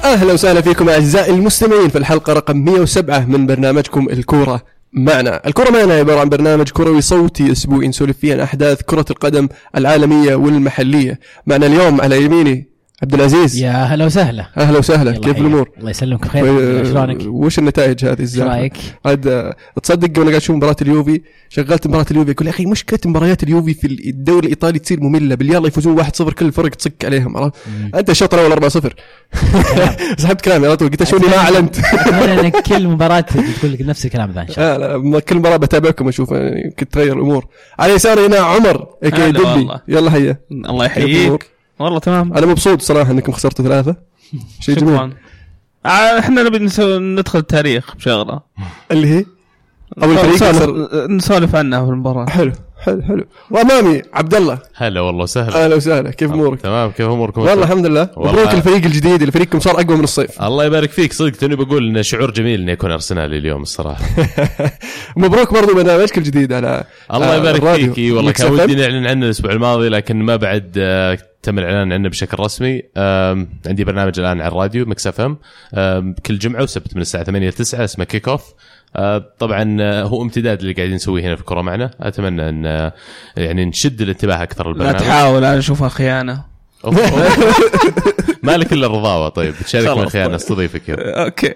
أهلا وسهلا فيكم أعزائي المستمعين في الحلقة رقم 107 من برنامجكم الكورة معنا. الكورة معنا عبارة عن برنامج كروي صوتي أسبوعي نسولف فيه عن أحداث كرة القدم العالمية والمحلية. معنا اليوم على يميني عبد العزيز. يا هلا وسهلا. أهلا وسهلا، كيف الأمور؟ الله يسلمك بخير. شلونك؟ وش النتائج هذه الزاحمة؟ رايك؟ عاد تصدق وانا قاعد اشوف مباراة اليوفي، شغلت مباراة اليوفي اقول يا اخي مشكلة مباريات اليوفي في الدوري الإيطالي تصير مملة، باليلا يفوزون 1-0 كل فرق تصك عليهم. عرفت انت الشوط الاول 4-0 سحبت كلامي على طول، قلت شوني ما اعلنت. اتمنى كل مباراة تقول لك نفس الكلام ذا ان شاء الله. لا كل مباراة بتابعكم اشوف يمكن تغير الامور. على يساري هنا عمر دبي، يلا هيا. الله يحييك. والله تمام، انا مبسوط صراحة انكم خسرتوا 3 شيء جميل. احنا نبي ندخل التاريخ بشغله اللي هي اول فريق نسولف عنها في المباراه. حلو. وامامي عبد الله. هلا والله سهلا. اهلا وسهلا، كيف امورك؟ تمام، كيف اموركم؟ والله الحمد لله. مبروك الفريق الجديد اللي فريقكم صار اقوى من الصيف. الله يبارك فيك. صدق توني بقول ان شعور جميل اني اكون ارسنالي اليوم الصراحه. مبروك برضو برنامجك الجديد على الله يبارك فيك. والله كان ودي نعلن عنه الاسبوع الماضي لكن ما بعد تم الاعلان عنه بشكل رسمي. عندي برنامج الان على الراديو مكس اف ام كل جمعه وسبت من الساعه 8 ل 9 اسمه كيك اوف. طبعا هو امتداد اللي قاعدين نسويه هنا في الكرة معنا. اتمنى ان يعني نشد الانتباه اكثر البرنامج. لا تحاول انا اشوفها خيانه. مالك الا الرضاوه. طيب تشارك من خيانه استضيفك. اوكي.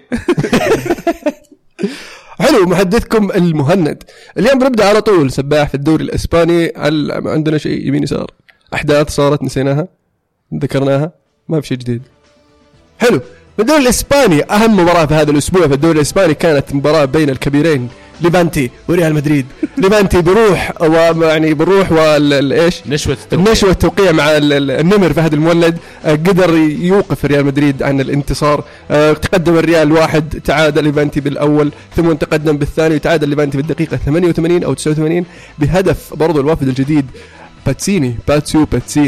حلو. محدثكم المهند. اليوم بنبدا على طول سباح في الدوري الاسباني. عندنا شيء يمين يسار، احداث صارت نسيناها ذكرناها، ما في شيء جديد. حلو. الدوري الإسباني أهم مباراة في هذا الأسبوع في الدوري الإسباني كانت مباراة بين الكبيرين ليفانتي وريال مدريد. ليفانتي بروح والإيش نشوة التوقيع مع النمر فهد المولد قدر يوقف ريال مدريد عن الانتصار. تقدم الريال 1، تعادل ليفانتي بالأول ثم تقدم بالثاني وتعادل ليفانتي بالدقيقة 88 أو 89 بهدف برضو الوافد الجديد باتسيو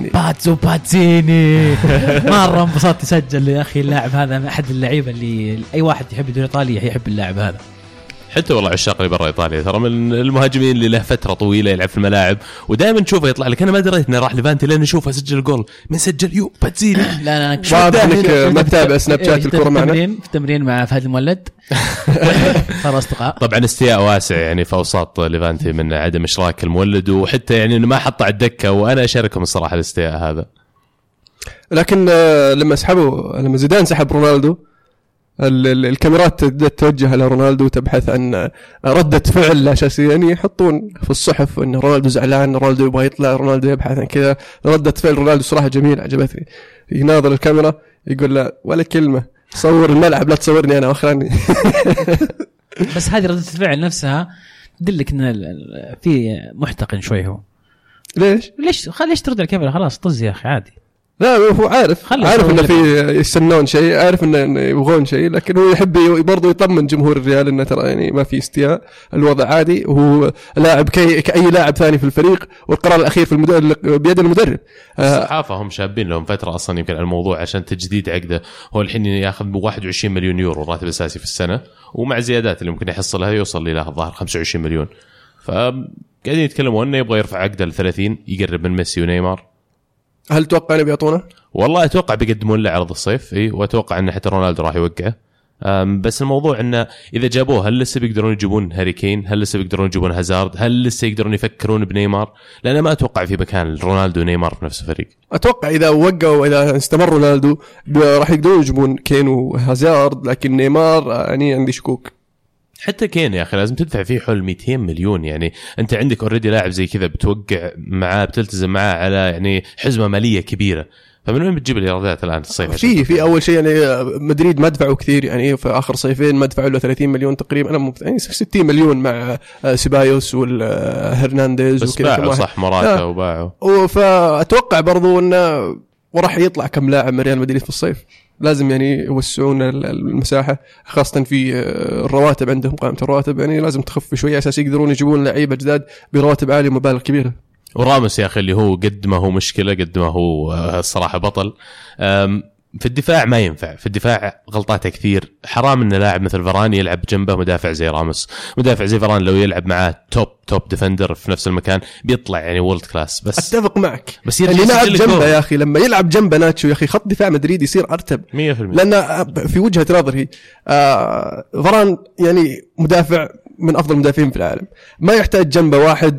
باتسيني. مرة انبسطت يسجل يا أخي. اللاعب هذا أحد اللعيبة اللي أي واحد يحب الدوري الإيطالي يحب اللاعب هذا. حتى والله عشاق اللي برا إيطاليا ترى من المهاجمين اللي له فترة طويلة يلعب في الملاعب ودائما نشوفه يطلع لك. أنا ما دريت إنه راح ليفانتي لأن نشوفه سجل جول من سجل باتسيني. لا واضح انك ما تتابع سناب شات الكرة معنا. في التمرين مع فهد المولد صار أصدقاء. طبعا استياء واسع يعني في أوساط ليفانتي من عدم إشراك المولد وحتى يعني إنه ما حط على الدكة، وأنا أشاركهم الصراحة الاستياء هذا. لكن لما زيدان سحب رونالدو الكاميرات توجه على رونالدو تبحث عن ردة فعل أساسية. يعني يحطون في الصحف أن رونالدو زعلان، رونالدو يبغى يطلع، رونالدو يبحث عن كذا. ردة فعل رونالدو صراحة جميل عجبتني. يناظر الكاميرا يقول لا ولا كلمة، صور الملعب لا تصورني أنا وأخراني. بس هذه ردة الفعل نفسها تدلك أن في محتقن شوي. هو ليش ترد الكاميرا؟ خلاص طز يا أخي عادي. لا هو عارف إنه في يستنون شيء، عارف إنه يبغون شيء، لكن هو يحب برضو يطمن جمهور الريال إنه ترى يعني ما في استياء، الوضع عادي، وهو لاعب كأي لاعب ثاني في الفريق، والقرار الأخير في بيد المدرب. الصحافة هم شابين لهم فترة أصلا يمكن الموضوع عشان تجديد عقده. هو الحين ياخذ 21 مليون يورو راتب أساسي في السنة، ومع زيادات اللي ممكن يحصلها يوصل إلى الظاهر 25 مليون. فقاعدين يتكلموا إنه يبغى يرفع عقده ل30 يقرب من ميسي ونيمار. هل توقع أن بيعطونه؟ والله أتوقع بيقدمون له عرض الصيف وأتوقع أن حتى رونالدو راح يوقعه. بس الموضوع أنه إذا جابوه هل لسه بيقدرون يجيبون هاري كين؟ هل لسه بيقدرون يجيبون هازارد؟ هل لسه يقدرون يفكرون بنيمار؟ لأن ما أتوقع في مكان رونالدو ونيمار في نفس الفريق. أتوقع إذا وقعوا وإذا استمر رونالدو راح يقدرون يجيبون كين وهازارد، لكن نيمار يعني عندي شكوك. حتى كين يا أخي لازم تدفع فيه حول 200 مليون. يعني أنت عندك أوريدي لاعب زي كذا بتوقع معاه بتلتزم معاه على يعني حزمة مالية كبيرة، فمن وين بتجيب الإيرادات الآن الصيف؟ في أول شيء يعني مدريد ما دفعوا كثير، يعني في آخر صيفين ما دفعوا له 30 مليون تقريبا. أنا يعني 60 مليون مع سيبايوس والهرنانديز وكذا. باعوا صح مراته وباعوا. فأتوقع برضو إنه وراح يطلع كم لاعب من ريال مدريد في الصيف. لازم يعني يوسعون المساحة، خاصة في الرواتب عندهم، قائمة الرواتب يعني لازم تخف شوية أساس يقدرون يجيبون لعيبة جداد برواتب عالية ومبالغ كبيرة. وراموس يا أخي اللي هو قد ما هو مشكلة قد ما هو الصراحة بطل. في الدفاع ما ينفع، في الدفاع غلطاته كثير. حرام ان لاعب مثل فران يلعب جنبه مدافع زي راموس. مدافع زي فران لو يلعب معاه توب ديفندر في نفس المكان بيطلع يعني وورلد كلاس. بس اتفق معك، بس اللي يلعب جنبه يا اخي لما يلعب جنبه ناتشو يا اخي خط دفاع مدريد يصير ارتب 100%. لان في وجهه نظري فران يعني مدافع من افضل المدافعين في العالم، ما يحتاج جنبه واحد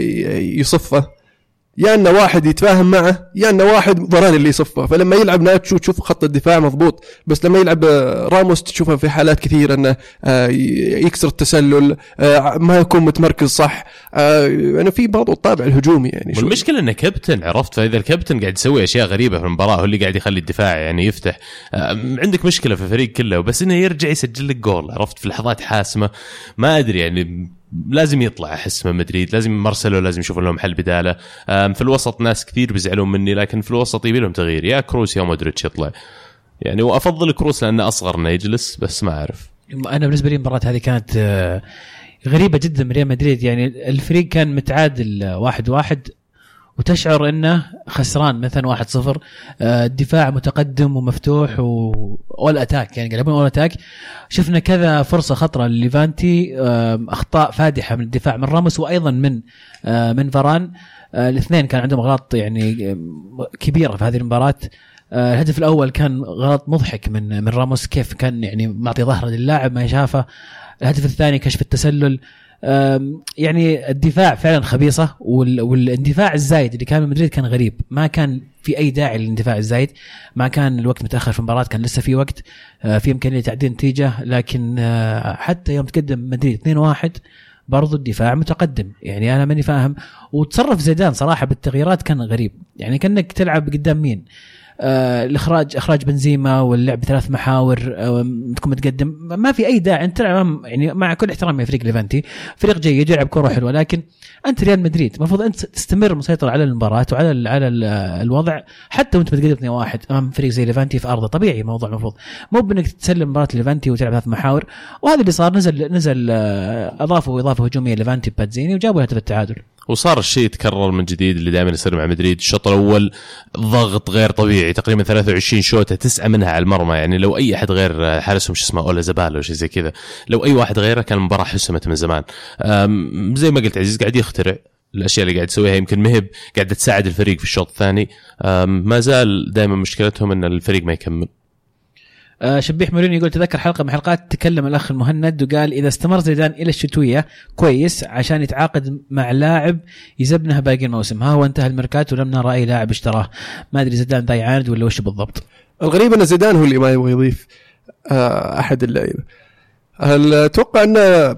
يصفه، يا أنه واحد يتفاهم معه يا أنه واحد ضران اللي يصفه. فلما يلعب ناتشو تشوف خط الدفاع مضبوط، بس لما يلعب راموس تشوفه في حالات كثيرة أنه يكسر التسلل، ما يكون متمركز صح، أنا في بعض الطابع الهجومي يعني. والمشكلة أنه كابتن، عرفت؟ فإذا الكابتن قاعد يسوي أشياء غريبة في المباراة هو اللي قاعد يخلي الدفاع يعني يفتح، عندك مشكلة في الفريق كله. بس إنه يرجع يسجل لك جول، عرفت، في لحظات حاسمة، ما أدري يعني لازم يطلع. أحس من مدريد لازم مارسيلو لازم يشوف لهم حل بداله. في الوسط ناس كثير بيزعلون مني، لكن في الوسط يبي لهم تغيير، يا كروس يا مودريتش يطلع يعني. وأفضل كروس لأنه أصغر إنه يجلس، بس ما أعرف. أنا بالنسبة لي المباراة هذه كانت غريبة جدا من ريال مدريد. يعني الفريق كان متعادل 1-1 وتشعر انه خسران مثلا 1-0، الدفاع متقدم ومفتوح وأول أتاك، يعني قلبون أول أتاك. شفنا كذا فرصة خطرة لليفانتي، أخطاء فادحة من الدفاع من راموس وأيضا من فران. الاثنين كان عندهم غلط يعني كبيرة في هذه المباراة. الهدف الأول كان غلط مضحك من راموس، كيف كان يعني معطي ظهره للاعب ما يشافه. الهدف الثاني كشف التسلل. يعني الدفاع فعلا خبيصة، والاندفاع الزايد اللي كان من مدريد كان غريب، ما كان في أي داعي للاندفاع الزايد. ما كان الوقت متأخر في المباراة، كان لسه في وقت، في إمكانية تعديل نتيجة. لكن حتى يوم تقدم مدريد 2-1 برضو الدفاع متقدم. يعني أنا ماني فاهم. وتصرف زيدان صراحة بالتغييرات كان غريب، يعني كأنك تلعب قدام مين؟ اخراج بنزيما واللعب بثلاث محاور، تكون متقدم، ما في اي داعي. انت تلعب يعني مع كل احترامي فريق ليفانتي فريق جيد يلعب كره حلوه، لكن انت ريال مدريد المفروض انت تستمر مسيطر على المباراه وعلى الوضع حتى وانت متقدم 2-1 امام فريق زي ليفانتي في ارضه. طبيعي موضوع المفروض مو بانك تسلم مباراه ليفانتي وتلعب ثلاث محاور. وهذا اللي صار، نزل اضافوا اضافه هجوميه ليفانتي باتزيني وجابوا هدف التعادل. وصار الشيء يتكرر من جديد اللي دائما يصير مع مدريد. الشوط الأول ضغط غير طبيعي، تقريبا 23 شوطة 9 منها على المرمى. يعني لو أي أحد غير حارسهم شو اسمه أولا زبالة أو شيء زي كذا، لو أي واحد غيره كان المباراة حسمت من زمان. زي ما قلت عزيز قاعد يخترع الأشياء اللي قاعد يسويها، يمكن مهب قاعدة تساعد الفريق في الشوط الثاني. ما زال دائما مشكلتهم أن الفريق ما يكمل. شبيح مورينيو يقول تذكر حلقة من حلقات تكلم الأخ المهند وقال إذا استمر زيدان إلى الشتوية كويس عشان يتعاقد مع لاعب يزبنها باقي الموسم. ها هو انتهى الميركاتو ولم نرى أي لاعب اشتراه. ما أدري زيدان ذا يعاند ولا وش بالضبط. الغريب أن زيدان هو اللي ما يبغى يضيف أحد اللاعبين. أتوقع أن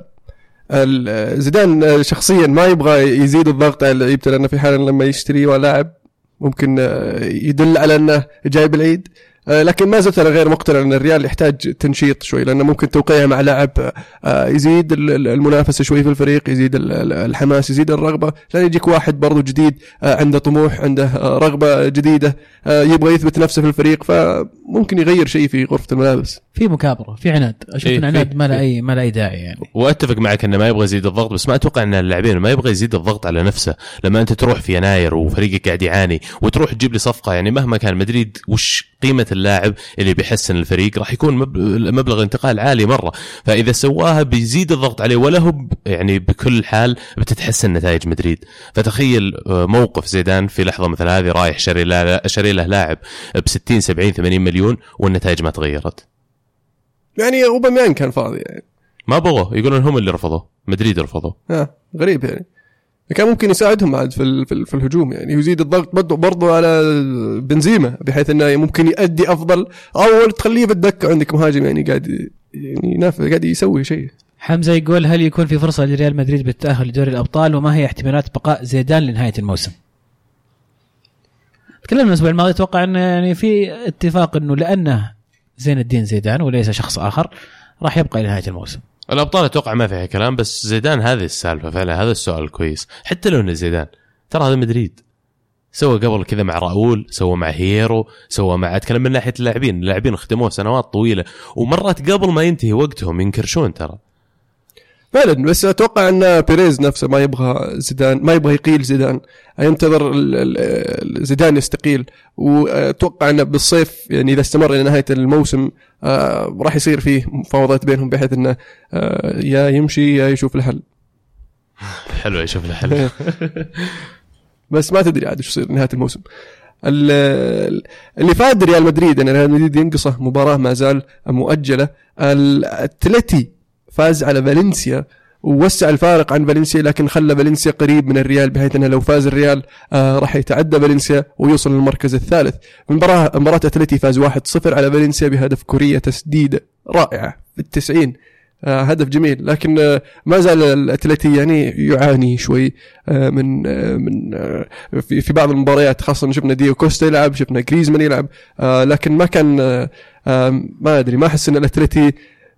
زيدان شخصيا ما يبغى يزيد الضغط على اللعيبة، لأنه في حال لما يشتري لاعب ممكن يدل على أنه جايب العيد. لكن ما زلت أنا غير مقتنع أن الريال يحتاج تنشيط شوي، لأنه ممكن توقيعه مع لاعب يزيد المنافسة شوي في الفريق، يزيد الحماس، يزيد الرغبة. لأن يجيك واحد برضو جديد عنده طموح، عنده رغبة جديدة، يبغى يثبت نفسه في الفريق، فممكن يغير شيء في غرفة الملابس. في مكابرة، في عناد. أشوف إن عناد ما لا أي داعي يعني. وأتفق معك إنه ما يبغى يزيد الضغط، بس ما أتوقع إن اللاعبين ما يبغى يزيد الضغط على نفسه. لما أنت تروح في يناير وفريقك قاعد يعاني وتروح تجيب لي صفقة، يعني مهما كان مدريد وش قيمة اللاعب اللي بيحسن الفريق، راح يكون مبلغ انتقال عالي مرة. فإذا سواها بيزيد الضغط عليه، ولا هو يعني بكل حال بتتحسن نتائج مدريد. فتخيل موقف زيدان في لحظة مثل هذه رايح شاري له لاعب ب60 70 80 مليون والنتائج ما تغيرت. يعني أوباميانغ كان فاضي يعني. ما بغوا، يقولون هم اللي رفضوا، مدريد رفضوا. غريب يعني. كان ممكن يساعدهم بعد في الهجوم، يعني يزيد الضغط برضو على بنزيما بحيث انه ممكن يؤدي افضل، او تخليه بالدكه عندك مهاجم يعني قاعد ينافس، قاعد يسوي شيء. حمزه يقول هل يكون في فرصه لريال مدريد بالتاهل لدوري الابطال، وما هي احتمالات بقاء زيدان لنهايه الموسم؟ تكلمنا الاسبوع الماضي، اتوقع انه يعني في اتفاق انه لانه زين الدين زيدان وليس شخص اخر راح يبقى لنهايه الموسم. الأبطال أتوقع ما فيها كلام، بس زيدان هذه السالفة فعلا. هذا السؤال الكويس. حتى لو إن زيدان ترى هذا مدريد سوى قبل كذا مع راؤول، سوى مع هيرو، سوى مع، أتكلم من ناحية اللاعبين خدموه سنوات طويلة، ومرات قبل ما ينتهي وقتهم ينكرشون ترى. فعلا. بس اتوقع ان بيريز نفسه ما يبغى زيدان، ما يبغى يقيل زيدان، ينتظر زيدان يستقيل. واتوقع انه بالصيف يعني اذا استمر الى نهايه الموسم راح يصير فيه مفاوضات بينهم بحيث انه يا يمشي يا يشوف الحل. حلو يشوف الحل. بس ما تدري عاد ايش يصير نهايه الموسم. اللي فاد ريال مدريد ان ريال مدريد ينقصه مباراه ما زال مؤجله. الاتلتي فاز على فالنسيا ووسع الفارق عن فالنسيا، لكن خلى فالنسيا قريب من الريال بحيث انه لو فاز الريال راح يتعدى فالنسيا ويوصل للمركز الثالث. مباراة اتلتي فاز 1-0 على فالنسيا بهدف كورية تسديدة رائعة في 90، هدف جميل. لكن ما زال الاتلتي يعني يعاني شوي من في بعض المباريات، خاصة شفنا ديو كوستا يلعب، شفنا غريزمان يلعب، لكن ما كان ما أدري، ما أحس أن الاتلتي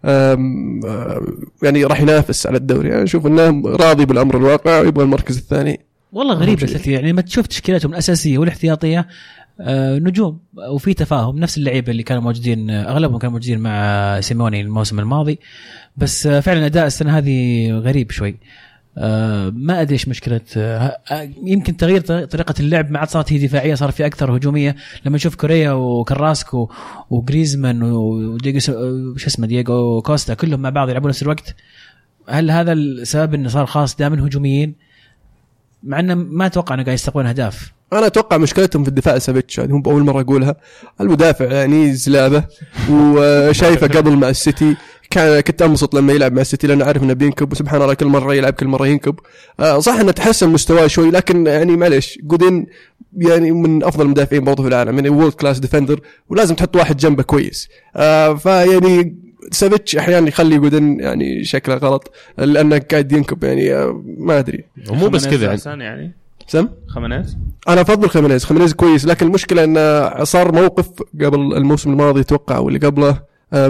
يعني راح ينافس على الدوري. يعني أشوف أنه راضي بالأمر الواقع ويبغى المركز الثاني. والله غريب الاتلتي، يعني ما تشوف تشكيلتهم الأساسية والاحتياطية نجوم وفي تفاهم، نفس اللعيبة اللي كانوا موجودين أغلبهم كانوا موجودين مع سيموني الموسم الماضي، بس فعلا أداء السنة هذه غريب شوي. ما أدري إيش مشكلة، يمكن تغيير طريقة اللعب، ما عاد صارت هي دفاعية، صار في أكثر هجومية. لما نشوف كوريا وكراسكو وغريزمان دييغو كوستا كلهم مع بعض يلعبون نفس الوقت، هل هذا السبب إنه صار خاص دائما هجوميين، مع إنه ما أتوقع إنه قاعد يستقبلون أهداف؟ أنا أتوقع مشكلتهم في الدفاع سافيتش، هذه هم بأول مرة أقولها. المدافع يعني زلابة، وشايفه قبل مع السيتي كنت أنبسط لما يلعب مع السيتي لأنه عارف إنه بينكب، وسبحان الله كل مرة يلعب كل مرة ينكب. صح إنه تحسن مستواه شوي، لكن يعني معليش جودين يعني من أفضل المدافعين برضه في العالم، يعني وورلد كلاس ديفندر، ولازم تحط واحد جنبه كويس. فيعني سافيتش أحيانا يخلي جودين يعني شكله غلط لأنه قاعد ينكب، يعني ما أدري. ومو بس كذا يعني سم خمينيز، أنا أفضل خمينيز كويس، لكن المشكلة إنه صار موقف قبل الموسم الماضي توقع واللي قبله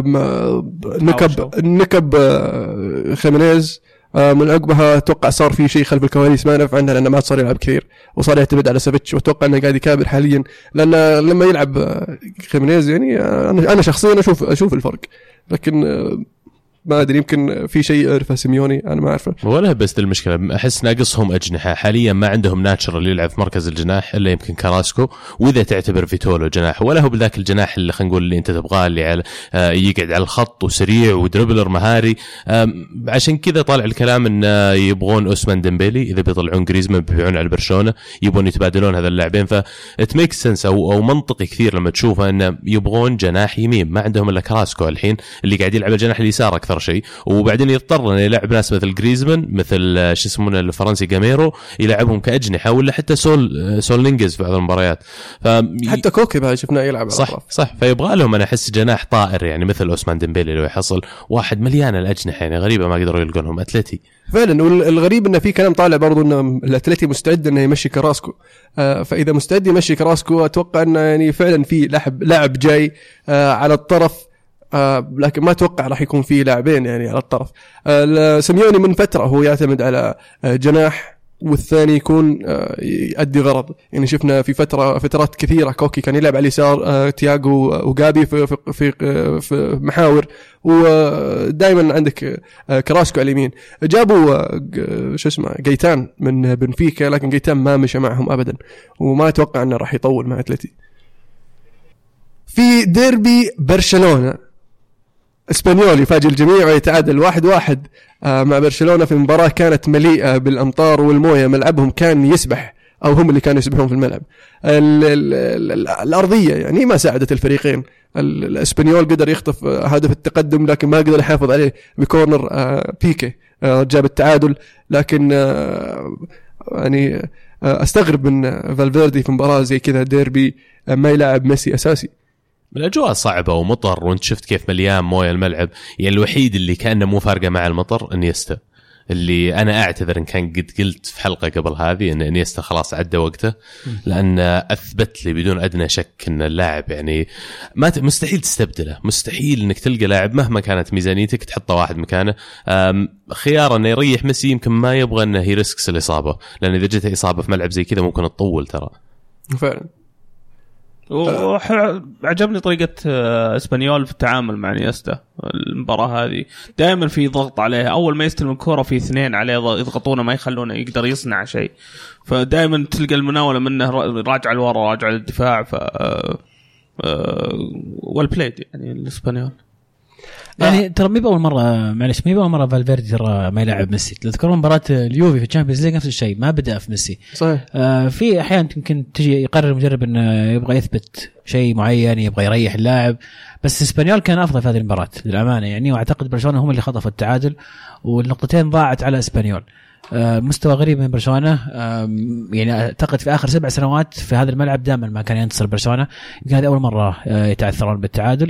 نكب خمينيز، من عقبها توقع صار في شيء خلف الكواليس ما نعرف عنه، لأنه ما صار يلعب كثير وصار يعتمد على سافيتش، وتوقع أنه قاعد يكابر حاليا، لأن لما يلعب خمينيز يعني أنا شخصيا أشوف الفرق، لكن ما أدري يمكن في شيء يعرفه سيميوني أنا ما أعرفه. ولا بس المشكلة أحس ناقصهم أجنحة حاليا، ما عندهم ناتشر اللي يلعب في مركز الجناح إلا يمكن كاراسكو، وإذا تعتبر فيتولو جناح ولا هو بذاك الجناح اللي خلينا نقول اللي أنت تبغاه، اللي على يقعد على الخط وسريع ودربلر مهاري. عشان كذا طالع الكلام إن يبغون أوسمان ديمبيلي، إذا بيطلعون غريزمان بيبيعون على برشلونة، يبغون يتبادلون هذا اللاعبين. فإت ميك سنس أو منطقي كثير لما تشوفه إن يبغون جناح يمين، ما عندهم إلا كاراسكو الحين اللي قاعد يلعب الجناح اليسار أكثر شيء، وبعدين يضطر انه يلعب ناس مثل غريزمان، مثل شو يسمونه الفرنسي جاميرو، يلعبهم كأجنحة، ولا حتى سول لينجز في بعض المباريات. حتى كوكي بعد شفناه يلعب صح فيبغى لهم انا احس جناح طائر، يعني مثل اوسمان ديمبيلي لو يحصل واحد مليان الأجنحة، يعني غريبة ما قدروا يلقونهم اتلتي فعلا. والغريب انه في كلام طالع برضو انه الاتلتي مستعد انه يمشي كراسكو، فاذا مستعد يمشي كراسكو اتوقع انه يعني فعلا في لاعب جاي على الطرف، لكن ما أتوقع راح يكون فيه لاعبين يعني على الطرف. سيميوني من فترة هو يعتمد على جناح والثاني يكون يؤدي غرض، يعني شفنا في فترات كثيرة كوكي كان يلعب على اليسار، تياغو وغابي في محاور، ودائما عندك كراسكو على اليمين. جابوا شو اسمه جيتان من بنفيكا، لكن جيتان ما مشى معهم أبدا، وما أتوقع أنه راح يطول مع أتلتي. في ديربي برشلونة، اسبانيول يفاجئ الجميع ويتعادل 1-1 مع برشلونة في مباراة كانت مليئة بالأمطار والموية، ملعبهم كان يسبح أو هم اللي كانوا يسبحون في الملعب. الأرضية يعني ما ساعدت الفريقين. الاسبانيول قدر يخطف هدف التقدم لكن ما قدر يحافظ عليه بكورنر بيكي جاب التعادل، لكن يعني استغرب من فالفيردي في مباراة زي كذا ديربي ما يلعب ميسي أساسي. الأجواء صعبة ومطر، وانت شفت كيف مليان مويه الملعب، يعني الوحيد اللي كأنه مو فارقة مع المطر انيستا، اللي أنا أعتذر إن كان قد قلت في حلقة قبل هذه إن انيستا خلاص عدى وقته، لأن أثبت لي بدون أدنى شك إن اللاعب يعني مستحيل تستبدله، مستحيل إنك تلقى لاعب مهما كانت ميزانيتك تحطه واحد مكانه. خيار إنه يريح ميسي يمكن ما يبغى إنه يرسكس الإصابة، لأن إذا جت إصابة في ملعب زي كذا ممكن تطول ترى. فعلا. عجبني طريقة اسبانيول في التعامل مع نيستا. المباراة هذه دائما في ضغط عليها، أول ما يستلم الكرة في اثنين عليه يضغطونه ما يخلونه يقدر يصنع شيء، فدائما تلقى المناولة منه راجع لورا راجع للدفاع. والبلايد يعني الاسبانيول يعني ترى مي بأول مرة، معلش مي بأول مرة فالفيردي ترى ما يلعب ميسي. تذكرون مباراة اليوفي في الشامبيونز ليج نفس الشيء، ما بدأ في ميسي صحيح. في أحيان يمكن تجي يقرر المدرب إنه يبغى يثبت شيء معين، يبغى يريح اللاعب، بس اسبانيول كان أفضل في هذه المباراة للأمانة يعني. وأعتقد برشلونة هم اللي خطفوا التعادل والنقطتين ضاعت على اسبانيول. مستوى غريب من برشلونة، يعني أعتقد في آخر 7 سنوات في هذا الملعب دائما ما كان ينتصر برشلونة، يمكن هذه أول مرة يتعثرون بالتعادل.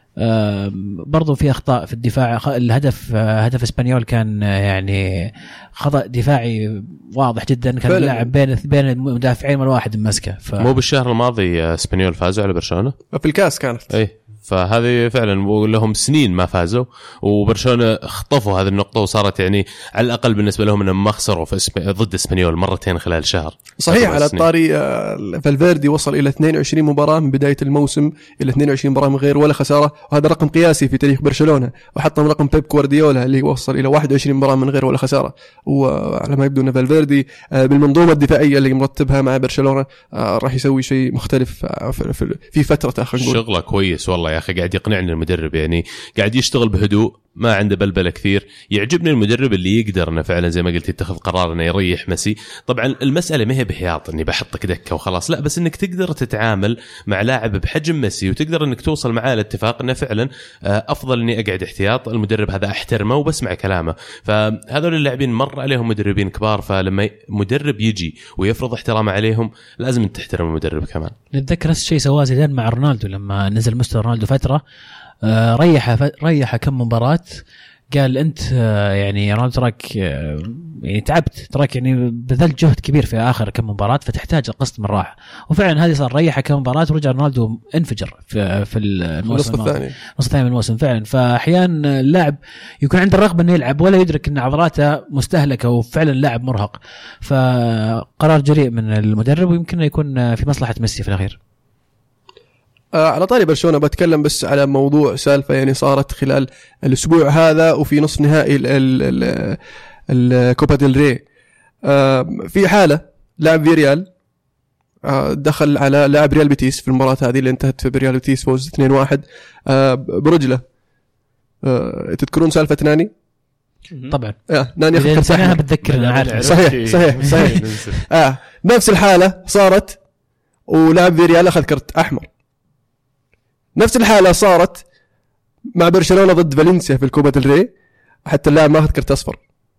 برضو في أخطاء في الدفاع. الهدف هدف اسبانيول كان يعني خطأ دفاعي واضح جدا، كان اللاعب بين المدافعين والواحد ماسكه. مو بالشهر الماضي اسبانيول فازوا على برشلونة في الكاس كانت اي، فهذه فعلا لهم سنين ما فازوا، وبرشلونة خطفوا هذه النقطة وصارت يعني على الأقل بالنسبة لهم أنهم ما خسروا ضد اسبانيول مرتين خلال شهر. صحيح. على الطاري فالفيردي وصل إلى 22 مباراة من بداية الموسم إلى 22 مباراة من غير ولا خسارة، وهذا رقم قياسي في تاريخ برشلونة، وحتى رقم بيب جوارديولا اللي وصل إلى 21 مباراة من غير ولا خسارة. وعلى ما يبدو أن فالفيردي بالمنظومة الدفاعية اللي مرتبها مع برشلونة راح يسوي شيء مختلف في فترة آخر. شغله كويس والله يا أخي، قاعد يقنعني المدرب، يعني قاعد يشتغل بهدوء، ما عنده بلبلة كثير. يعجبني المدرب اللي يقدر انه فعلا زي ما قلت يتخذ قرار انه يريح ميسي. طبعا المسألة ما هي بحياط اني بحطك دكة وخلاص، لا، بس انك تقدر تتعامل مع لاعب بحجم ميسي وتقدر انك توصل معاه لاتفاق انه فعلا افضل اني اقعد احتياط. المدرب هذا احترمه وبسمع كلامه. فهذول اللاعبين مر عليهم مدربين كبار، فلما مدرب يجي ويفرض احترامه عليهم لازم انت تحترم المدرب كمان. نتذكر نفس الشيء سواه زيدان مع رونالدو لما نزل مستوى رونالدو فترة، ريح كم مباراة، قال أنت يعني رونالدو تراك يعني تعبت، تراك يعني بذلت جهد كبير في آخر كم مباراة فتحتاج القسط من راحة. وفعلا هذه صار ريح كم مباراة ورجع رونالدو انفجر في الموسم الثاني، نص الثاني من الموسم فعلا. فأحيانا اللاعب يكون عنده الرغبة إنه يلعب ولا يدرك إن عضلاته مستهلكة وفعلا لاعب مرهق، فقرار جريء من المدرب ويمكن يكون في مصلحة ميسي في الأخير. على طاري برشلونة بتكلم بس على موضوع سالفة يعني صارت خلال الأسبوع هذا وفي نصف نهائي الكوبا ديل ري. في حالة لاعب فيريال دخل على لاعب ريال بيتيس في المباراة هذه اللي انتهت في بريال بيتيس فوز 2-1 برجله. تذكرون سالفة ناني؟ طبعا ناني أخذ سنة بتذكر أنا عارف. صحيح نفس الحالة صارت ولاعب فيريال أخذ كرت أحمر. نفس الحالة صارت مع برشلونة ضد فالنسيا في الكوبا ديل ري، حتى اللاعب ما أخذ كرت أصفر.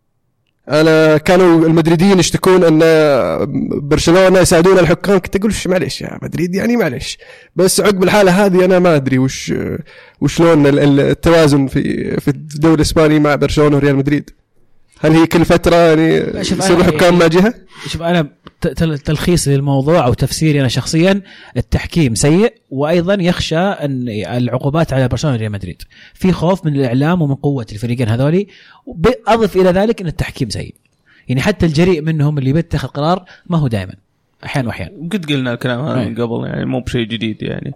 أنا كانوا المدريديين يشتكون أن برشلونة يساعدون الحكام، كنت أقول معلش يا مدريد يعني معلش، بس عقب الحالة هذه أنا ما أدري وشلون التوازن في الدوري الإسباني مع برشلونة وريال مدريد. هل هي كل فترة يعني يصير الحكام مع جهة؟ شوف أنا تلخيص للموضوع أو تفسيري أنا شخصيا، التحكيم سيء، وأيضا يخشى أن العقوبات على برشلونة وريال مدريد، في خوف من الإعلام ومن قوة الفريقين هذولي. أضف إلى ذلك أن التحكيم سيء، يعني حتى الجريء منهم اللي بيتخذ قرار ما هو دائما، أحيان وأحيان. قد قلنا الكلام هذا من قبل، يعني مو بشيء جديد. يعني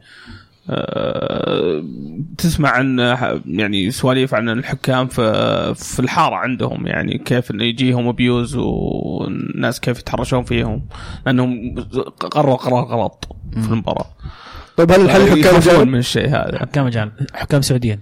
تسمع عن يعني سواليف عن الحكام في الحارة عندهم، يعني كيف إنه يجيهم أبيوز والناس كيف يتحرشون فيهم لأنهم قرروا قرار غلط في المباراة. طيب هل الحل حكام جان من الشيء هذا؟ حكام جان، حكام سعوديين.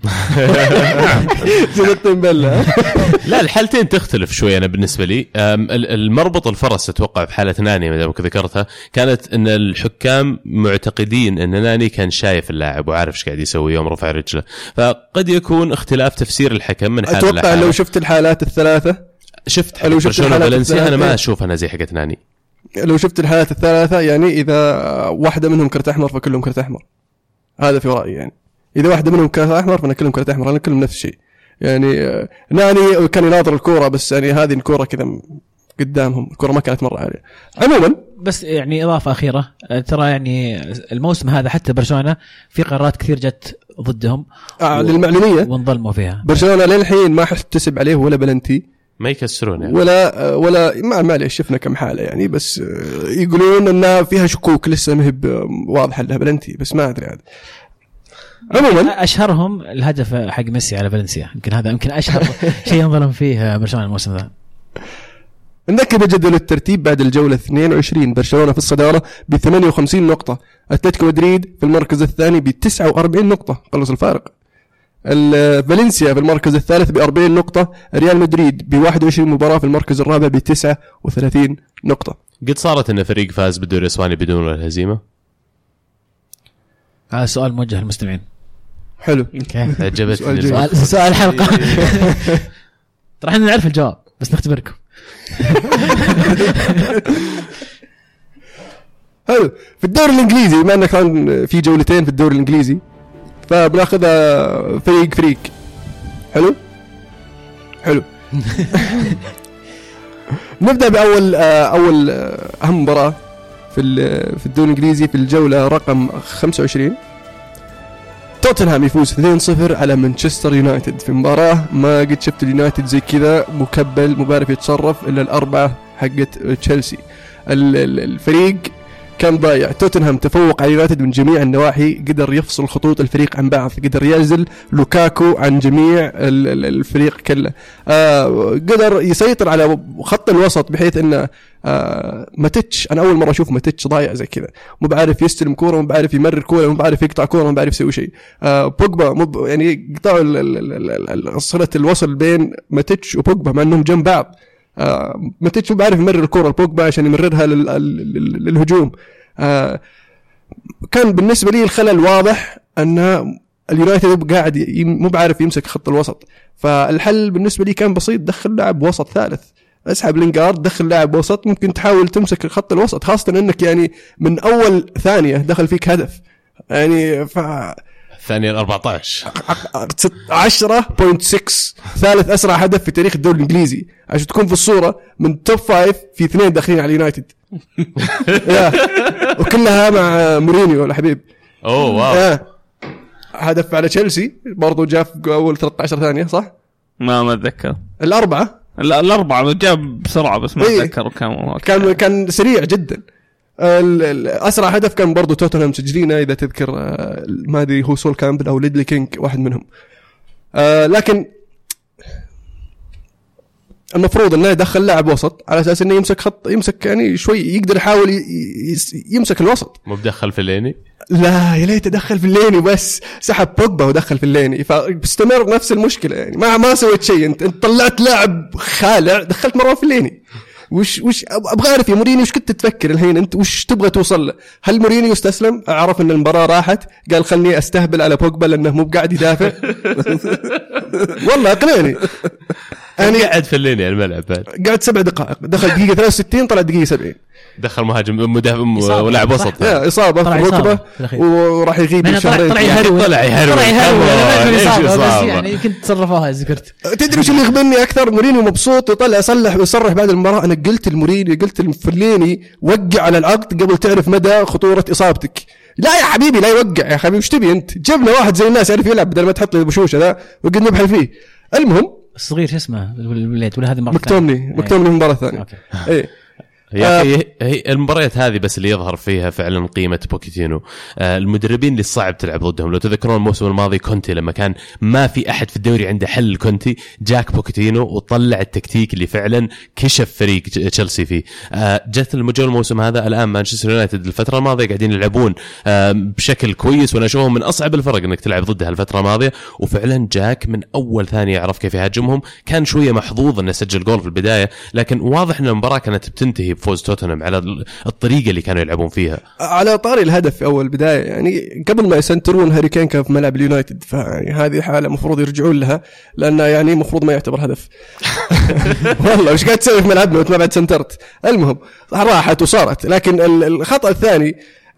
زلتين بلا. لا الحالتين تختلف شوي. أنا بالنسبة لي المربط الفرس أتوقع في حالة ناني ما دامك ذكرتها، كانت إن الحكام معتقدين إن ناني كان شايف اللاعب وعارف إيش قاعد يسوي يوم رفع رجله، فقد يكون اختلاف تفسير الحكم من حالة لحالة. أتوقع لو شفت الحالات الثلاثة، شفت برشلونة فالنسيا، أنا ما أشوف أنا زي حقة ناني. لو شفت الحالات الثلاثة يعني إذا واحدة منهم كرت أحمر فكلهم كرت أحمر، هذا في رأيي. يعني إذا واحدة منهم كرت أحمر فكلهم كرت أحمر، أنا كلهم نفس الشيء. يعني ناني كان يناظر الكرة بس يعني هذه الكرة كذا قدامهم، الكرة ما كانت مرة عليه. عموما بس يعني إضافة أخيرة، ترى يعني الموسم هذا حتى برشلونة في قرارات كثير جت ضدهم للمعلومية ونظلموا فيها. برشلونة للحين ما حسب عليه ولا بلنتي ما يكسرون يعني. ولا ما عليه شفنا كم حاله يعني، بس يقولون انها فيها شكوك لسه ما هي واضحه لها بلنتي، بس ما ادري عاد. عموما اشهرهم الهدف حق ميسي على فالنسيا، يمكن هذا يمكن اشهر شيء ينظلم فيه برشلونه الموسم ذا. نذكر بجدول الترتيب بعد الجولة 22. برشلونة في الصدارة ب58 نقطة، أتلتيكو مدريد في المركز الثاني ب49 نقطة قلص الفارق، فالنسيا في المركز الثالث ب40 نقطة، ريال مدريد ب21 مباراة في المركز الرابع ب39 نقطة. قد صارت إن فريق فاز بالدوري الإسباني بدون الهزيمة؟ هذا سؤال موجه للمستمعين. حلو، عجبتني سؤال الحلقة. ترى احنا نعرف الجواب بس نختبركم. حلو. في الدوري الانجليزي بما انه كان في جولتين في الدوري الانجليزي فبناخذها فريق. حلو نبدا باول اهم مباراه في الدوري الانجليزي في الجوله رقم 25. توتنهام يفوز 2-0 على مانشستر يونايتد في مباراة ما قد شفت اليونايتد زي كذا مكبل، مباراه يتصرف إلا الأربعة حقت تشيلسي. الفريق كان ضايع. توتنهام تفوق على يونايتد من جميع النواحي، قدر يفصل خطوط الفريق عن بعض، قدر يعزل لوكاكو عن جميع الفريق كله، قدر يسيطر على خط الوسط بحيث انه ماتيتش، انا اول مره اشوف ماتيتش ضايع زي كذا، مو بعرف يستلم كوره، مو بعرف يمرر كوره، مو بعرف يقطع كوره، مو بعرف يسوي شيء. بوجبا يعني قطعوا صله الوصل بين ماتيتش وبوجبا مع انهم جنب بعض. ماتيتش مو بعرف يمرر الكوره لبوجبا عشان يمررها للهجوم. كان بالنسبه لي الخلل واضح ان اليونايتد قاعد مو بعرف يمسك خط الوسط، فالحل بالنسبه لي كان بسيط، دخل لاعب وسط ثالث، اسحب لينغارد، دخل لاعب وسط ممكن تحاول تمسك خط الوسط، خاصه انك يعني من اول ثانيه دخل فيك هدف يعني ثانية 14 10.6 ثالث أسرع هدف في تاريخ الدوري الإنجليزي، عشان تكون في الصورة من توب 5 في 2 داخلين على اليونايتد. وكلها مع مورينيو الحبيب. أوه واو. هدف على تشيلسي برضو جاء في أول 13 ثانية صح؟ ما أتذكر. الأربعة جاب بسرعة بس ما أتذكر كان سريع جدا. الأسرع هدف كان برضو توتنهام مسجلينه إذا تذكر، ما أدري هو سول كامبل أو ليدلي كينج واحد منهم. لكن المفروض أنه يدخل لاعب وسط على أساس أنه يمسك يعني شوي، يقدر يحاول يمسك الوسط. مو بدخل في الليني؟ لا يا ليت دخل في الليني، بس سحب بوجبا ودخل في الليني، فبستمر نفس المشكلة يعني ما سويت شيء. أنت طلعت لاعب خالع دخلت مرة في الليني. وش ابغى اعرف يا مورينيو وش كنت تفكر الحين انت؟ وش تبغى توصل له؟ هل مورينيو استسلم؟ اعرف ان المباراه راحت قال خلني استهبل على بوجبا لانه مو قاعد يدافع. والله اقنعني. انا قاعد في الليل يعني الملعب قاعد 7 دقائق، دخل دقيقه 63 طلع دقيقه 70. دخل مهاجم مدافع ولاعب وسط. اصابه في الركبه وراح يغيب شهرين. طلع يهرول يعني كنت تصرفوها ذكرت. تدري وش اللي يخبرني اكثر؟ مورينيو مبسوط يطلع يصرح بعد المباراه، انا قلت المورينيو قلت الفليني وقع على العقد قبل تعرف مدى خطوره اصابتك. لا يا حبيبي لا يوقع يا حبيبي، ايش تبي انت؟ جبنا واحد زي الناس يعرف يلعب بدل ما تحط لي بشوشه ذا وقد نبحث فيه. المهم الصغير شو اسمه الولاد ولا هذه مكتومني المباراه الثانيه. اي يا أخي هي المباريات هذه بس اللي يظهر فيها فعلا قيمة بوكيتينو. المدربين اللي صعب تلعب ضدهم، لو تذكرون الموسم الماضي كونتي لما كان ما في أحد في الدوري عنده حل كونتي، جاك بوكيتينو وطلع التكتيك اللي فعلا كشف فريق تشيلسي فيه. جت المجال الموسم هذا الآن مانشستر يونايتد الفترة الماضية قاعدين يلعبون بشكل كويس، وأنا أشوفهم من أصعب الفرق إنك تلعب ضدها الفترة الماضية، وفعلا جاك من أول ثانية يعرف كيف يهاجمهم. كان شوية محظوظ إنه سجل جول في البداية، لكن واضح إن المباراة كانت بتنتهي فوز توتنهام على الطريقة اللي كانوا يلعبون فيها. على طاري الهدف في أول بداية يعني قبل ما يسنترون هاري كين كان في ملعب اليونايتد، فيعني هذه حالة مفروض يرجعون لها لأنه يعني مفروض ما يعتبر هدف. والله وش قاعد تسوي في ملعبنا وانت ما بعد سنترت؟ المهم راحت وصارت. لكن الخطأ الثاني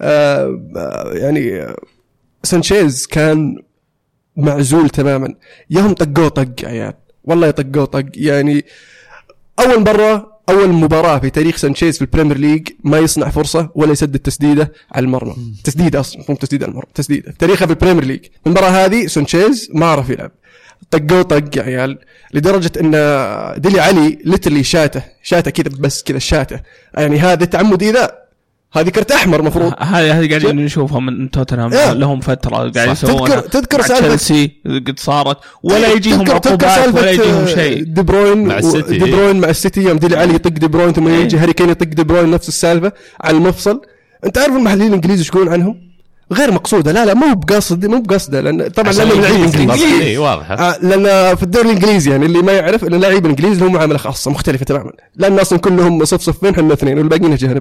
يعني سانشيز كان معزول تماما. يوم طقوا طق عيال والله يطقوا طق. يعني أول مباراة في تاريخ سانشيز في البريمير ليج ما يصنع فرصة ولا يسدد تسديدة على المرمى. تسديدة أصلا مو تسديدة على المرمى، تسديدة في تاريخه في البريمير ليج. المباراة هذه سانشيز ما عرف يلعب، طقوا طق يا عيال لدرجه ان ديلي علي ليترلي شاته كذا بس كذا شاته يعني هذا تعمدي ذا هذه كرت احمر مفروض هذه قاعدين نشوفها من توتنهام لهم فتره قاعد يسوونها تذكر سالفه تشيلسي قد صارت ولا يجيهم عقوبات ولا يجيهم شيء دي بروين مع السيتي يوم دي علي يطق دي بروين ثم يجي هاري كين يطق دي بروين نفس السالفه على المفصل. انت عارف المحللين الانجليزي ايش يقولون عنهم؟ غير مقصوده. لا مو بقصده لان طبعا لانه لعيب انجليزي واضحه لان في الدوري الانجليزي يعني اللي ما يعرف ان اللاعب الانجليزي له معامله خاصه مختلفه تماما لان اصلا كلهم صفين احنا اثنين والباقيين جانب.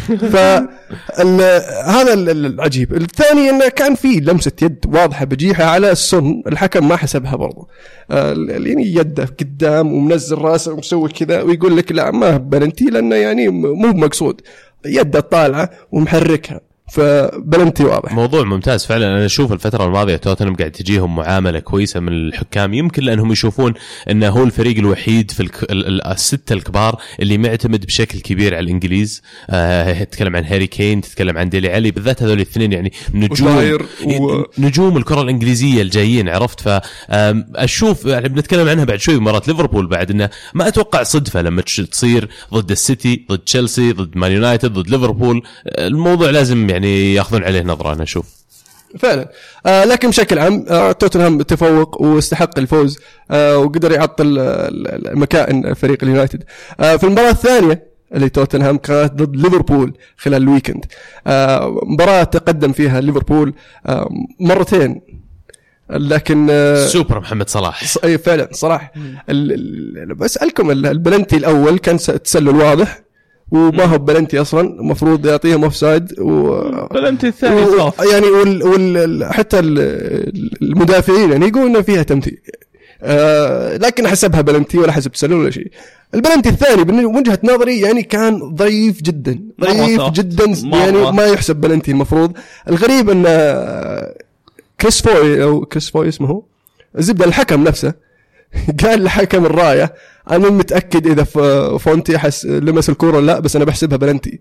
فهذا العجيب. الثاني انه كان في لمسه يد واضحه بجيحه على السن الحكم ما حسبها برضه يعني يده قدام ومنزل راسه ومسوي كذا ويقول لك لا ما بلنتي لانه يعني مو مقصود يده طالعه ومحركها فبلنتي واضح. موضوع ممتاز فعلا. انا اشوف الفتره الماضيه توتنهام قاعد تجيهم معامله كويسه من الحكام يمكن لانهم يشوفون انه هو الفريق الوحيد في السته الكبار اللي معتمد بشكل كبير على الانجليز. تتكلم عن هاري كين تتكلم عن ديلي علي بالذات هذول الاثنين يعني نجوم الكره الانجليزيه الجايين عرفت. فاشوف يعني بنتكلم عنها بعد شوي مباراه ليفربول بعد انه ما اتوقع صدفه لما تصير ضد السيتي ضد تشيلسي ضد مان يونايتد ضد ليفربول الموضوع لازم يعني ياخذون عليه نظرة. أنا أشوف فعلا. لكن بشكل عام توتنهام تفوق واستحق الفوز وقدر يعطل مكائن فريق اليونايتد. في المباراة الثانية اللي توتنهام كانت ضد ليفربول خلال الويكند مباراة تقدم فيها ليفربول مرتين لكن سوبر محمد صلاح أي فعلا صلاح. بسألكم البلنتي الأول كان تسلل واضح وما هو بلنتي اصلا المفروض يعطيهم اوفسايد بلنتي الثاني يعني حتى المدافعين يعني يقولون انه فيها تمثيل لكن حسبها بلنتي ولا حسب تسلل ولا شيء. البلنتي الثاني من وجهة نظري يعني كان ضعيف جدا يعني ما يحسب بلنتي. المفروض الغريب ان كريس فوي اسمه الزبدة الحكم نفسه قال لحكم الراية أنا متأكد إذا فونتي لمس الكرة لا بس أنا بحسبها بلنتي.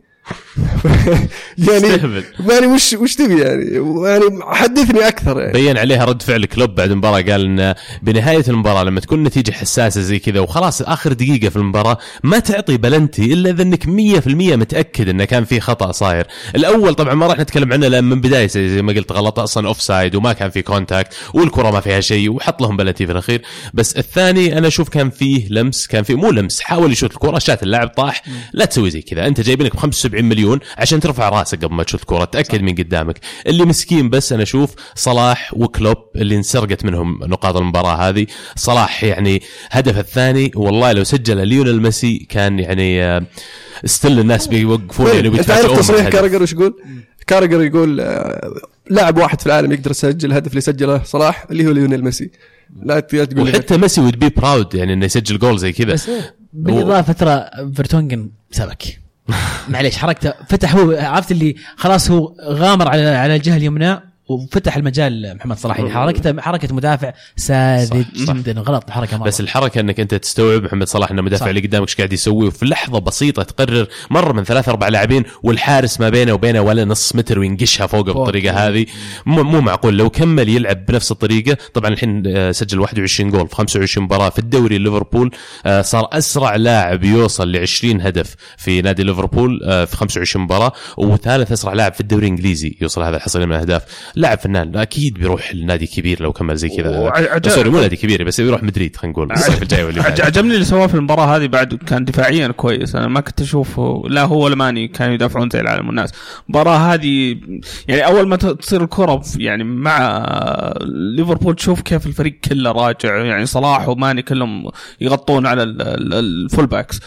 يعني وش تبي يعني حدثني أكثر يعني. بين عليها رد فعل كلوب بعد المباراة قال إن بنهاية المباراة لما تكون نتيجة حساسة زي كذا وخلاص آخر دقيقة في المباراة ما تعطي بلنتي إلا إذا إنك 100% متأكد إنه كان في خطأ صاير. الأول طبعا ما راح نتكلم عنه لأن من بداية زي ما قلت غلط أصلا أوفسايد وما كان في كونتاكت والكرة ما فيها شيء وحط لهم بلنتي في الأخير. بس الثاني أنا أشوف كان فيه لمس كان فيه مو لمس حاول يشوت الكرة شات اللاعب طاح. لا تسوي زي كذا أنت جايبينك ب75 مليون عشان ترفع راسك قبل ما تشوت الكرة تأكد من قدامك. اللي مسكين بس أنا أشوف صلاح وكلوب اللي انسرقت منهم نقاط المباراة هذه. صلاح يعني هدف الثاني والله لو سجل ليونيل ميسي كان يعني استل الناس بيوقفون يعني بيتفاجئون. تعرف تصريح كارجر وش يقول؟ كارجر يقول لاعب واحد في العالم يقدر يسجل الهدف اللي سجله صلاح اللي هو ليونيل ميسي. لا تقول حتى ميسي would be proud يعني انه يسجل جول زي كذا. بالإضافة فترة فيرتونغن سبك معليش حركته فتح هو عرفت اللي خلاص هو غامر على الجهة اليمنى وفتح المجال محمد صلاح. حركة مدافع ساذج جدا غلط حركة مرة. بس الحركة انك انت تستوعب محمد صلاح انه مدافع اللي قدامك ايش قاعد يسوي وفي لحظة بسيطة تقرر مرة من 3-4 لاعبين والحارس ما بينه وبينه ولا نص متر وينقشها فوق بالطريقة هذه مو معقول. لو كمل يلعب بنفس الطريقة طبعا الحين سجل 21 جول في 25 مباراة في الدوري. ليفربول صار أسرع لاعب يوصل ل20 هدف في نادي ليفربول في 25 مباراة وثالث أسرع لاعب في الدوري الإنجليزي يوصل هذا الحصيلة من الأهداف. لاعب فنان اكيد بيروح لنادي كبير لو كمل زي كذا. سوري مو نادي كبير بس بيروح مدريد خلينا نقول الصيف الجاي واللي عجبني اللي سواه في المباراه هذه بعد كان دفاعيا كويس. انا ما كنت اشوفه لا هو ولا ماني كانوا يدافعون زي العالم والناس. المباراه هذه يعني اول ما تصير الكره يعني مع ليفربول تشوف كيف الفريق كله راجع يعني صلاح وماني كلهم يغطون على الفول باكس.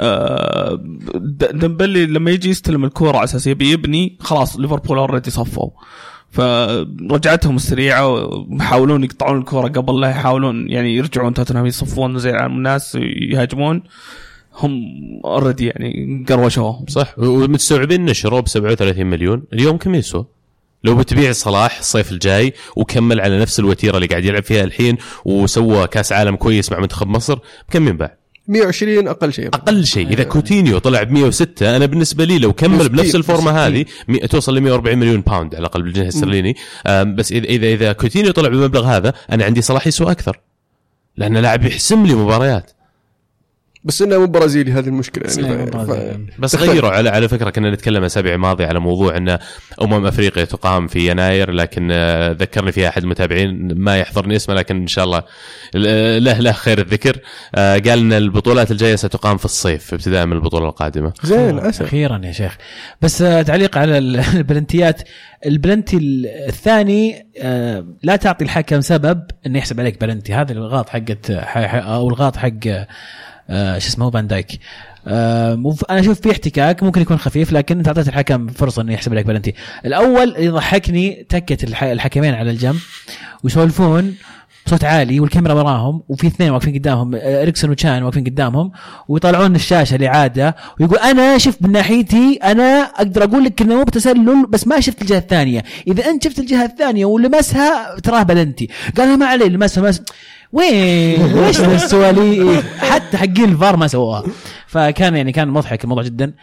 ديمبلي لما يجي يستلم الكره على اساس يبي يبني خلاص ليفربول اوريدي صفوا فرجعتهم السريعة ويحاولون يقطعون الكرة قبل لا يحاولون يعني يرجعون توتنهام يصفون زي الناس يهاجمون هم أوريدي يعني قروشوهم صح. ومتستوعبين نشروا ب37 مليون اليوم كم يسوى لو بتبيع صلاح الصيف الجاي وكمل على نفس الوتيرة اللي قاعد يلعب فيها الحين وسوى كاس عالم كويس مع منتخب مصر بكم ينباع؟ 120 أقل شيء. إذا كوتينيو طلع ب106 أنا بالنسبة لي لو كمل بنفس الفورمة هذه توصل ل 140 مليون باوند على الأقل بالجنيه الاسترليني. بس إذا كوتينيو طلع بالمبلغ هذا أنا عندي صلاح يسوى أكثر لأنه لاعب يحسم لي مباريات. بس انه مو برازيلي، هذه المشكله بس غيروا على فكره كنا نتكلم الاسابيع الماضيه على موضوع ان افريقيا تقام في يناير، لكن ذكرني فيها احد المتابعين ما يحضرني اسمه لكن ان شاء الله له خير الذكر، قال ان البطولات الجايه ستقام في الصيف ابتداء من البطوله القادمه. زين اخيرا يا شيخ. بس تعليق على البلنتيات، البلنتي الثاني لا تعطي الحكم سبب انه يحسب عليك بلنتي، هذا الغلط حقت او الغلط حق شو اسمه فان دايك. انا اشوف في احتكاك ممكن يكون خفيف، لكن انت اعطيت الحكم فرصه انه يحسب لك بلنتي. الاول يضحكني تكت الحكمين على الجنب ويسولفون بصوت عالي والكاميرا وراهم وفي اثنين واقفين قدامهم، إريكسون وتشان واقفين قدامهم ويطلعون الشاشه الاعاده ويقول انا شفت من ناحيتي، انا اقدر اقول لك انه مو بتسلل بس ما شفت الجهه الثانيه، اذا انت شفت الجهه الثانيه ولمسها تراه بلنتي. قال ما عليه لمسها وين وش السواليف، حتى حقين الفار ما سووها. فكان يعني كان مضحك الموضوع جدا.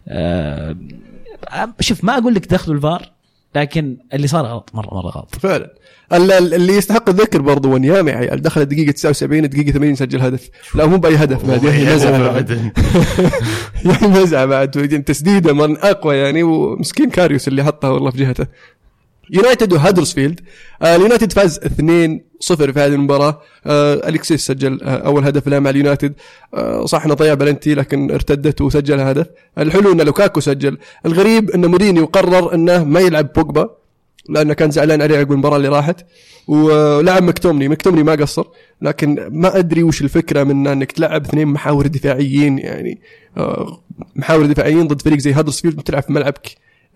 شوف ما اقول لك دخلوا الفار، لكن اللي صار غلط مره غلط فعلا. اللي يستحق الذكر برضو ونيامي عيال دخل الدقيقه 79 دقيقه 80 سجل هدف، لا مو باي هدف بعد يعني مزعه بعد يعني مزعه بعد تسديده من اقوى يعني، ومسكين كاريوس اللي حطها والله في جهته. يونايتد وهادرسفيلد. اليونايتد فاز 2-0 في هذه المباراة. أليكسيس سجل أول هدف له مع اليونايتد. صح إنه ضيع بلنتي لكن ارتدت وسجل هدف. الحلو إن لوكاكو سجل. الغريب إن مورينيو قرر إنه ما يلعب بوجبا لأنه كان زعلان عليه عقب المباراة اللي راحت، ولعب مكتومني ما قصر، لكن ما أدري وش الفكرة من إنك تلعب 2 محاور دفاعيين، يعني محاور دفاعيين ضد فريق زي هادرسفيلد تلعب في ملعبك.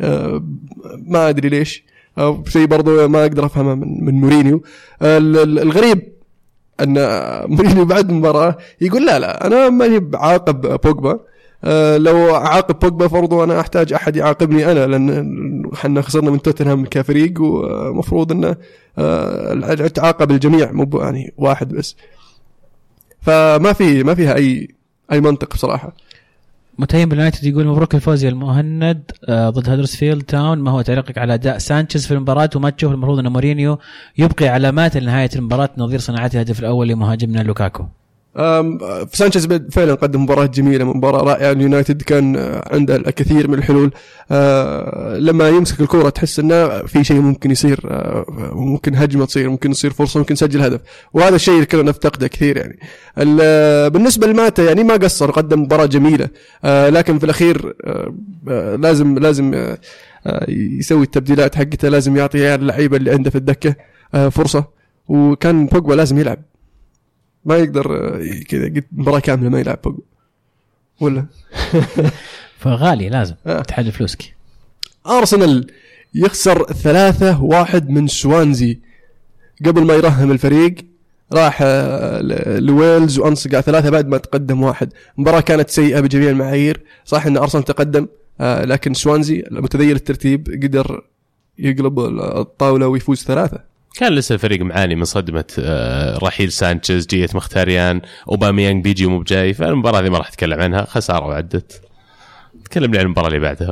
ما أدري ليش، أو شيء برضو ما أقدر أفهمه من مورينيو. الغريب أن مورينيو بعد المباراة يقول لا أنا ما بعاقب بوجبا، لو أعاقب بوجبا فرضو أنا أحتاج أحد يعاقبني أنا، لأن حنا خسرنا من توتنهام كفريق ومفروض أن تعاقب الجميع مو يعني واحد بس. فما فيها أي منطق بصراحة. متيم باليونايتد يقول مبروك الفوز يا المهند ضد هدرسفيلد تاون، ما هو تعليقك على اداء سانشيز في المباراه وما تشوف المفروض ان مورينيو يبقي علامات لنهايه المباراه نظير صناعه الهدف الاول لمهاجمنا لوكاكو؟ سانشيز فعلا قدم مباراة جميلة، مباراة رائعة. اليونايتد كان عنده الكثير من الحلول، لما يمسك الكرة تحس انه في شيء ممكن يصير، ممكن هجمة تصير، ممكن يصير فرصة، ممكن يسجل هدف، وهذا الشيء اللي كنا نفتقده كثير يعني. بالنسبة لماتا يعني ما قصر، قدم مباراة جميلة، لكن في الأخير لازم يسوي التبديلات حقته، لازم يعطي اللعيبة اللي عنده في الدكة فرصة، وكان بوجبا لازم يلعب، ما يقدر كذا مباراة كاملة ما يلعب بوجبا ولا فغالي لازم تحل فلوسك. أرسنال يخسر 3-1 من سوانزي قبل ما يرهم الفريق، راح لويلز وأنصقع 3 بعد ما تقدم 1. مباراة كانت سيئة بجميع المعايير، صح إن أرسنال تقدم لكن سوانزي المتذيل الترتيب قدر يقلب الطاولة ويفوز 3. كان لسه الفريق معاني من صدمة رحيل سانشيز، جية مختاريان، أوباميانج بيجي ومو بجاي، فالمباراة هذه ما راح أتكلم عنها، خسارة وعدت. تكلمنا عن المباراة اللي بعدها.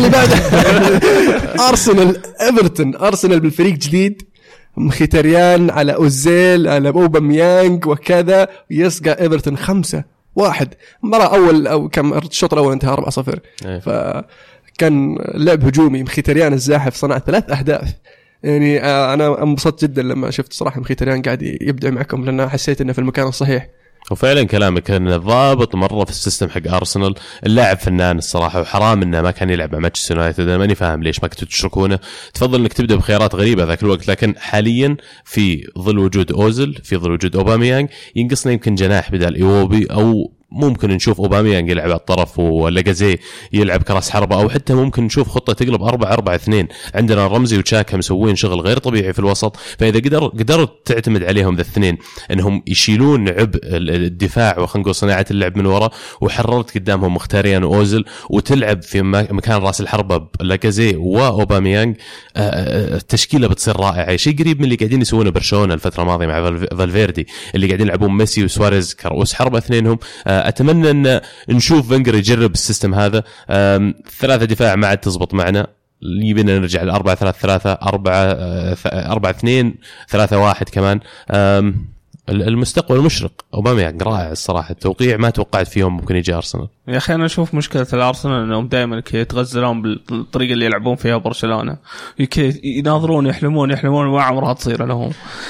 أرسنال بالفريق جديد، مختاريان على أوزيل على أوباميانج وكذا، يسقى إيفرتون 5-1. مباراة أول أو كم الشوط الأول انتهى 4-0. فكان لعب هجومي، مختاريان الزاحف صنع 3 أهداف. يعني أنا انبسطت جدا لما شفت صراحة مختاريان قاعد يبدع معكم، لأن حسيت إنه في المكان الصحيح. وفعلا كلامك انه ضابط مرة في السيستم حق أرسنال. اللاعب فنان الصراحة، وحرام انه ما كان يلعب مع مانشستر يونايتد. انا ماني فاهم ليش ما كنتوا تشركونه. تفضل انك تبدا بخيارات غريبة ذاك الوقت، لكن حاليا في ظل وجود اوزل، في ظل وجود اوباميانج، ينقصنا يمكن جناح بدال ايوبي، او ممكن نشوف أوباميانج يلعب على الطرف ولاجازي يلعب كراس حربة، أو حتى ممكن نشوف خطة تقلب 4-4-2. عندنا رمزي وتشاكا مسوين شغل غير طبيعي في الوسط، فإذا قدرت تعتمد عليهم ذا الاثنين أنهم يشيلون عبء الدفاع وخلينا نقول صناعة اللعب من وراء، وحررت قدامهم مختاريان وأوزل، وتلعب في مكان راس الحربة لاجازي وأوباميانج، التشكيلة بتصير رائعة. شيء قريب من اللي قاعدين يسوونه برشلونة الفترة الماضية مع فالفيردي، اللي قاعدين يلعبون ميسي وسواريز كرؤوس حربة اثنينهم. أتمنى أن نشوف فنجر يجرب السيستم هذا. 3 دفاع ما عاد تزبط معنا، يبينا نرجع ل 4-3-3 4-2-3-1 كمان. المستقبل مشرق. أوباميانغ رائع الصراحة، التوقيع ما توقعت فيهم ممكن يجي أرسنال. يا أخي أنا أشوف مشكلة الأرسنال أنهم دائما يتغزلون بالطريقة اللي يلعبون فيها برشلونة، يناظرون يحلمون ما عمرها تصير لهم.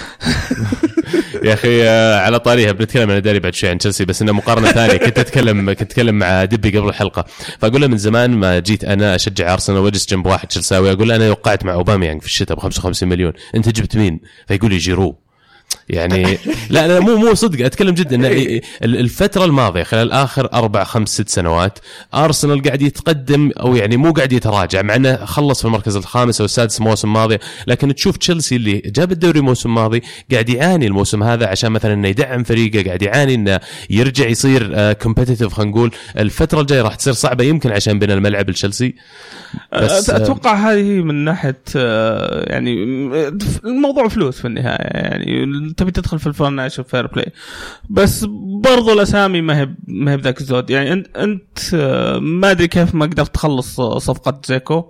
يا أخي على طاريها بنتكلم أنا داري بعد شوي عن تشيلسي، بس إنه مقارنة ثانية. كنت أتكلم مع دبي قبل الحلقة، فأقول له من زمان ما جيت أنا أشجع أرسنال وأجلس جنب واحد تشيلساوي أقول له أنا وقعت مع أوباميانغ في الشتاء ب55 مليون، أنت جبت مين؟ فيقول لي جيرو. يعني لا مو صدق، أتكلم جدا. الفترة الماضية خلال آخر 4 5 6 سنوات أرسنال قاعد يتقدم، أو يعني مو قاعد يتراجع، مع أنه خلص في المركز الخامس أو السادس الموسم الماضي، لكن تشوف تشيلسي اللي جاب الدوري الموسم الماضي قاعد يعاني الموسم هذا عشان مثلا إنه يدعم فريقه، قاعد يعاني إنه يرجع يصير كومبيتيتيف. خلينا نقول الفترة الجاية راح تصير صعبة يمكن عشان بين الملعب لتشيلسي. بس أتوقع هذه من ناحية يعني الموضوع فلوس في النهاية، يعني تبي تدخل في الفاينانشال فير بلاي، بس برضو الأسامي ما هي بذاك الزود. يعني أنت ما أدري كيف ما قدرت تخلص صفقة زيكو.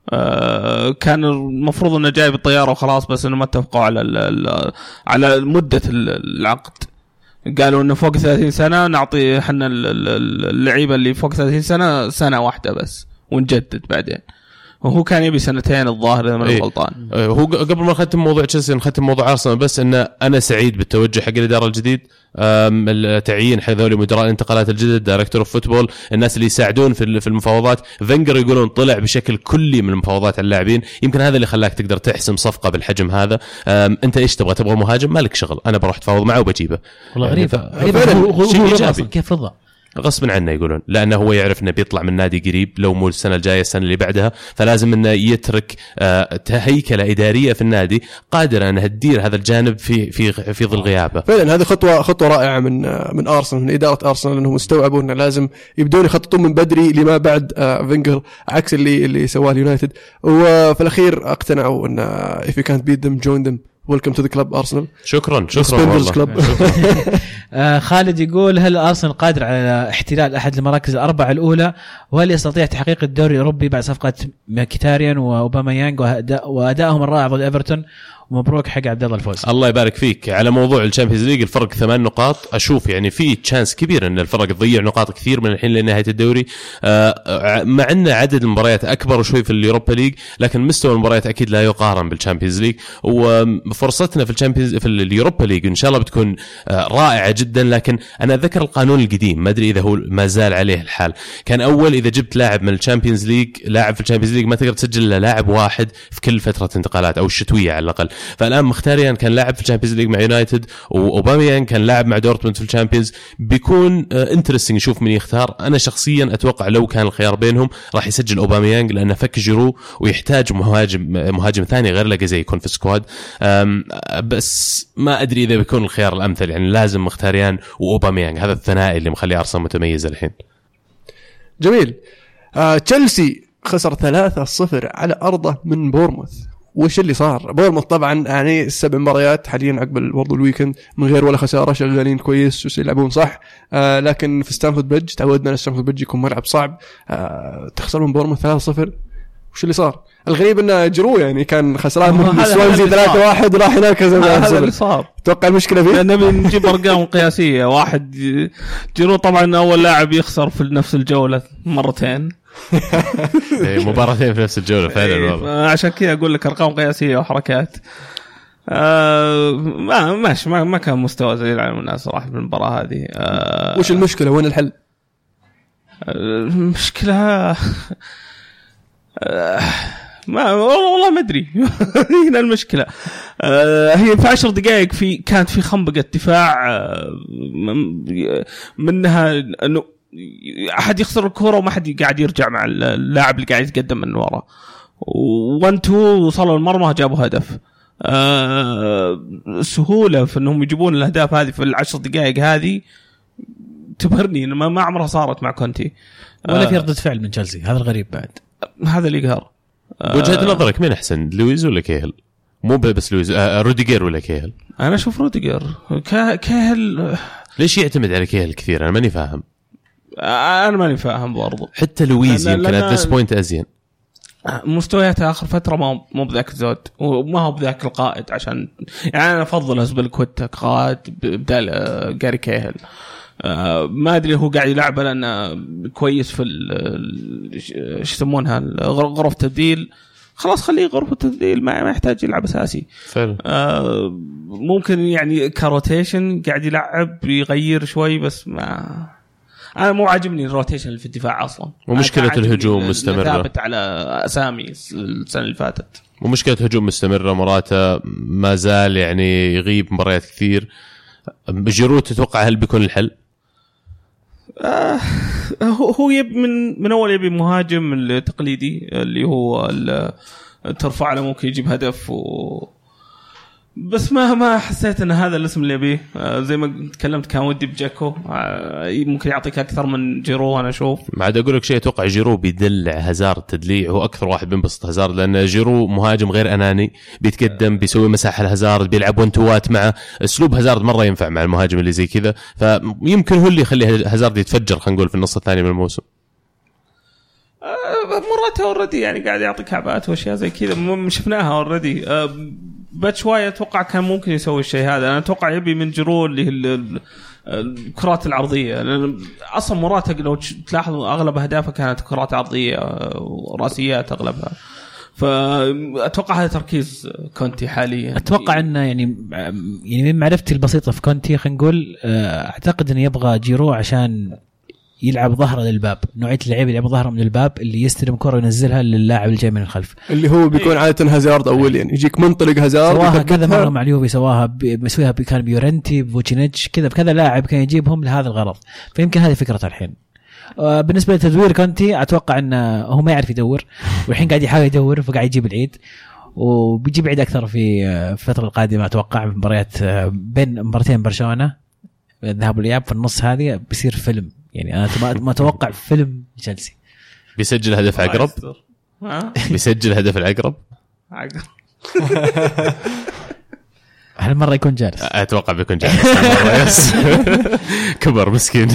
كان المفروض إنه جاي بالطيارة وخلاص، بس إنه ما اتفقوا على مدة العقد. قالوا إنه فوق 30 سنة نعطي حنا اللعيبة اللي فوق 30 سنة واحدة بس ونجدد بعدين، وهو كان يبي 2 الظاهر إذا ما أنا غلطان. هو قبل ما نختم موضوع تشيلسي نختم موضوع أرسنال، بس إن أنا سعيد بالتوجه حق الإدارة الجديد، التعيين حق ذولي مدراء الانتقالات الجدد، دايركتور اوف فوتبول، الناس اللي يساعدون في المفاوضات. فينجر يقولون طلع بشكل كلي من المفاوضات على اللاعبين، يمكن هذا اللي خلاك تقدر تحسم صفقة بالحجم هذا. أنت إيش تبغى مهاجم؟ مالك شغل، أنا بروح أتفاوض معه وبجيبه. والله غريب هو كيف رضى غصب عنه يقولون، لأنه هو يعرف أنه بيطلع من نادي قريب، لو مو السنة الجاية السنة اللي بعدها، فلازم أنه يترك هيكلة إدارية في النادي قادرة أنها تدير هذا الجانب في ظل غيابه. فعلا هذه خطوة رائعة من أرسنال، من إدارة أرسنال، أنهم استوعبوا أنه لازم يبدون يخططون من بدري لما بعد فينجر، عكس اللي سواه اليونايتد. وفي الأخير اقتنعوا أن if you can't beat them join them. Welcome to the club أرسنال. شكرا والله. خالد يقول هل أرسنال قادر على احتلال أحد المراكز الأربعة الأولى، وهل يستطيع تحقيق الدوري الأوروبي بعد صفقة ميكيتاريان وأوباميانغ وأدائهم الرائع ضد إيفرتون؟ ومبروك حق عبد الله الفوز. الله يبارك فيك. على موضوع الشامبيونز ليج الفرق 8 نقاط، اشوف يعني في تشانس كبير ان الفرق تضيع نقاط كثير من الحين لنهايه الدوري، مع ان عدد المباريات اكبر شوي في اليوروبا ليج، لكن مستوى المباريات اكيد لا يقارن بالشامبيونز ليج. وفرصتنا في اليوروبا ليج ان شاء الله بتكون رائعه جدا. لكن انا اتذكر القانون القديم، ما ادري اذا هو ما زال عليه الحال، كان اول اذا جبت لاعب من الشامبيونز ليج، لاعب في الشامبيونز ليج، ما تقدر تسجل الا لاعب واحد في كل فتره انتقالات او الشتويه على الاقل. فالان مختاريان كان لاعب في الشامبيونز ليج مع يونايتد، واوباميانغ كان لاعب مع دورتموند في الشامبيونز. بيكون انترستينج نشوف من يختار. انا شخصيا اتوقع لو كان الخيار بينهم راح يسجل اوباميانغ، لانه فك جيرو ويحتاج مهاجم ثاني غير لاجازي يكون في السكواد. بس ما ادري اذا بيكون الخيار الامثل، يعني لازم مختاريان واوباميانغ، هذا الثنائي اللي مخلي ارسنال متميز الحين. جميل. تشيلسي خسر 3-0 على أرضه من بورموث. وش اللي صار؟ بورموث طبعا يعني 7 مباريات حاليا عقب برضو الويكند من غير ولا خسارة، شغالين كويس ويلعبون صح. لكن في ستانفورد بريدج تعودنا على ستانفورد بريدج يكون ملعب صعب، تخسرون بورموث 3-0. وش اللي صار؟ الغريب انه جرو يعني كان خسران من سوانزي 3-1 وراح هناك هذا اللي صار. توقع المشكله فيه نبي نجيب ارقام قياسيه. واحد جرو طبعا اول لاعب يخسر في نفس الجوله مرتين، مباراتين في نفس الجوله فعلا. عشان كذا اقول لك ارقام قياسيه وحركات. ماشي ما كان مستوى زي العالم الناس صراحه في المباراه هذه. وش المشكله؟ وين الحل؟ المشكله والله ما ادري. هنا المشكله. هي في 10 دقائق كانت في خنبقه دفاع، منها انه احد يخسر الكره وما حد قاعد يرجع مع اللاعب اللي قاعد يتقدم من ورا، 1-2 وصلوا المرمى جابوا هدف. سهوله في انهم يجيبون الاهداف هذه في 10 دقائق هذه تبهرني. ما عمرها صارت مع كونتي. ولا في ردة فعل من تشيلسي، هذا الغريب بعد. هذا اللي يقهر. وجهة نظرك مين أحسن، لويز ولا كيهل؟ مو بس لويز، روديجر ولا كيهل؟ أنا أشوف روديجر. كيهل ليش يعتمد على كيهل كثير؟ أنا ماني فاهم. أنا ماني فاهم برضو. حتى لويز يمكن at this point أزين. مستوياته آخر فترة مو بذاك الزود وما هو بذاك القائد، عشان يعني أنا أفضل أسبلكويتا قائد بدال جاري كيهل. ما أدري هو قاعد يلعب لأنه كويس في إيش يسمونها غرفة التبديل، خلاص خليه غرفة التبديل، ما يحتاج يلعب أساسي فعلا. ممكن يعني كروتيشن قاعد يلعب يغير شوي، بس ما أنا مو عاجبني الروتيشن اللي في الدفاع أصلا. ومشكلة الهجوم مستمرة، ثابت على أسامي السنة اللي فاتت، ومشكلة هجوم مستمرة. مراته ما زال يعني يغيب مباريات كثير. جيرو تتوقع هل بيكون الحل؟ هو يبي من أول يبي مهاجم التقليدي اللي هو ترفع له ممكن يجيب هدف بس ما حسيت ان هذا الاسم اللي يبيه. زي ما تكلمت كان ودي بجاكو، ممكن يعطيك اكثر من جيرو. انا اشوف ما عاد اقول لك شيء، اتوقع جيرو بيدلع هازارد تدليع، هو اكثر واحد بينبسط هازارد، لان جيرو مهاجم غير اناني، بيتقدم بيسوي مساحه لهازارد، بيلعب وانتوات معه. اسلوب هازارد مره ينفع مع المهاجم اللي زي كذا، فيمكن هو اللي يخلي هازارد يتفجر خلينا نقول في النص الثاني من الموسم. مرات اوريدي يعني قاعد يعطي كعبات واشياء زي كذا شفناها اوريدي. بعد شويه اتوقع كان ممكن يسوي الشيء هذا. انا اتوقع يبي من جرو اللي هي الكرات العرضيه، لان اصلا مرات لو تلاحظوا اغلب اهدافه كانت كرات عرضيه وراسيات اغلبها، فاتوقع هذا تركيز كونتي حاليا. اتوقع انه يعني من معرفتي البسيطه في كونتي خلينا نقول اعتقد انه يبغى جيرو عشان يلعب ظهره للباب، نوعيه اللعيبه اللي يلعب ظهره من الباب، اللي يستلم كره وينزلها للاعب اللي جاي من الخلف، اللي هو بيكون عاده هازارد اول، يعني يجيك منطلق هازارد. سواها كذا مره مع اليوفي، سواها كان بيورنتي بوتشينيتش كذا لاعب كان يجيبهم لهذا الغرض. فيمكن هذه فكرته الحين. بالنسبه لتدوير كونتي اتوقع انه هو ما يعرف يدور، والحين قاعد يحاول يدور، فقاعد يجيب العيد، وبيجيب عيد اكثر في الفتره القادمه. اتوقع مباريات بين مباراتين برشلونه الذهاب والاياب في النص هذه بيصير فيلم. يعني أنا ما أتوقع فيلم تشيلسي. بيسجل هدف عقرب. بيسجل هدف العقرب. هالمرة يكون جالس. أتوقع بيكون جالس. كبر مسكين.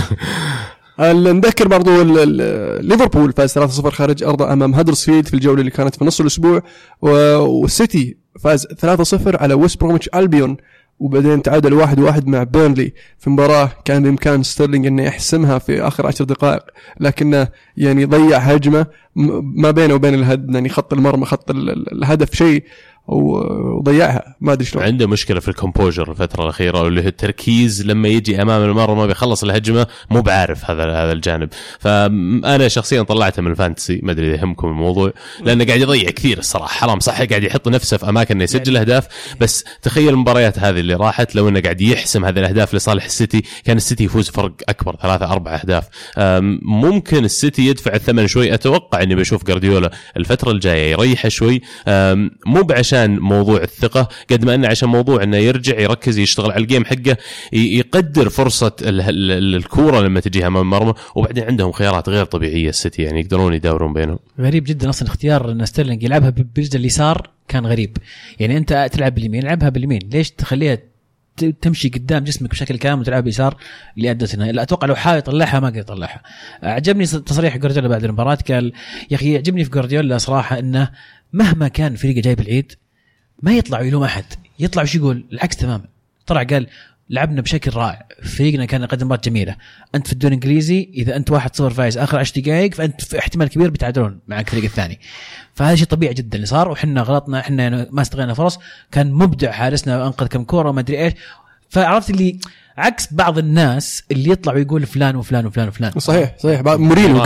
نذكر برضو ليفربول فاز 3-0 خارج أرضه أمام هدرسفيلد في الجولة اللي كانت في نص الأسبوع، والسيتي فاز 3-0 على ويست بروميتش ألبيون، وبعدين تعادل 1-1 مع بيرنلي في مباراة كان بإمكان ستيرلينج أنه يحسمها في آخر 10 دقائق، لكنه يعني ضيع هجمة ما بينه وبين يعني خط المرمى، خط الهدف شيء، وضيعها. ما ادري شلون عنده مشكله في الكومبوجر الفتره الاخيره، واللي هو التركيز لما يجي امام المرمى بيخلص الهجمه مو بعارف هذا الجانب. فانا شخصيا طلعته من الفانتسي، ما ادري اذا يهمكم الموضوع، لانه قاعد يضيع كثير الصراحه. حرام صح، قاعد يحط نفسه في اماكن انه يسجل اهداف، بس تخيل المباريات هذه اللي راحت لو انه قاعد يحسم هذه الاهداف لصالح السيتي، كان السيتي يفوز فرق اكبر 3-4 اهداف. ممكن السيتي يدفع الثمن شوي. اتوقع اني بشوف جارديولا الفتره الجايه يريحه شوي، مو عشان موضوع الثقة قد ما أنه عشان موضوع أنه يرجع يركز يشتغل على الجيم حقه، يقدر فرصة الكورة لما تجيها أمام المرمى. وبعدين عندهم خيارات غير طبيعية السيتي، يعني يقدرون يدورون بينهم. غريب جدا أصلا اختيار أن ستيرلينج يلعبها برجل اليسار، كان غريب. يعني أنت تلعب باليمين، لعبها باليمين، ليش تخليها تمشي قدام جسمك بشكل كامل وتلعب يسار اللي أدت هنا؟ لا أتوقع لو حاول يطلعها ما قدر يطلعها. عجبني تصريح جوارديولا بعد المباراة، قال يا أخي يعجبني في جوارديولا صراحة أنه مهما كان فريقه جايب العيد ما يطلع يلوم أحد، يطلع وش يقول العكس تماما. طلع قال لعبنا بشكل رائع، فريقنا كان يقدم مباراة جميلة. أنت في الدوري الإنجليزي إذا أنت 1-0 فايز آخر 10 دقائق، فأنت في احتمال كبير بتعادلون مع الفريق الثاني. فهذا شيء طبيعي جدا اللي صار، وحنا غلطنا، حنا ما استغلنا فرص. كان مبدع حارسنا، أنقذ كم كورة وما أدري إيش. فعرفت اللي عكس بعض الناس اللي يطلع ويقول فلان وفلان وفلان وفلان. صحيح مورينيو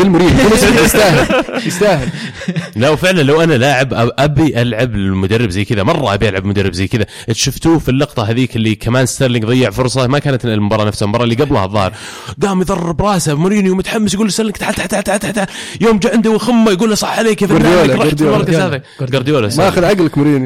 يستاهل. لا فعلا لو انا لاعب ابي العب المدرب زي كذا، مره ابي العب مدرب زي كذا. شفتوه في اللقطه هذيك اللي كمان ستيرلينج ضيع فرصه، ما كانت المباراه نفسها، المباراه اللي قبلها الظاهر، قام يضرب راسه مورينيو متحمس يقول ستيرلينج تعال يوم جاء عنده وخمه يقول له صح عليك يا فنان، رحت في المركز هذا. جوارديولا ما اخذ عقلك مورينيو.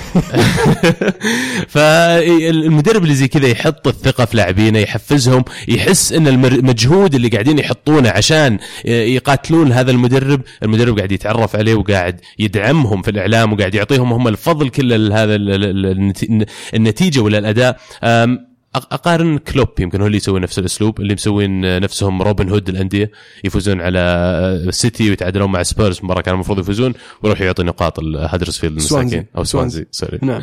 فالمدرب اللي زي كذا يحط الثقه في لاعبينه، يحفزهم، يحس ان المجهود اللي قاعدين يحطونه عشان يقاتلون هذا المدرب قاعد يتعرف عليه، وقاعد يدعمهم في الاعلام، وقاعد يعطيهم هم الفضل كله لهذا النتيجه ولا الاداء. اقارن كلوب يمكن هو اللي يسوي نفس الاسلوب اللي مسوين نفسهم روبن هود الانديه يفوزون على السيتي ويتعادلون مع سبيرز مباراه كان المفروض يفوزون ويروحوا يعطي نقاط الهدرسفيلد المساكين او سوانزي سوري. نعم.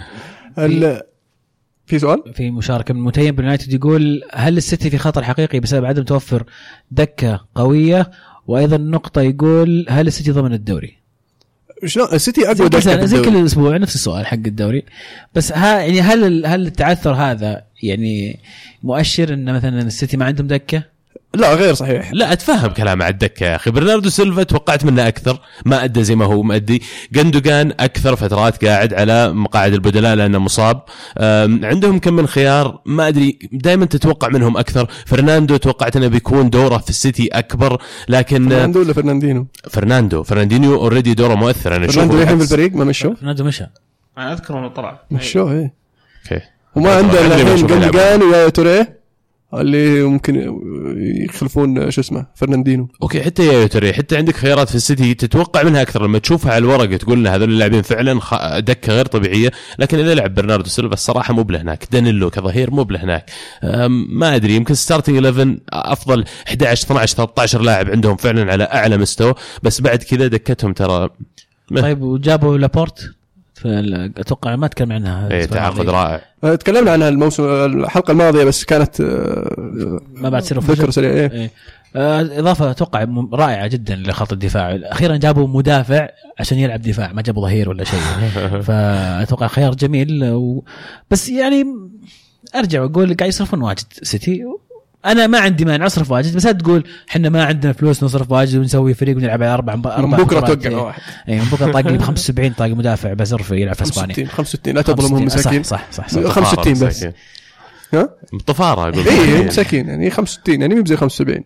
في سؤال في مشاركه من متيم باليونايتد يقول هل السيتي في خطر حقيقي بسبب عدم توفر دكه قويه؟ وايضا نقطه يقول هل السيتي ضمن الدوري؟ شلون السيتي اقوى دكه زي كل اسبوع نفس السؤال حق الدوري بس يعني هل التعثر هذا يعني مؤشر ان مثلا السيتي ما عندهم دكه؟ لا غير صحيح. لا اتفهم كلام على الدكه يا اخي. برناردو سيلفا توقعت منه اكثر ما ادى زي ما هو مؤدي. جندوغان اكثر فترات قاعد على مقاعد البدلاء لانه مصاب. عندهم كم من خيار ما ادري دائما تتوقع منهم اكثر. فرناندو توقعت انه بيكون دوره في السيتي اكبر لكن فرناندو ولا فرناندينيو اوريدي دوره مؤثر. انا فرناندو الحين بالفريق ما مشوا. فرناندو مشى انا اذكر انه طلع مشوه ايه اوكي وما عنده الحين جندوغان ويا توريه اللي ممكن يخلفون شو اسمه فرناندينو. اوكي حتى يا ترى حتى عندك خيارات في السيتي تتوقع منها اكثر لما تشوفها على الورق تقول ان هذول اللاعبين فعلا دكه غير طبيعيه. لكن اذا لعب برناردو سيلفا الصراحه مو بله هناك. دانيلو كظهير مو بله هناك. ما ادري يمكن ستارتنج 11 افضل 11 12 13 لاعب عندهم فعلا على اعلى مستوى بس بعد كذا دكتهم ترى. طيب وجابوا لابورت اتوقع ما تكلم عنها. ايه تعاقد رائع. تكلمنا عنها الحلقه الماضيه بس كانت ما بعد سير ذكر سريع. ايه اضافه اتوقع رائعه جدا لخط الدفاع. اخيرا جابوا مدافع عشان يلعب دفاع ما جابوا ظهير ولا شيء. فاتوقع خيار جميل بس يعني ارجع واقول قاعد يصرفون واجد سيتي. انا ما عندي مانع اصرف واجد بس تقول احنا ما عندنا فلوس نصرف واجد ونسوي فريق ونلعب على 4 بكره توقع واحد. اي بكره طاق لي ب 75 طاق مدافع بظرف يلعب في اسبانيا 65 لا تظلمهم مساكين. صح 65 بس ها طفاره اقول اي مساكين يعني 65 يعني مو زي 75.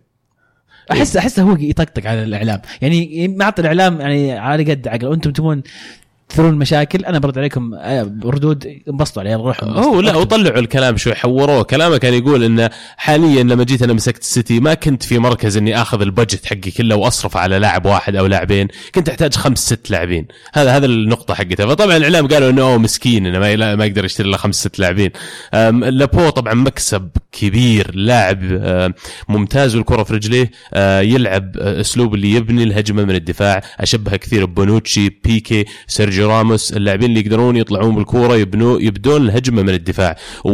احس هو يطقطق على الاعلام يعني ما اعطي الاعلام يعني على قد عقل. وانتم تبون تثيرون مشاكل انا برد عليكم ردود انبسطوا عليها روحوا لا وطلعوا الكلام شوي حوروه. كلامه كان يقول انه حاليا لما جيت انا مسكت السيتي ما كنت في مركز اني اخذ البجت حقي كله واصرف على لاعب واحد او لاعبين. كنت احتاج 5-6 لاعبين. هذا النقطه حقته. فطبعا الاعلام قالوا انه مسكين انه ما يقدر يشتري له 5-6 لاعبين. لابو طبعا مكسب كبير. لاعب ممتاز والكره في رجليه. يلعب اسلوب اللي يبني الهجمه من الدفاع. اشبه كثير ببونوتشي بيكي سيرجيو راموس اللاعبين اللي يقدرون يطلعون بالكوره يبدون الهجمه من الدفاع.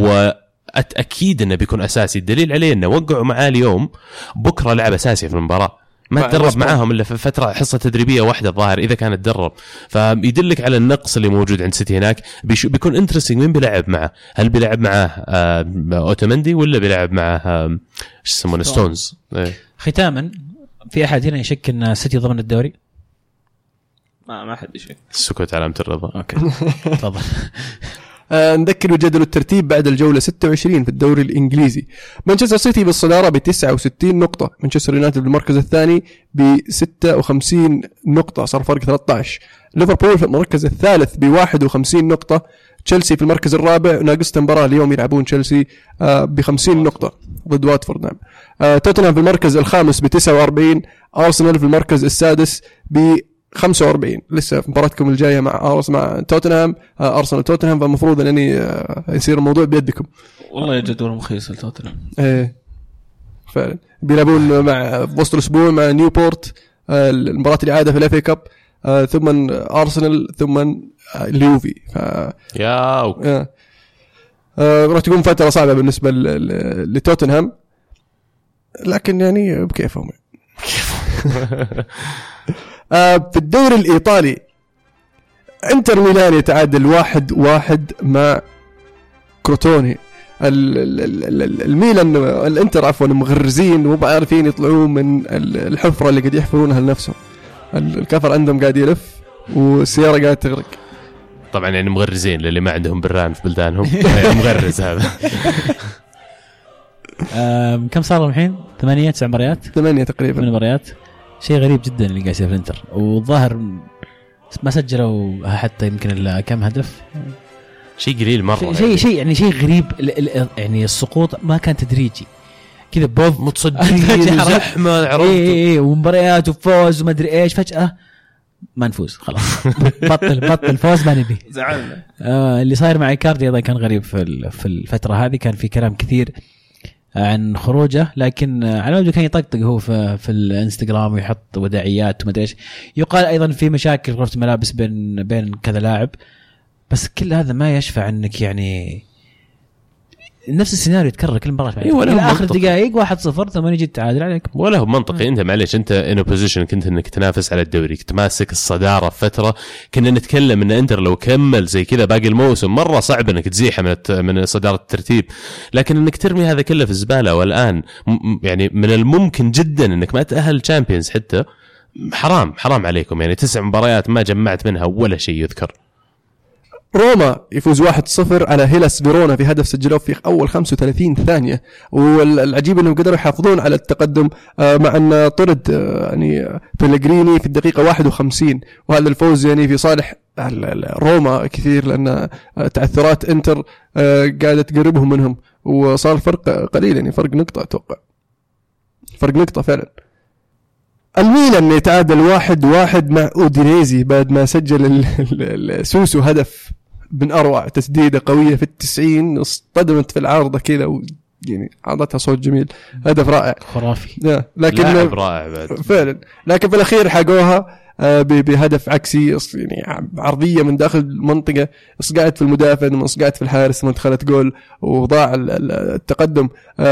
وأكيد انه بيكون اساسي. الدليل عليه انه وقعوا معاه اليوم بكره لعب اساسي في المباراه. ما تدرب معاهم الا في فتره حصه تدريبيه واحده الظاهر اذا كان تدرب. فيدلك على النقص اللي موجود عند سيتي هناك. بيكون انترستينج مين بيلعب معه. هل بيلعب معه اوتومندي ولا بيلعب معه ايش يسمونه ستونز. ختاما في احد هنا يشك ان سيتي ضمن الدوري؟ ما حد شيء. السكوت علامة الرضا. اوكي تفضل. نذكر بجدول الترتيب بعد الجولة 26 في الدوري الإنجليزي. مانشستر سيتي بالصدارة ب69 نقطة. مانشستر يونايتد بالمركز الثاني ب56 نقطة صار فرق 13. ليفربول في المركز الثالث ب51 نقطة. تشيلسي في المركز الرابع ناقص مباراة اليوم يلعبون تشيلسي ب50 نقطة ضد واتفورد. نعم. توتنهام في المركز الخامس ب49. أرسنال في المركز السادس ب 45. لسه في مباراتكم الجايه مع توتنهام ارسنال توتنهام. فالمفروض ان يصير الموضوع بيدكم. والله جدول مخيس لتوتنهام. ايه فعلا بيلعبون مع وسط الاسبوع مع نيوبورت المباراه الاعاده في الافي كاب. ثم ارسنال ثم اليوفي. راح تكون فتره صعبه بالنسبه لتوتنهام لكن يعني بكيفهم. في الدوري الإيطالي انتر ميلان يتعادل 1-1 مع كروتوني. الميلان الانتر عفوا مغرزين ومو عارفين يطلعون من الحفرة اللي قاعد يحفرونها لنفسهم. الكفر عندهم قاعد يلف والسيارة قاعد تغرق. طبعا يعني مغرزين للي ما عندهم بران في بلدانهم. مغرز هذا. كم صار الحين 8-9 مباريات 8 تقريبا 8 مباريات. شيء غريب جدا اللي قاعد يصير في الانتر. والظاهر ما سجلوا حتى يمكن كم هدف. شيء قليل مره. شيء يعني شيء غريب. يعني السقوط ما كان تدريجي كذا بوف متصدرين زحمه عرفت. اي ومباريات وفوز وما ادري ايش فجاه ما نفوز خلاص. بطل فوز ما نبي. زعلنا. اللي صاير مع ايكاردي ايضا كان غريب في الفتره هذه. كان في كلام كثير عن خروجه، لكن على وجه كان يطقطق هو في الانستغرام ويحط وداعيات وما ادري ايش. يقال ايضا في مشاكل غرفه الملابس بين كذا لاعب، بس كل هذا ما يشفع انك يعني نفس السيناريو يتكرر كل مباراه. ولا اخر دقائق 1-0 ثم يجي التعادل عليك. ولا هو منطقي. انت معليش انت ان بوزيشن كنت انك تنافس على الدوري، كنت ماسك الصداره فتره. كنا نتكلم ان انتر لو كمل زي كذا باقي الموسم مره صعب انك تزيحه من صداره الترتيب، لكن انك ترمي هذا كله في الزباله. والان يعني من الممكن جدا انك ما تاهل تشامبيونز حتى. حرام عليكم يعني 9 مباريات ما جمعت منها ولا شيء يذكر. روما يفوز 1-0 على هيلاس فيرونا في هدف سجلوه في أول 35 ثانية. والعجيب أنهم قدروا يحافظون على التقدم مع أن طرد يعني بيلغريني في الدقيقة 51. وهذا الفوز يعني في صالح روما كثير، لأن تعثرات إنتر قاعدة تقربهم منهم، وصار فرق قليل يعني فرق نقطة أتوقع، فرق نقطة فعلا. الميلان يتعادل 1-1 مع أودينيزي بعد ما سجل السوسو هدف من أروع تسديدة قوية في 90، اصطدمت في العارضة كذا يعني عرضتها صوت جميل، هدف رائع خرافي. لكن لاعب رائع بعد فعلا. لكن في الأخير حقوها بهدف عكسي يعني عرضية من داخل المنطقة، اصقعت في المدافع ثم اصقعت في الحارس ثم دخلت جول وضاع التقدم.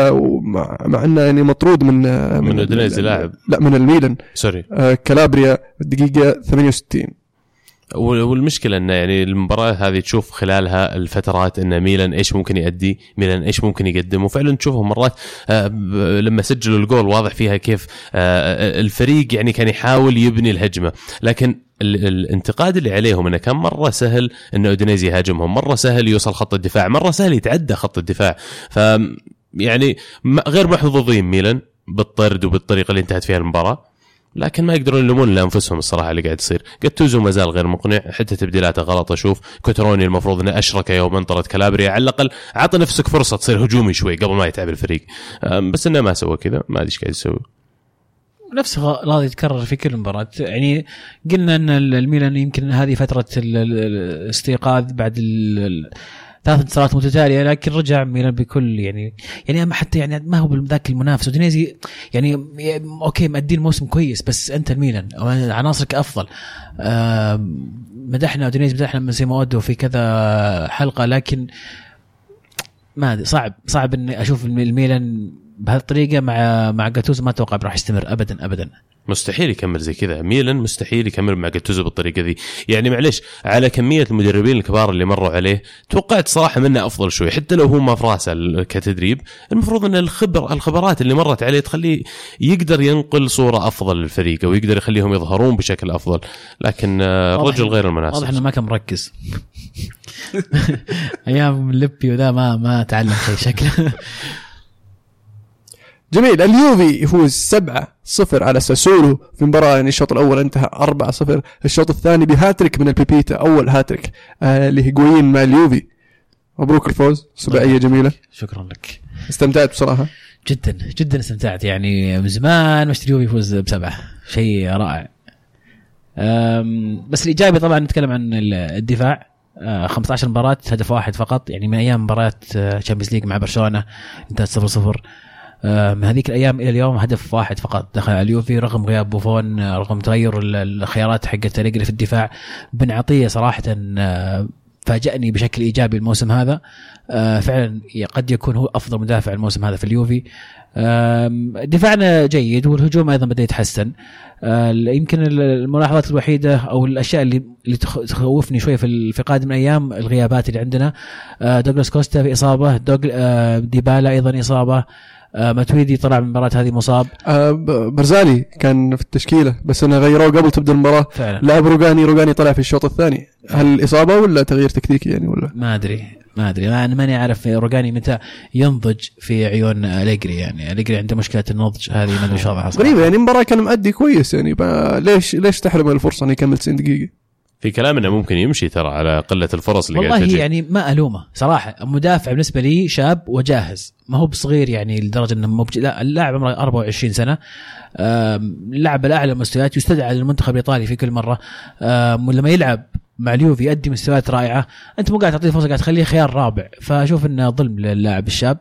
مع انه يعني مطرود من أودينيزي لاعب، لا من الميلان سوري كالابريا الدقيقة 68. والمشكلة أن يعني المباراة هذه تشوف خلالها الفترات أن ميلان إيش ممكن يؤدي، ميلان إيش ممكن يقدم، وفعلا تشوفهم مرات لما سجلوا الجول واضح فيها كيف الفريق يعني كان يحاول يبني الهجمة. لكن الانتقاد اللي عليهم أنه كان مرة سهل أن أودينيزي يهاجمهم، مرة سهل يوصل خط الدفاع، مرة سهل يتعدى خط الدفاع. يعني غير محظوظين ميلان بالطرد وبالطريقة اللي انتهت فيها المباراة، لكن ما يقدرون يلومون لأنفسهم الصراحة اللي قاعد يصير. جاتوزو ما زال غير مقنع، حتى تبديلاته غلط. أشوف كوتروني المفروض أنه أشرك يوم انطرد كالابريا، على الأقل عطى نفسك فرصة تصير هجومي شوي قبل ما يتعب الفريق، بس إنه ما سوى كذا. ما أدري إيش قاعد يسوي. نفس غلط يتكرر في كل مباراة. يعني قلنا أن الميلان يمكن هذه فترة الاستيقاظ بعد 3 انتصارات متتالية، لكن رجع ميلان بكل يعني أما حتى يعني ما هو بذاك المنافس. ودينيزي يعني أوكي مأدين موسم كويس، بس أنت الميلان عناصرك أفضل. مدحنا ودينيزي، مدحنا من سيمودو في كذا حلقة، لكن ما صعب إني أشوف الميلان بهالطريقة مع جاتوزو. ما أتوقع راح يستمر أبدا. مستحيل يكمل زي كذا. ميلان مستحيل يكمل مع جاتوزو بالطريقة ذي. يعني معليش على كمية المدربين الكبار اللي مروا عليه توقعت صراحة منه أفضل شوي، حتى لو هو ما في راسه كتدريب. المفروض أن الخبرات اللي مرت عليه تخليه يقدر ينقل صورة أفضل للفريق، أو يقدر يخليهم يظهرون بشكل أفضل. لكن رجل غير المناسب. واضح إنه ما كان مركز. أيام لبي وذا ما تعلم شيء شكله. جميل. اليوفي يفوز 7-0 على ساسولو في مباراة يعني الشوط الأول انتهى 4-0. الشوط الثاني بهاتريك من البيبيتا، أول هاتريك لهيغوين مع اليوفي. مبروك الفوز، سباعية جميلة. شكرا لك. استمتعت بصراحة جدا استمتعت. يعني من زمان مشتري اليوفي يفوز ب7، شيء رائع. بس الإيجابي طبعا نتكلم عن الدفاع. 15 مباراة هدف واحد فقط، يعني من أيام مباريات تشامبيونز ليج مع برشلونة انتهت 0-0. من هذيك الأيام إلى اليوم هدف واحد فقط دخل على اليوفي، رغم غياب بوفون، رغم تغير الخيارات حقت أليجري في الدفاع. بن عطية صراحة فاجأني بشكل إيجابي الموسم هذا. فعلا قد يكون هو أفضل مدافع الموسم هذا في اليوفي. دفاعنا جيد والهجوم أيضا بدأ يتحسن. يمكن الملاحظات الوحيدة أو الأشياء اللي تخوفني شوية في قادم الأيام الغيابات اللي عندنا. دوغلاس كوستا في إصابة، ديبالا أيضا إصابة، ماتويدي طلع من المباراة هذه مصاب. برزالي كان في التشكيلة بس أنا غيروه قبل تبدأ المباراة. لعب روغاني طلع في الشوط الثاني. هل إصابة ولا تغيير تكتيكي يعني ولا؟ ما أدري أنا ماني عارف روغاني متى ينضج في عيون أليجري. يعني أليجري عنده مشكلة النضج هذه، ما أدري شو وضعها. غريبة يعني المباراة كان مؤدي كويس يعني، ليش تحرم الفرصة أن يكمل 90 دقيقة؟ في كلام انه ممكن يمشي ترى على قله الفرص اللي قاعد تجي. والله يعني ما الومه صراحه، مدافع بالنسبه لي شاب وجاهز، ما هو بصغير يعني لدرجه انه لا، اللاعب عمره 24 سنه، لعب الاعلى مستويات، يستدعى للمنتخب الايطالي في كل مره، ولما يلعب مع اليوفي يؤدي مستويات رائعه. انت مو قاعد تعطيه فرصه، قاعد تخليه خيار رابع، فاشوف انه ظلم للاعب الشاب.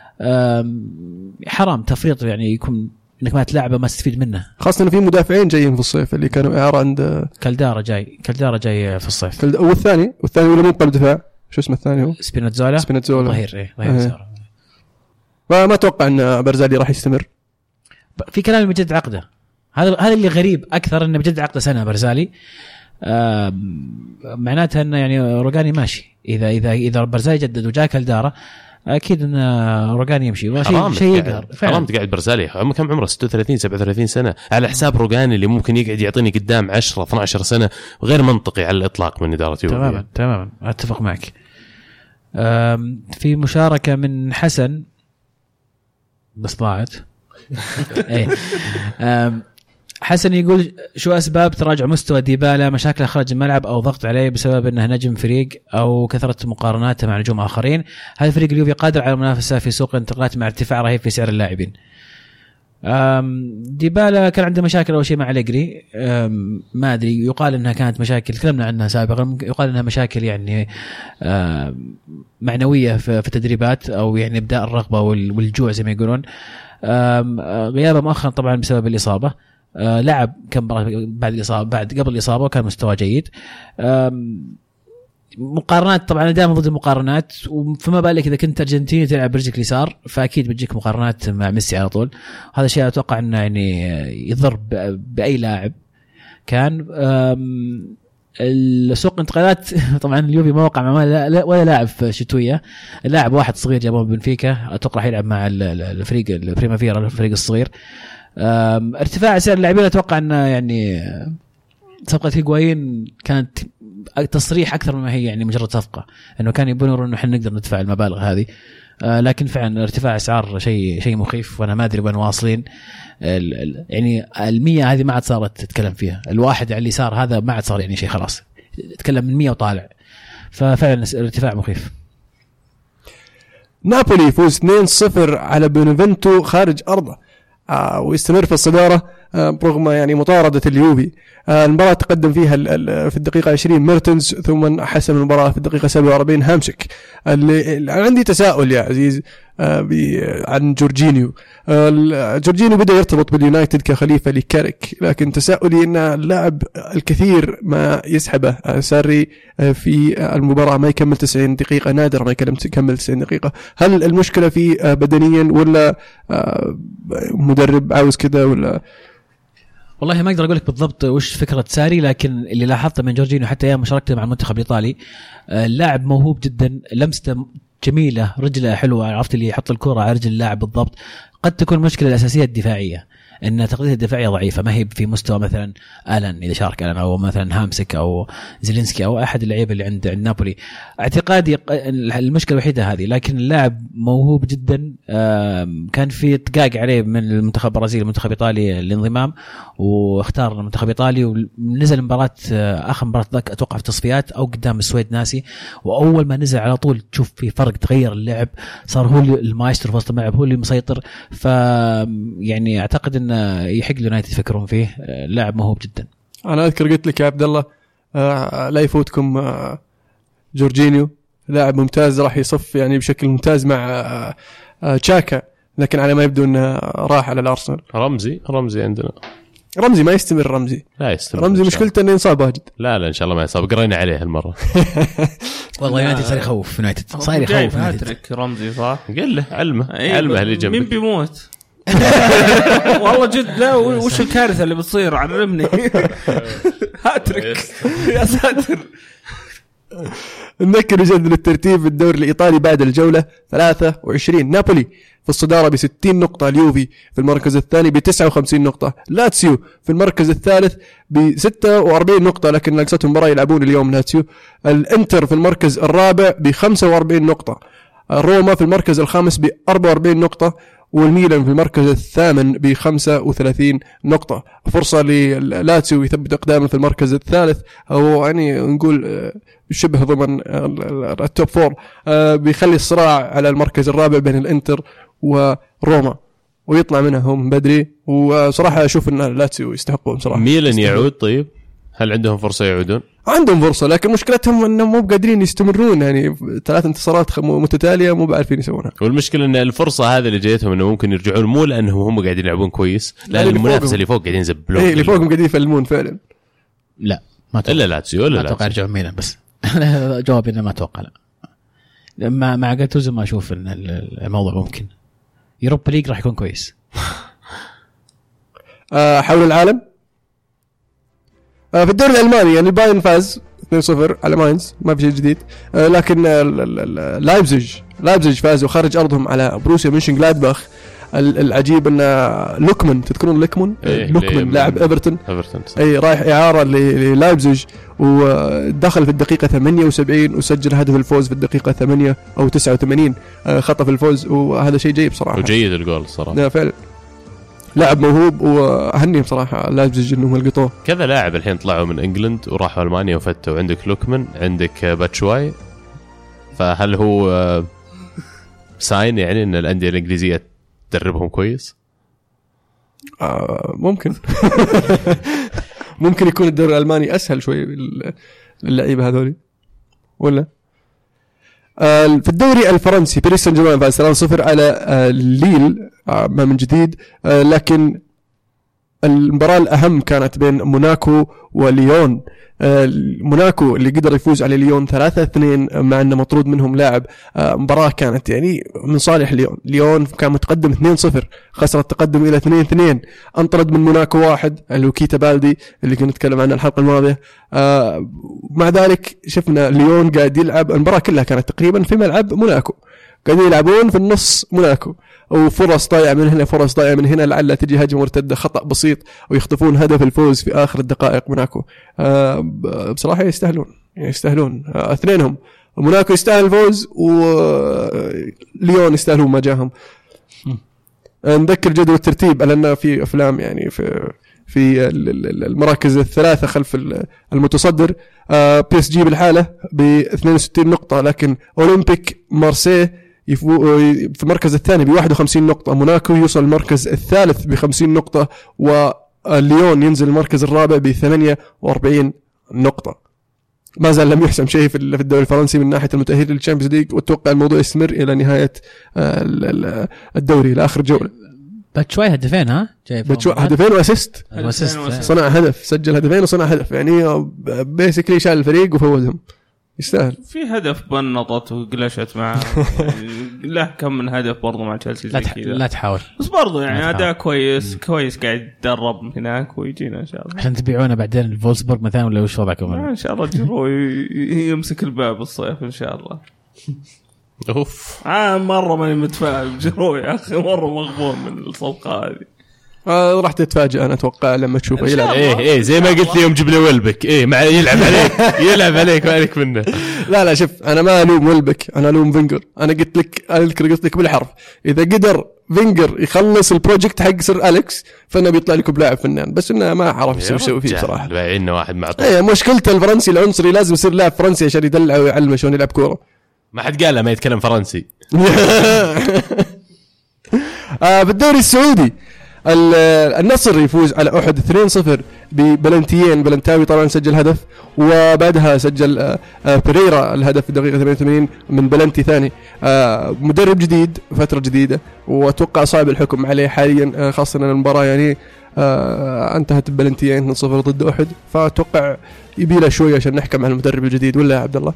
حرام تفريط يعني يكون انك ما تلعبه ما تستفيد منه، خاصه انه في مدافعين جايين في الصيف اللي كانوا اعاره عند كالدارا جاي في الصيف. والثاني ولا مو قلب دفاع، شو اسمه الثاني؟ هو سبيناتزولا ظهير ظهير. ما اتوقع ان برزالي راح يستمر. في كلام بجد عقده، هذا اللي غريب اكثر، انه بجد عقده سنه برزالي. معناتها انه يعني روجاني ماشي، اذا برزالي جدد وجاء كالدارا اكيد ان روجاني يمشي. شيء يقهر حرام تقعد برزالي كم عمره 36 37 سنه على حساب روجاني اللي ممكن يقعد يعطيني قدام 10 12 سنه، غير منطقي على الاطلاق من اداره يوفي. تماما اتفق معك. في مشاركه من حسن بس ضاعت. ايه حسن يقول شو أسباب تراجع مستوى ديبالا؟ مشاكل خارج الملعب أو ضغط عليه بسبب أنه نجم فريق أو كثرة مقارناته مع نجوم آخرين؟ هل فريق اليوفي قادر على المنافسة في سوق الانتقالات مع ارتفاع رهيب في سعر اللاعبين؟ ديبالا كان عنده مشاكل أول شيء مع أليجري، ما أدري، يقال أنها كانت مشاكل تكلمنا عنها سابقا، يقال أنها مشاكل يعني معنوية في التدريبات، أو يعني إبداء الرغبة والجوع زي ما يقولون. غيابه مؤخرا طبعا بسبب الإصابة، لعب كم قبل الإصابة وكان مستوى جيد. مقارنات طبعا أنا دائما ضد المقارنات، فما بالك إذا كنت أرجنتيني تلعب برجلك اليسار فأكيد بتجيك مقارنات مع ميسي على طول. هذا الشيء أتوقع أنه يعني يضر بأي لاعب كان. السوق انتقالات طبعا اليوفي ما وقع مع ولا لاعب في شتوية، اللاعب واحد صغير جابوه من بنفيكا، أتوقع راح يلعب مع الفريق البريمافيرا الفريق الصغير. ارتفاع سعر اللاعبين أتوقع أن يعني صفقة هيغوايين كانت تصريح أكثر مما هي يعني مجرد صفقة، أنه كان يبونوا أنه إحنا نقدر ندفع المبالغ هذه، لكن فعلا ارتفاع أسعار شيء مخيف، وأنا ما أدري وين واصلين. يعني 100 هذه ما عاد صارت تتكلم فيها، الواحد على اللي صار هذا ما عاد صار يعني شيء، خلاص تتكلم من 100 وطالع، ففعلا ارتفاع مخيف. نابولي يفوز 2-0 على بينيفنتو خارج أرضه ويستمر في الصدارة رغم يعني مطاردة اليوفي. المباراة تقدم فيها في الدقيقة 20 ميرتنز، ثم حسم المباراة في الدقيقة 47 هامشك. عندي تساؤل يا عزيز عن جورجينيو. جورجينيو بدأ يرتبط باليونايتد كخليفة لكاريك، لكن تساؤلي أن اللاعب الكثير ما يسحبه ساري في المباراة ما يكمل 90 دقيقة، نادر ما يكمل 90 دقيقة. هل المشكلة فيه بدنيا ولا مدرب عاوز كذا ولا؟ والله ما أقدر أقول لك بالضبط وش فكرة ساري، لكن اللي لاحظته من جورجينيو حتى أيام مشاركته مع المنتخب الإيطالي، اللاعب موهوب جدا، لمسته جميلة، رجله حلوة، عرفت اللي يحط الكرة على رجل اللاعب بالضبط. قد تكون المشكلة الأساسية الدفاعية، ان تقنيته الدفاعيه ضعيفه، ما هي في مستوى مثلا آلان اذا شارك آلان او مثلا هامسك او زيلينسكي او احد اللعيبه اللي عند نابولي. اعتقادي المشكله الوحيده هذه، لكن اللاعب موهوب جدا. كان في طقاق عليه من المنتخب البرازيلي المنتخب الايطالي الانضمام، واختار المنتخب الايطالي ونزل مباراه اخر مباراه ذاك اتوقع في تصفيات او قدام السويد ناسي، واول ما نزل على طول تشوف في فرق، تغير اللعب، صار هو المايسترو في وسط الملعب، هو اللي مسيطر. ف يعني اعتقد ان يحق اليونايتد يفكرون فيه، لاعب موهوب جدا. انا اذكر قلت لك يا عبد الله لا يفوتكم جورجينيو، لاعب ممتاز راح يصف يعني بشكل ممتاز مع تشاكا، لكن على ما يبدو انه راح على الارسنال. رمزي عندنا، رمزي ما يستمر، لا يستمر رمزي مشكلته انه ينصاب واجد. لا ان شاء الله ما يصاب، قرينا عليه هالمره. والله يونايتد صار يخوف، يونايتد صار يخوف. هاتريك رمزي صح، قال له علمه اللي جنبك مين بيموت. والله جد لا، وش الكارثه اللي بتصير، علمني. هاتريك يا ساتر. نذكر بجدول الترتيب في الدوري الإيطالي بعد الجولة 23. نابولي في الصدارة ب60 نقطة، اليوفي في المركز الثاني ب59 نقطة، لاتسيو في المركز الثالث ب46 نقطة لكن ناقصتهم مباراة يلعبون اليوم لاتسيو. الانتر في المركز الرابع ب45 نقطة، روما في المركز الخامس ب44 نقطة، والميلان في المركز الثامن ب35 نقطة. فرصة للاتسيو يثبت أقدامه في المركز الثالث، أو يعني نقول شبه ضمن التوب فور، بيخلي الصراع على المركز الرابع بين الانتر وروما ويطلع منهم بدري. وصراحة أشوف أن اللاتسيو يستحقون صراحة. ميلان يعود، طيب هل عندهم فرصة يعودون؟ عندهم فرصة، لكن مشكلتهم أنهم مو قادرين يستمرون، يعني 3 انتصارات متتالية مو بعرفين يسوونها. والمشكلة أن الفرصة هذه اللي جايتهم أنه ممكن يرجعون، مو لأنهم هم قاعدين يلعبون كويس، لأن المنافسة اللي فوق قاعدين يزبلون. اللي فوقهم قاعدين يفلمون فعلا. لا ما أتوقع. إلا لاتسيو ولا ما أتوقع يرجعون ميلان، بس جوابي إنه ما أتوقع. لا مع جاتوزو ما أشوف إن الموضوع ممكن. يوروبا ليج راح يكون كويس. حول العالم في الدوري الألماني، يعني البايرن فاز 2-0 على ماينز، ما في شيء جديد. لكن لايبزيج فازوا خارج أرضهم على بروسيا مونشنغلادباخ. العجيب أن لوكمان، تذكرون لوكمان لاعب إيفرتون أي رايح إعارة للايبزيج، ودخل في الدقيقة 78 وسجل هدف الفوز في الدقيقة 8 أو 89، خطف الفوز، وهذا شيء جيد بصراحة. وجيد الجول صراحة. لا فعلا لاعب موهوب، وأهني بصراحة لايبزيج إنهم لقطوه. كذا لاعب الحين طلعوا من إنجلند وراحوا ألمانيا وفتوا. عندك لوكمان، عندك باتشواي، فهل هو ساين يعني إن الأندية الإنجليزية تدربهم كويس؟ ممكن. ممكن يكون الدوري الألماني أسهل شوي للعيبة هذولي ولا؟ في الدوري الفرنسي باريس سان جيرمان فاز 3-0 على ليل ما من جديد. لكن المباراة الأهم كانت بين موناكو وليون. موناكو اللي قدر يفوز على ليون 3-2 مع أنه مطرود منهم لاعب. مباراة كانت يعني من صالح ليون كان متقدم 2-0، خسر التقدم إلى 2-2. انطرد من موناكو 1 الوكيتا بالدي اللي كنا نتكلم عنه الحلقة الماضية. مع ذلك شفنا ليون قاعد يلعب المباراة كلها كانت تقريبا في ملعب موناكو، قاعدين يلعبون في النص موناكو، وفرص ضايعة من هنا فرص ضايعة من هنا، لعل تجي هجمة مرتدة خطأ بسيط ويخطفون هدف الفوز في آخر الدقائق. موناكو بصراحة يستاهلون اثنينهم. موناكو يستاهل الفوز وليون يستاهلون ما جاهم. نذكر جدول الترتيب لأن في أفلام يعني في المراكز الثلاثة خلف المتصدر. بي اس جي بالحالة ب62 نقطة، لكن أولمبيك مارسيه في المركز الثاني ب51 نقطة. موناكو يوصل المركز الثالث ب50 نقطة، وليون ينزل المركز الرابع ب48 نقطة. ما زال لم يحسم شيء في الدوري الفرنسي من ناحية المتأهل للتشامبيونز ليج، واتوقع الموضوع يستمر إلى نهاية الدوري لآخر جولة. باتشواي هدفين، هدفين واسيست، صنع هدف، سجل هدفين وصنع هدف، يعني بيسكلي شال الفريق وفوزهم. يستاهل. في هدف بنطت وقلشت معه. له كم من هدف برضو مع تشيلسي زي كذا. لا تحاول، بس برضو يعني أداء كويس قاعد يتدرب من هناك ويجينا إن شاء الله عشان تبيعونه بعدين الفولسبورغ مثلا، ولا وش وضعكم؟ إن شاء الله جرو يمسك الباب الصيف إن شاء الله. اوف مرة ماني متفائل جرو يا أخي، مرة مغبون من الصفقة هذه. راح تتفاجئ انا اتوقع لما تشوفه يلعب. ايه زي ما قلت لي يوم جبنا ويلبك، مع يلعب عليك مالك منه. لا شوف، انا ما الوم ويلبك، انا الوم فينجر. انا قلت لك بالحرف، اذا قدر فينجر يخلص البروجكت حق سير أليكس فانا بيطلع لكم لاعب فنان، بس انه ما عرف يسوي فيه بصراحه. بايعنا واحد معطوه. مشكلته الفرنسي العنصري، لازم يصير لاعب فرنسي عشان يدلعه ويعلمه شلون يلعب كوره. ما حد قال له ما يتكلم فرنسي. بالدوري السعودي النصر يفوز على أحد 2-0 ببلنتيين. بلنتاوي طبعا سجل هدف، وبعدها سجل بيريرا الهدف في الدقيقة 88 من بلنتي ثاني. مدرب جديد، فترة جديدة، وأتوقع صعب الحكم عليه حاليا، خاصة أن المباراة يعني انتهت ببلنتيين 2-0 ضد أحد، فأتوقع يبي له شوية عشان نحكم على المدرب الجديد، ولا يا عبد الله؟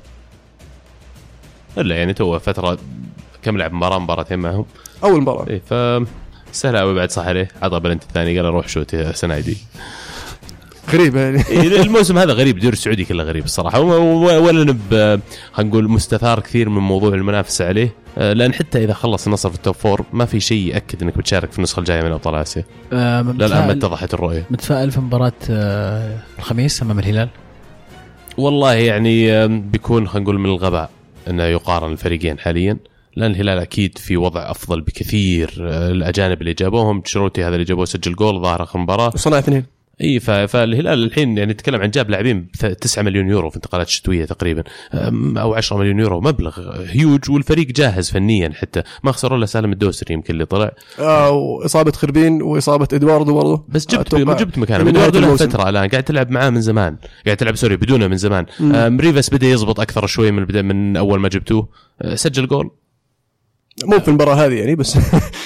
لا يعني تو فترة كم لعب مباراتين معهم، أول مباراة. سهل قوي بعد صح عليه، عطى بلنت الثاني قال اروح شوت سنايدي. غريب يعني. الموسم هذا غريب، الدوري السعودي كله غريب الصراحه، ولا هنقول مستثار كثير من موضوع المنافسه عليه، لان حتى اذا خلص النصر في التوب فور ما في شيء ياكد انك بتشارك في النسخه الجايه من ابطال اسيا. للان ما اتضحت الرؤيه. متفائل في مباراه الخميس امام الهلال؟ والله يعني بيكون خلينا نقول من الغباء انه يقارن الفريقين حاليا، لأن الهلال أكيد في وضع أفضل بكثير. الأجانب اللي جابوهم شروتي هذا اللي جابوه سجل جول ظاهر آخر مباراة وصنع 2. اي فالهلال الحين يعني نتكلم عن جاب لاعبين 9 مليون يورو في انتقالات شتويه تقريبا او 10 مليون يورو، مبلغ هيوج، والفريق جاهز فنيا، حتى ما خسروا الا سالم الدوسري يمكن اللي طلع واصابه خربين واصابه ادواردو برضه، بس جبت مكانه ادواردو له فتره الان قاعد تلعب معاه من زمان، قاعد تلعب سوري بدونه من زمان. ريفاس بدا يزبط اكثر شوي من اول ما جبتوه، سجل جول مو في المباراه هذه يعني بس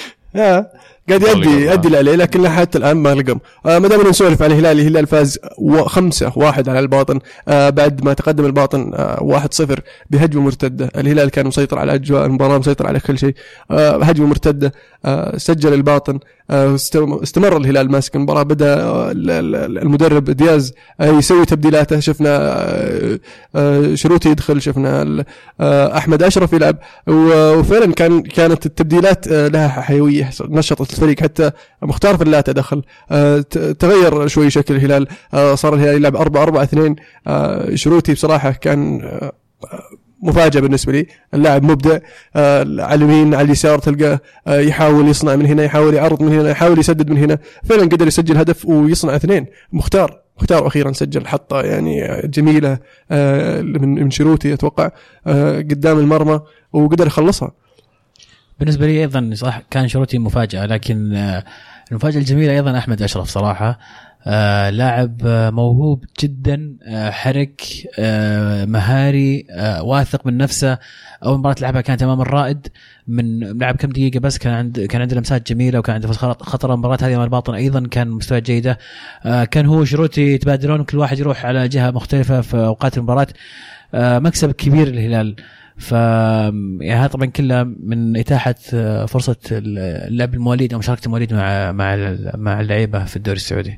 قاعد يؤدي اللي عليه، لكن حتى الآن ما لقم. ما دام نسولف على الهلال فاز 5-1 على الباطن بعد ما تقدم الباطن 1-0 بهجمة مرتدة. الهلال كان مسيطر على أجواء المباراة، مسيطر على كل شيء. هجمة مرتدة، سجل الباطن، استمر الهلال ماسك المباراة. بدأ المدرب دياز يسوي تبديلاته، شفنا شروتي يدخل، شفنا أحمد أشرف يلعب، وفعلا كانت التبديلات لها حيوية، نشطت الفريق. حتى مختار فلاتة دخل، تغير شوي شكل الهلال، صار الهلال يلعب 4-4-2. شروتي بصراحة كان مفاجأة بالنسبة لي، اللاعب مبدع، على اليمين على اليسار تلقاه يحاول يصنع من هنا، يحاول يعرض من هنا، يحاول يسدد من هنا، فعلا قدر يسجل هدف ويصنع 2. مختار أخيرا سجل حطة يعني جميلة من شروتي أتوقع قدام المرمى، وقدر يخلصها. بالنسبة لي أيضا صح كان شروتي مفاجأة، لكن المفاجأة الجميلة أيضا أحمد أشرف صراحة، لاعب موهوب جدا، حرك، مهاري، واثق من نفسه. أول مباراة لعبها كانت أمام الرائد، من لعب كم دقيقة بس كان عنده لمسات جميلة، وكان عنده خطر. المباراة هذه أمام الباطن أيضا كان مستوى جيدة. كان هو شروتي يتبادلون، كل واحد يروح على جهة مختلفة في أوقات المباراة. مكسب كبير للهلال. هذا طبعا كله من إتاحة فرصة اللعب المواليد أو مشاركة المواليد مع اللعيبة في الدوري السعودي.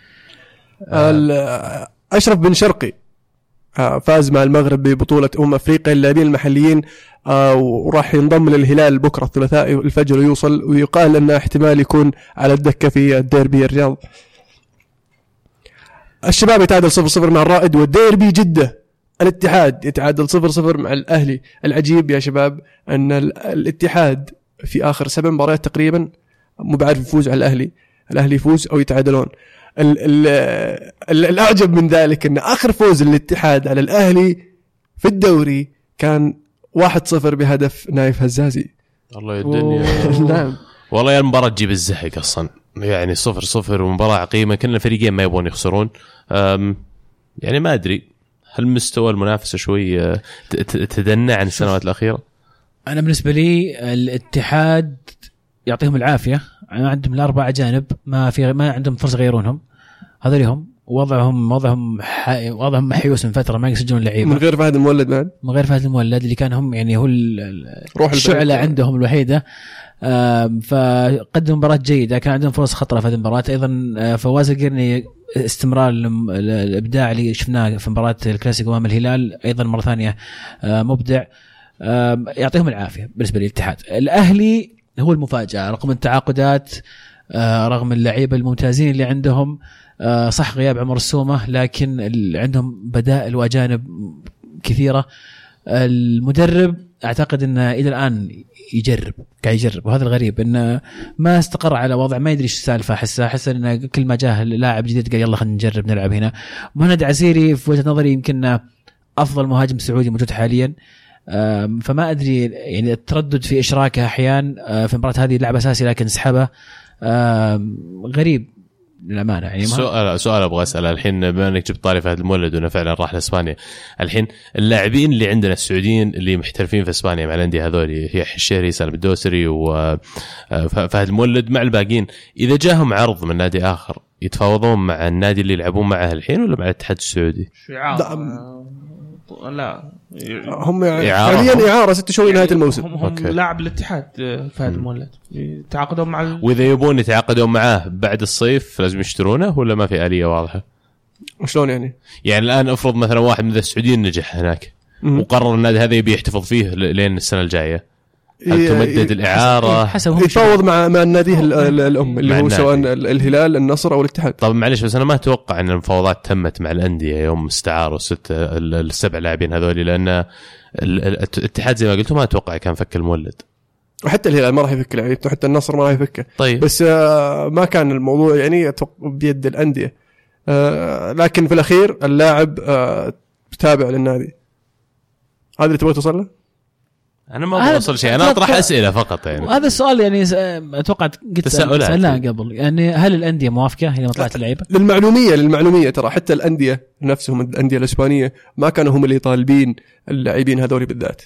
أشرف بن شرقي فاز مع المغرب ببطولة أفريقيا اللاعبين المحليين، وراح ينضم للهلال بكرة الثلاثاء الفجر ويوصل، ويقال أنه احتمال يكون على الدكة في الديربي الرياض. الشباب يتعادل 0-0 مع الرائد، والديربي جدة الاتحاد يتعادل 0-0 مع الأهلي. العجيب يا شباب أن الاتحاد في آخر 7 مباريات تقريبا مو بعرف يفوز على الأهلي يفوز أو يتعادلون. الأعجب من ذلك أن آخر فوز الاتحاد على الأهلي في الدوري كان 1-0 بهدف نايف هزازي. الله الدنيا. نعم والله يا المباراة تجيب الزحك أصلا، يعني 0-0 ومباراة عقيمة، كل الفريقين ما يبون يخسرون. يعني ما أدري هل مستوى المنافسة شوي تدنى عن السنوات الأخيرة؟ أنا بالنسبة لي الاتحاد يعطيهم العافية، عندهم الأربع أجانب، ما عندهم فرصة يغيرونهم، هذا لهم وضعهم محيوس من فترة، ما يسجلون لعيبة من غير فهد المولد بعد، من غير فهد المولد اللي كان هم يعني هو الشعلة عندهم الوحيدة. فقدموا مباراة جيدة، كان عندهم فرص خطرة في هذه المباراة. أيضا فواز القرني استمرار الإبداع اللي شفناه في مباراة الكلاسيكو أمام الهلال أيضا مرة ثانية مبدع. يعطيهم العافية. بالنسبة للاتحاد، الأهلي هو المفاجأة رغم التعاقدات، رغم اللعيبة الممتازين اللي عندهم، صح غياب عمر السومة، لكن عندهم بدائل وأجانب كثيرة. المدرب أعتقد أنه إلى الآن قاعد يجرب، وهذا الغريب أنه ما استقر على وضع، ما يدري إيش السالفة. حس أنه كل ما جاه لاعب جديد قال يلا خلينا نجرب نلعب هنا. مهند عسيري في وجهة نظري يمكن أفضل مهاجم سعودي موجود حاليا، فما أدري يعني التردد في إشراكه أحيان في المباراة هذه لعب أساسي لكن سحبه، غريب للأمانة. يعني سؤال أبغى أسأله الحين، بما أنك جبت طاري فهد المولد وأنه فعلا راح لإسبانيا، الحين اللاعبين اللي عندنا السعوديين اللي محترفين في إسبانيا مع الأندية هذولي، هي الشهري، سالم الدوسري، وفهد المولد مع الباقين، إذا جاهم عرض من نادي آخر يتفاوضون مع النادي اللي يلعبون معه الحين ولا مع الاتحاد السعودي؟ لا هم حاليا إعارة 6 شهور نهاية الموسم. هم لاعب الاتحاد فهد المولد تعاقدوا مع وإذا يبون يتعاقدون معاه بعد الصيف لازم يشترونه ولا ما في آلية واضحة؟ شلون يعني الآن أفرض مثلا واحد من السعوديين نجح هناك وقرر النادي هذا يبي يحتفظ فيه لين السنة الجاية، هل تمدد الإعارة؟ حسب يتفاوض مع النادي الأم اللي هو سواء الهلال النصر أو الاتحاد. طب معلش بس أنا ما أتوقع أن المفاوضات تمت مع الأندية يوم استعاروا السبع لاعبين هذول، لأن الاتحاد زي ما قلتوا ما أتوقع كان فك المولد، وحتى الهلال ما راح يفك لعيبته، حتى النصر ما راح يفكه. طيب. بس ما كان الموضوع يعني بيد الأندية، لكن في الأخير اللاعب تابع للنادي. هذا اللي تبغى توصل له؟ أنا ما بوصل شيء، أنا أطرح أسئلة فقط يعني. وهذا السؤال يعني أتوقع قلت سألناه قبل، يعني هل الأندية موافقة هنا طلعت اللعيبة؟ للمعلومية ترى حتى الأندية نفسهم، الأندية الإسبانية ما كانوا هم اللي طالبين اللاعبين هذول بالذات.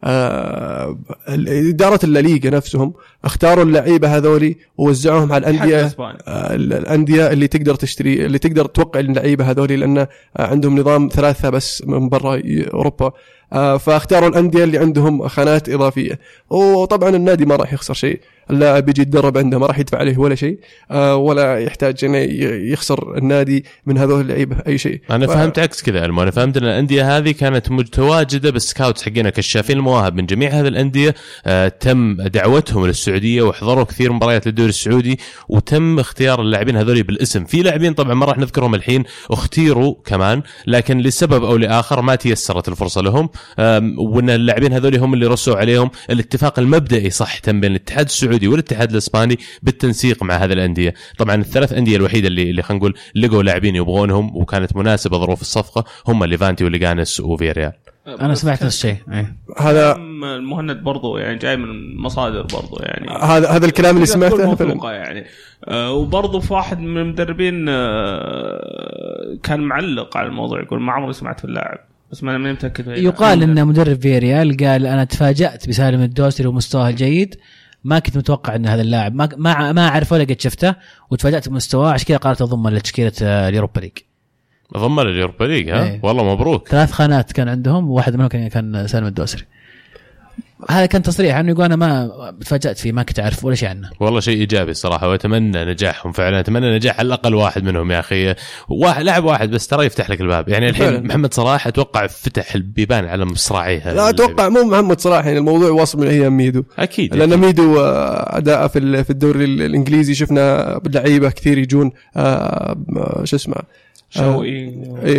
إدارة الليغا نفسهم اختاروا اللعيبة هذولي ووزعوهم على الأندية اللي تقدر تشتري، اللي تقدر توقع اللعيبة هذولي، لأن عندهم نظام 3 بس من برا أوروبا. فاختاروا الأندية اللي عندهم خانات إضافية. وطبعا النادي ما راح يخسر شيء، اللاعب يجي يتدرب عنده ما راح يدفع عليه ولا شيء، ولا يحتاج انه يخسر النادي من هذول اللعيبه اي شيء. انا فهمت عكس كذا انا فهمت ان الانديه هذه كانت متواجده بالسكاوتس حقنا كشافين المواهب من جميع هذه الانديه، تم دعوتهم للسعوديه وحضروا كثير مباريات للدوري السعودي، وتم اختيار اللاعبين هذول بالاسم. في لاعبين طبعا ما راح نذكرهم الحين اختيروا كمان، لكن لسبب او لاخر ما تيسرت الفرصه لهم، وان اللاعبين هذول هم اللي رسوا عليهم. الاتفاق المبدئي صح تم بين الاتحاد السعودي والاتحاد الاسباني بالتنسيق مع هذه الانديه. طبعا ال3 انديه الوحيده اللي خلينا نقول لقوا لاعبين يبغونهم وكانت مناسبه ظروف الصفقه هم ليفانتي وليغانس وفياريال. انا سمعت نفس الشيء. هذا المهند برضو يعني جاي من مصادر برضو يعني هذا الكلام اللي سمعته يعني. وبرضو في واحد من المدربين كان معلق على الموضوع، يقول ما عمري سمعت في اللاعب، بس ما أنا متأكد. يقال إن مدرب فياريال قال أنا تفاجأت بسالم الدوسري ومستواه الجيد، ما كنت متوقع أن هذا اللاعب ما أعرفه، لقد شفته وتفاجأت بمستواه، عشان كذا قالت أضمه لتشكيلة اليوروبا ليج. أضمه لليوروبا ليج ها؟ والله مبروك. 3 خانات كان عندهم، وواحد منهم كان سالم الدوسري. هذا كان تصريح عنه، يقول أنا ما تفاجأت فيه، ما كنت أعرف ولا شيء عنه. والله شيء إيجابي الصراحة، وأتمنى نجاحهم فعلا، أتمنى نجاح على الأقل واحد منهم يا أخي. لاعب واحد بس ترى يفتح لك الباب يعني. الحين فعلا. محمد صلاح أتوقع فتح البيبان على مصراعيه. لا أتوقع مو محمد صلاح يعني، الموضوع واصل من أيام ميدو أكيد، لأن ميدو أداء في الدوري الإنجليزي شفنا لعيبة كثير يجون شو اسمه شوقي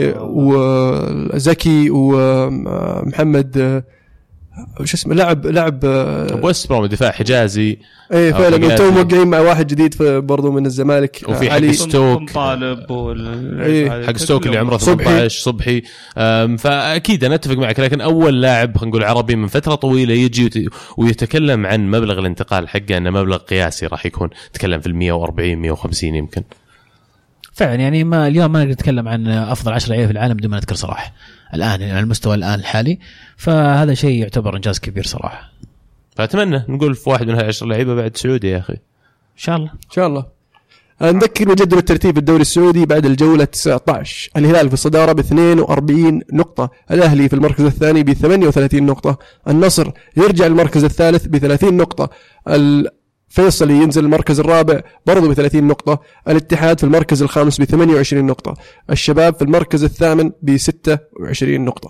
وزكي ومحمد وش اسمه لعب ويست بروم دفاع حجازي. ايه فعلا، وتو موقعين مع واحد جديد برضو من الزمالك، وفي حق ستوك طالب حق ستوك اللي عمره 18 صبحي. فاكيد انا اتفق معك، لكن اول لاعب خلينا نقول عربي من فتره طويله يجي ويتكلم عن مبلغ الانتقال حقه انه مبلغ قياسي، راح يكون تكلم في 140 150 يمكن فعلا يعني. ما اليوم ما نقدر نتكلم عن افضل 10 لعيبه في العالم بدون ما نذكر صلاح الان على المستوى الان الحالي، فهذا شيء يعتبر انجاز كبير صراحه. فاتمنى نقول في واحد من هاي 10 لعيبه بعد سعودي يا اخي ان شاء الله. نذكر نجدد الترتيب الدوري السعودي بعد الجوله 19. الهلال في الصداره ب 42 نقطه، الاهلي في المركز الثاني ب 38 نقطه، النصر يرجع المركز الثالث ب 30 نقطه، فيصلي ينزل المركز الرابع برضو ب30 نقطة، الاتحاد في المركز الخامس ب28 نقطة، الشباب في المركز الثامن ب26 نقطة.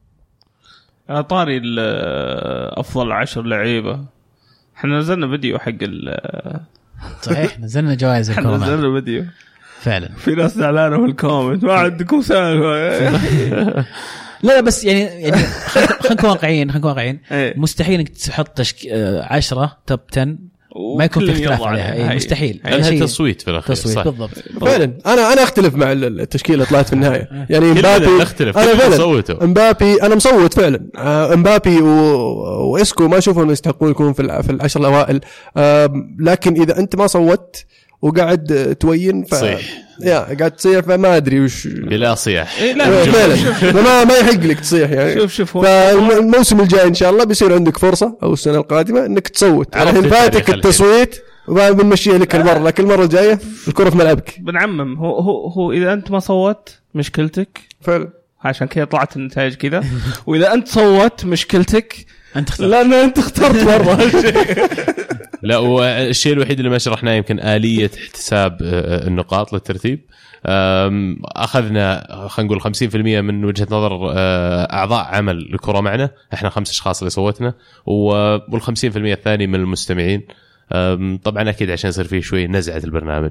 طاري أفضل 10 لعيبة، احنا نزلنا فيديو حق صحيح نزلنا جوائز الكورونا، نزلنا فيديو فعلا. في ناس زعلانة في الكومنت ما عندكم سالفة. لا بس يعني خلينا نكون واقعيين. مستحيل انك تحط 10 توب 10 ما يكون في اختلاف عليها. مستحيل يعني تصويت في الاخير. صح بالضبط. فعلا انا اختلف مع التشكيله اللي طلعت في النهايه يعني. امبابي انا فعلا امبابي انا مصوت فعلا. امبابي واسكو ما اشوفهم يستحقون يكونوا في العشر الاوائل، لكن اذا انت ما صوت وقاعد توين صيح قاعد تصيح فما ادري وش بلا صياح. لا ما يحق لك تصيح يعني. شوف فالموسم الجاي ان شاء الله بيصير عندك فرصه او السنه القادمه انك تصوت. الحين فاتك التصويت وبنمشيها لك المره، لكن المره الجايه الكره في ملعبك. بنعمم هو اذا انت ما صوت مشكلتك فعلا، عشان كذا طلعت النتائج كذا. واذا انت صوت مشكلتك لا أنت اخترت مرة لا والشيء الوحيد اللي ما شرحناه يمكن آلية احتساب النقاط للترتيب. أخذنا خلينا نقول 50% من وجهة نظر أعضاء عمل الكرة معنا، إحنا 5 أشخاص اللي صوتنا، وال50% الثاني من المستمعين. طبعا أكيد عشان يصير فيه شوي نزعة البرنامج.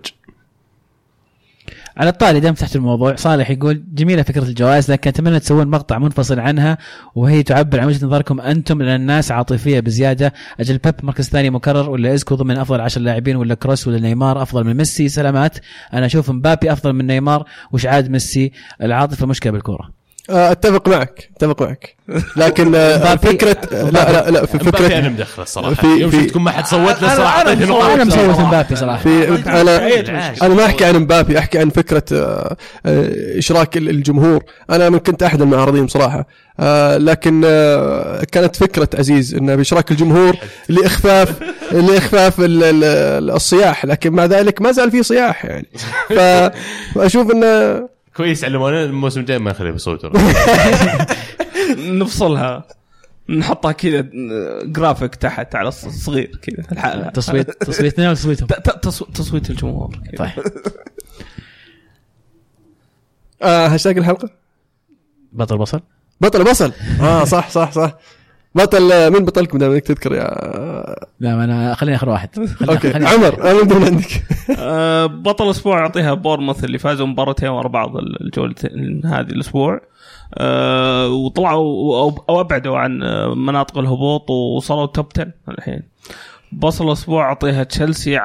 على الطاري دام تحت الموضوع، صالح يقول جميلة فكرة الجوائز، لكن أتمنى تسوون مقطع منفصل عنها وهي تعبر عن وجهة نظركم أنتم، لأن الناس عاطفية بزيادة. أجل بيب مركز ثاني مكرر، ولا إزكو ضمن أفضل 10 لاعبين، ولا كروس، ولا نيمار أفضل من ميسي؟ سلامات. أنا أشوف مبابي أفضل من نيمار، وش عاد ميسي؟ العاطفة مشكلة بالكرة. اتفق معك لكن فكره لا في فكره انا مدخل الصراحه يوم تكون ما حد صوت له صراحه. انا مصوت مبابي صراحه. انا ما احكي عن مبابي، احكي عن فكره اشراك الجمهور. انا من كنت احد المعارضين صراحه، لكن كانت فكره عزيز انه باشراك الجمهور لاخفاف الصياح، لكن مع ذلك ما زال في صياح يعني. فاشوف انه كويس علمونا الموسم الجاي ما نخليه بصوته. نفصلها نحطها كذا جرافيك تحت على الصغير كذا الحلقة. تصويتنا ولا تصويتهم؟ تصويت الجمهور. طيب هاشتاج الحلقة بطل بصل. صح بطل. من بطلكم دائما تذكر يا؟ لا انا خليني اخر واحد. اوكي عمر انا من عندك. بطل الاسبوع اعطيها بورموث اللي فازوا مباراتين ورا بعض الجولة هذه الاسبوع، وطلعوا او ابعدوا عن مناطق الهبوط وصلوا توب 10 الحين. بطل الاسبوع اعطيها تشيلسي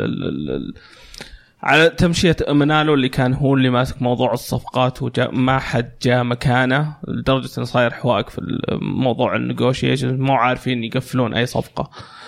على تمشية منالو اللي كان هو اللي ماسك موضوع الصفقات وما حد جاء مكانه، لدرجة انه صاير حواق في موضوع النيغوشيشن، مو عارفين يقفلون اي صفقة.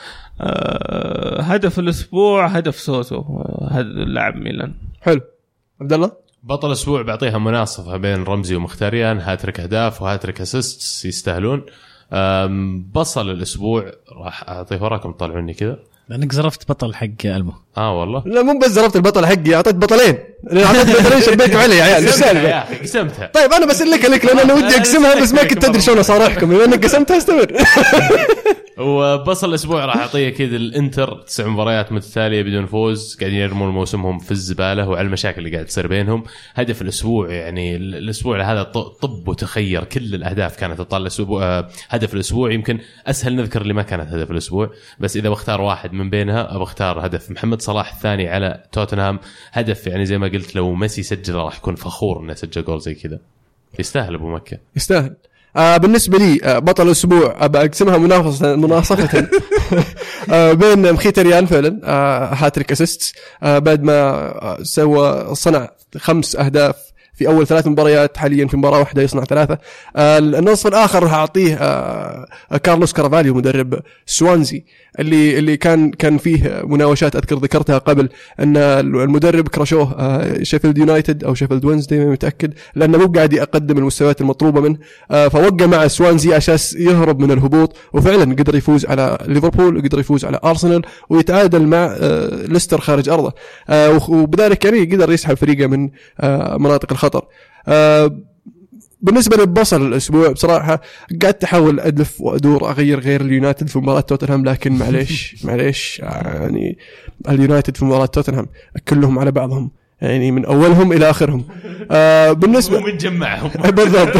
هدف الاسبوع هدف سوسو، هذا اللاعب ميلان. حلو. عبد الله بطل الاسبوع بعطيها مناصفة بين رمزي ومختاريان، هاتريك اهداف وهاتريك اسيست يستاهلون. بصل الاسبوع راح اعطيه وراكم طلعوني كذا لانك زرفت بطل حق المو. والله لا مو بس زرفت البطل حقي، اعطيت بطلين. اعطيت بطلين شبيتوا علي يا عيال. يا اخي قسمتها. طيب انا بسلك لك لان انا ودي اقسمها بس ما كنت تدري شلون اصارحكم، لانك قسمتها استمر. وبصل الاسبوع راح اعطيه كذا الانتر 9 مباريات متتاليه بدون فوز، قاعدين يرمون موسمهم في الزباله وعلى المشاكل اللي قاعد تصير بينهم. هدف الاسبوع يعني الاسبوع هذا طب وتخير، كل الاهداف كانت تطلع الاسبوع. هدف الاسبوع يمكن اسهل نذكر اللي ما كانت هدف الاسبوع، بس اذا بختار واحد من بينها بختار هدف محمد صلاح الثاني على توتنهام. هدف يعني زي ما قلت لو ميسي سجل راح يكون فخور انه سجل جول زي كذا. يستاهل ابو مكه، يستاهل. بالنسبة لي بطل الأسبوع أقسمها مناصفة بين مخيتريان فعلا، هاتريك أسيست بعد ما صنع 5 أهداف في أول 3 مباريات، حاليا في مباراة واحدة يصنع 3. النصف الآخر راح أعطيه كارلوس كارفاليو مدرب سوانزي، اللي كان فيه مناوشات أذكر ذكرتها قبل أن المدرب كرشوه شيفيلد يونايتد أو شيفيلد وينزداي ما متأكد، لأنه مو قاعد يقدم المستويات المطلوبة منه، فوقع مع سوانزي عشان يهرب من الهبوط، وفعلا قدر يفوز على ليفربول وقدر يفوز على أرسنال ويتعادل مع ليستر خارج أرضه، وبذلك يعني قدر يسحب فريقه من مناطق الخطر. بالنسبة للبصل الأسبوع بصراحة قاعد أحاول أدلف وأدور أغير غير اليونايتد في مباراة توتنهام، لكن معليش يعني اليونايتد في مباراة توتنهام كلهم على بعضهم يعني من أولهم إلى آخرهم. بالنسبة متجمعهم بالضبط.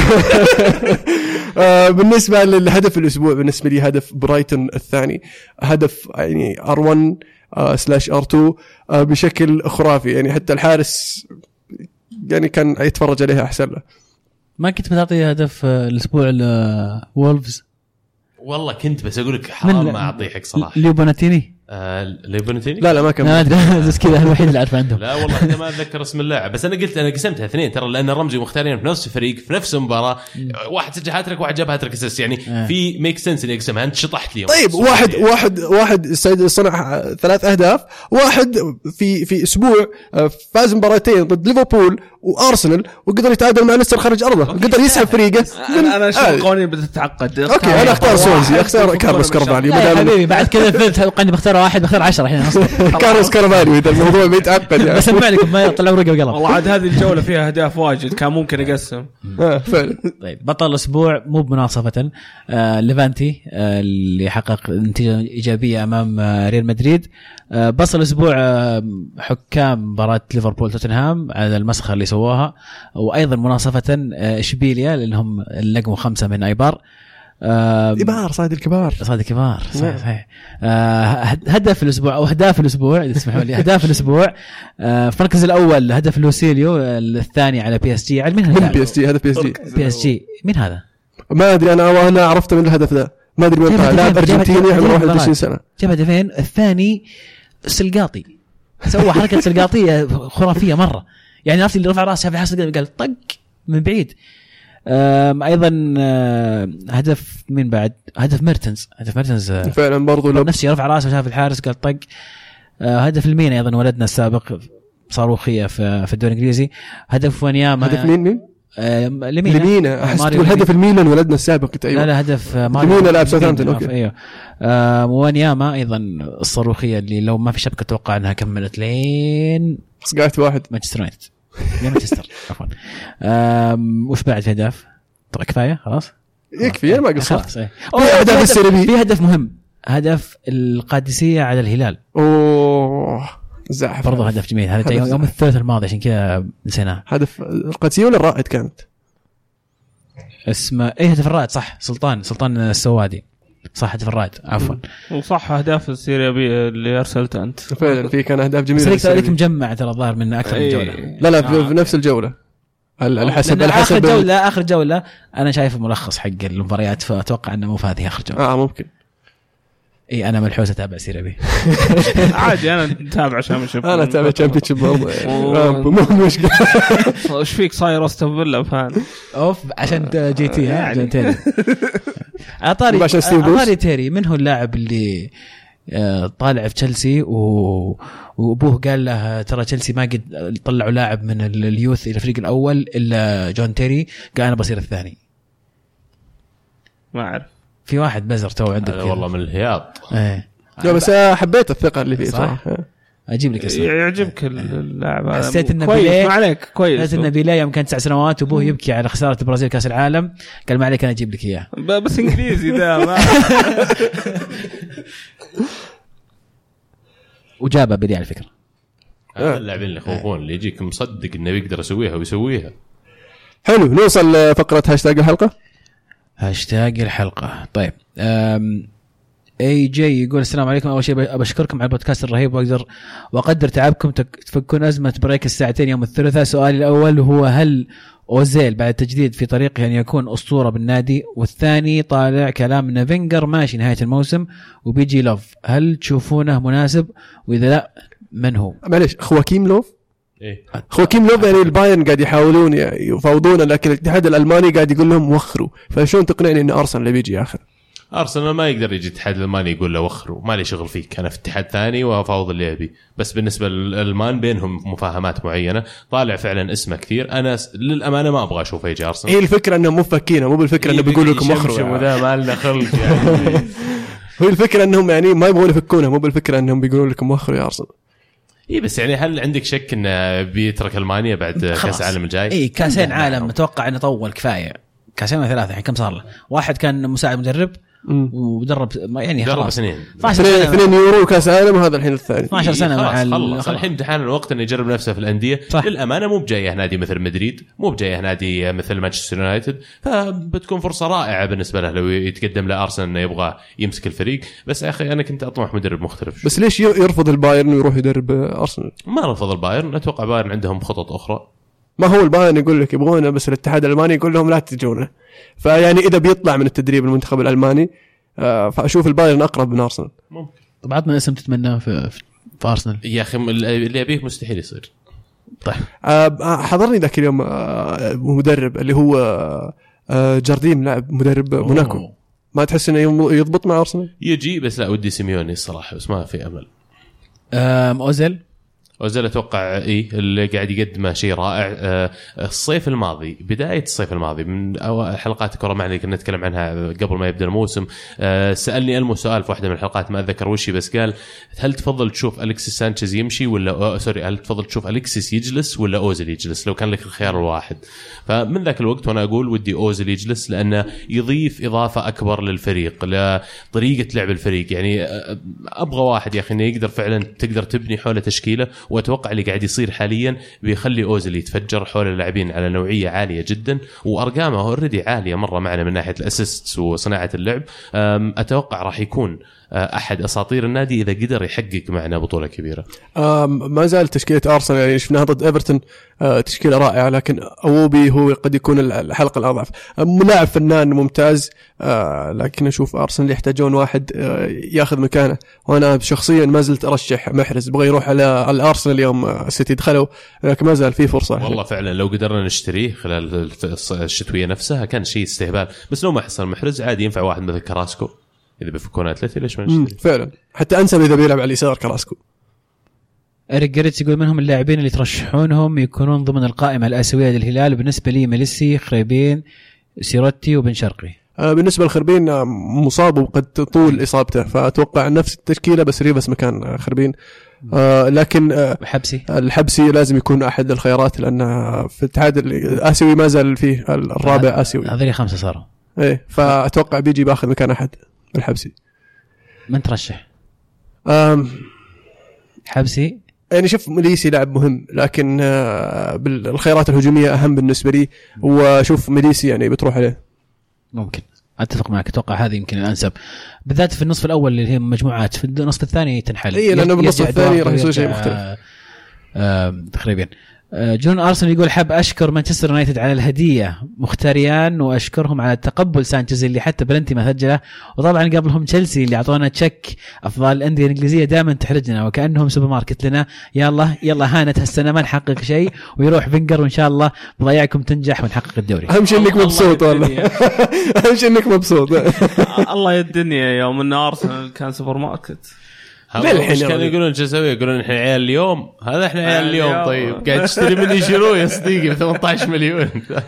بالنسبة للهدف الأسبوع بالنسبة لي هدف برايتون الثاني، هدف يعني R1/R2 بشكل خرافي، يعني حتى الحارس يعني كان يتفرج عليها أحسن له. ما كنت بتعطي هدف الأسبوع لولفز؟ والله كنت بس أقولك حرام ما أعطيه حق صلاح. ليوبوناتيني ليبونتيني لا ما كان بس كذا الوحيد اللي عارف عندهم. لا والله أنا ما أتذكر اسم اللاعب، بس أنا قلت أنا قسمتها 2 ترى، لأن رمزي ومختارين في نفس الفريق في نفس المباراة، واحد سجل هاتريك واحد جاب هاتريك أسيست، يعني في ميك سنس إني أقسمها. أنت شطحت لي. طيب واحد صنع 3 أهداف، واحد في أسبوع فاز مباراتين ضد ليفربول وأرسنال وقدر يتعادل مع ليستر خارج أرضه، قدر يسحب فريقه. أنا شو قوانين بتتعقد. أوكي أنا أختار سوانزي، أختار كارلوس كارفاليو. حبيبي بعد كذا قاعد بختار واحد بختار 10 الحين. كارلوس كارفاليو اذا الموضوع بيتعقد يعني. بسمع لكم ما يطلع ورقه وقلم. والله عاد هذه الجوله فيها اهداف واجد كان ممكن اقسم. فعلا. طيب بطل الاسبوع مو بمناصفه ليفانتي اللي حقق نتيجه ايجابيه امام ريال مدريد. بطل الاسبوع حكام مباراه ليفربول توتنهام على المسخره اللي سووها. وايضا مناصفه اشبيليا لانهم لقوا 5 من ايبار. كبار صاد الكبار صحيح. هدف الاسبوع او اهداف الاسبوع اذا تسمحوا لي. اهداف الاسبوع في المركز الاول هدف لوسيليو، الثاني على بي اس جي. على مين بي اس جي؟ هذا بي اس جي مين هذا؟ ما ادري انا عرفته من الهدف ذا ما ادري من لاعب ارجنتيني عمره 21 سنه. جاب هدفين. الثاني سلقاطي سوى حركه سلقاطيه خرافيه مره يعني. عرفت اللي رفع راسه في حسن قال طق من بعيد. ايضا هدف من بعد هدف ميرتنز فعلا برضو نفسي رفع راسه وشاف الحارس قال طق. هدف المينا ايضا ولدنا السابق صاروخيه في الدوري الانجليزي. هدف ونياما. هدف مين لمينا احس تقول هدف الميلان ولدنا السابق. ايوه لا هدف لمينا لاعب ساوثهامبتون. اوكي ايوه. ونياما ايضا الصاروخيه اللي لو ما في شبكه اتوقع انها كملت لين قاعد واحد مانشستر يونايتد مانشستر عفوا. وش بعد في هدف؟ طبعا كفايه خلاص يكفي. انا ما قصرت. في هدف مهم هدف القادسيه على الهلال. زعف برضه هدف جميل. هذا يوم الثلاثاء الماضي عشان كذا نسيناه. هدف القادسيه ولا الرائد كانت اسمه ايه؟ هدف الرائد صح. سلطان السوادي صح. هدف الرائد عفوا. وصح اهداف السيريا بي اللي ارسلته انت. فعلا في كان اهداف جميله. بس ليك مجمع ترى الظاهر من اكثر من جوله. لا في نفس الجوله على حسب اخر جوله انا شايف الملخص حق المباريات فاتوقع انه مو في هذه اخر جوله. ممكن. اي انا ملحوس اتابع سيريا بي. عادي انا اتابع شامبيونشيب. انا اتابع تشامبيونشيب برضه. مو مشكله. ايش فيك صاير استون فيلا فان اوف عشان جي تي عشان تيري. اعطاري تيري من هو اللاعب اللي طالع في تشيلسي وابوه قال له ترى تشيلسي ما قد طلعوا لاعب من اليوث الى الفريق الاول الا جون تيري. قال انا بصير الثاني. ما اعرف. في واحد بزر تو عندك والله من الهياط. لا بس حبيت الثقه اللي فيه صراحه. اجيب لك اسمه. يعجبك اللاعب هذا. حسيت انه كويس. ما عليك كويس. حسيت انه بيليه يوم كان 9 سنوات وابوه يبكي على خساره البرازيل كاس العالم قال ما عليك انا اجيب لك اياه. بس انجليزي ده ما. وجابه بيليه على فكره. اللاعبين اللي يخوفون اللي يجيك مصدق انه بيقدر يسويها ويسويها. حلو. نوصل لفقره هاشتاج الحلقه. طيب اي جي يقول السلام عليكم. اول شيء ابشكركم على البودكاست الرهيب واقدر تعبكم تفكون ازمه بريك الساعتين يوم الثلاثاء. سؤالي الاول هو هل اوزيل بعد التجديد في طريقه ان يكون اسطوره بالنادي؟ والثاني طالع كلام ان فينجر ماشي نهايه الموسم وبيجي لوف، هل تشوفونه مناسب؟ واذا لا من هو؟ معليش خواكيم لوف يعني البايرن قاعد يحاولون يفاوضونه لكن الاتحاد الالماني قاعد يقول لهم وخروا. فشلون تقنعني ان ارسنال اللي بيجي اخر؟ ارسنال ما يقدر يجي الاتحاد الالماني يقول له وخروا ما لي شغل فيك انا في اتحاد ثاني وافاوض اللي ابي. بس بالنسبه للالمان بينهم مفاهمات معينه. طالع فعلا اسمه كثير. انا للامانه ما ابغى اشوفه يجي ارسنال. هي الفكره انه مو فكينه مو بالفكره انه بيقول لكم وخروا وذا ما لنا خلق يعني. هو الفكره انهم يعني ما يبغون يفكونه مو بالفكره انهم بيقولون لكم وخروا يا ارسنال. بس يعني هل عندك شك انه بيترك المانيا بعد كاس العالم الجاي؟ كاسين عالم متوقع انه طول كفايه. كاسين 3 الحين كم صار له؟ واحد كان مساعد مدرب ودرب يعني خلاص 2 يورو كاس عالم وهذا الحين الثاني 12 سنه مع الحين امتحان الوقت انه يجرب نفسه في الانديه. للامانه مو بجايه نادي مثل مدريد مو بجايه نادي مثل مانشستر يونايتد فبتكون فرصه رائعه بالنسبه له لو يتقدم لارسنال انه يبغى يمسك الفريق. بس يا اخي انا كنت اطمح مدرب مختلف. بس ليش يرفض البايرن ويروح يدرب ارسنال؟ ما رفض البايرن. اتوقع بايرن عندهم خطط اخرى. ما هو البايرن يقول لك يبغونه بس الاتحاد الالماني يقول لهم لا تجونه. فيعني اذا بيطلع من التدريب المنتخب الالماني فاشوف البايرن اقرب من ارسنال. ممكن. طبعا ما اسم تتمناه في ارسنال يا اخي اللي ابيه مستحيل يصير. طيب حضرني ذاك اليوم مدرب اللي هو جارديم لاعب مدرب موناكو. ما تحس انه يضبط مع ارسنال؟ يجي بس لا ودي سيميوني الصراحه بس ما في امل. اوزيل أوزيل أتوقع اللي قاعد يقدمه شيء رائع. الصيف الماضي، بداية الصيف الماضي من حلقات كرة معنا اللي كنا نتكلم عنها قبل ما يبدأ الموسم، سألني ألمو سؤال في واحدة من الحلقات ما أتذكر وشي، بس قال هل تفضل تشوف أليكسيس سانشيز يمشي ولا هل تفضل تشوف أليكسيس يجلس ولا أوزيل يجلس لو كان لك الخيار الواحد؟ فمن ذاك الوقت وأنا أقول ودي أوزيل يجلس، لأنه يضيف إضافة أكبر للفريق، لطريقة لعب الفريق. يعني أبغى واحد يا أخي يقدر فعلا تقدر تبني حوله تشكيلة، وأتوقع اللي قاعد يصير حاليا بيخلي أوزيل يتفجر حول اللاعبين على نوعية عالية جدا، وأرقامه أوريدي عالية مرة معنا من ناحية الأسيست وصناعة اللعب. أتوقع راح يكون أحد أساطير النادي إذا قدر يحقق معنا بطولة كبيرة. ما زال تشكيلة أرسنال يعني شفناها ضد إيفرتون تشكيلة رائعة، لكن أوبي هو قد يكون الحلقة الأضعف. لاعب فنان ممتاز، لكن أشوف أرسنال يحتاجون واحد ياخذ مكانه، وأنا شخصيا ما زلت أرشح محرز. بغى يروح على الأرسنال اليوم سيتي دخلوا، لكن ما زال فيه فرصة. والله فعلا لو قدرنا نشتريه خلال الشتوية نفسها كان شيء استهبال، بس لو ما حصل محرز عادي ينفع واحد مثل كراسكو إذا بيفكون أتلتي، ليش ما نشتري؟ فعلا حتى أنسب إذا بيلعب على اليسار كراسكو. إريك جاريتس يقول منهم اللاعبين اللي ترشحونهم يكونون ضمن القائمة الآسيوية للهلال. بالنسبة لي ميليسي، خريبين، سيروتي وبن شرقي. بالنسبة لخربين مصاب وقد تطول إصابته، فأتوقع نفس التشكيلة بس ريبس مكان خربين. لكن الحبسي لازم يكون أحد الخيارات، لأن في الاتحاد الآسيوي ما زال فيه الرابع آسيوي، هذول 5 صاروا. إيه، فأتوقع بيجي باخذ مكان أحد الحبسي. من ترشح؟ حبسي يعني شوف ميليسي لاعب مهم، لكن بالخيارات الهجومية أهم بالنسبة لي، وشوف ميليسي يعني بتروح عليه. ممكن أتفق معك، أتوقع هذه يمكن الأنسب، بالذات في النصف الأول اللي هي مجموعات، في النصف الثاني تنحل. إيه، لأنه بالنصف الثاني راح يسوي شيء مختلف تقريبا. جون أرسنال يقول حاب أشكر مانشستر يونايتد على الهدية مختاريان، وأشكرهم على تقبل سانشيز اللي حتى بلنتي ما سجله، وطبعا قبلهم تشيلسي اللي أعطونا تشيك. أفضل الأندية الإنجليزية دائما تحرجنا وكأنهم سوبر ماركت لنا. يلا هانت هالسنة ما نحقق شيء ويروح فينجر، وإن شاء الله بضيعكم تنجح ونحقق الدوري. أهم شيء إنك مبسوط والله. أهم شيء إنك مبسوط. الله يا يوم إن أرسنال كان سوبر ماركت. ايش كانوا يقولون جسوي؟ يقولون احنا عيال اليوم، هذا احنا عيال اليوم. طيب قاعد تشتري مني شروه يا صديقي ب 18 مليون.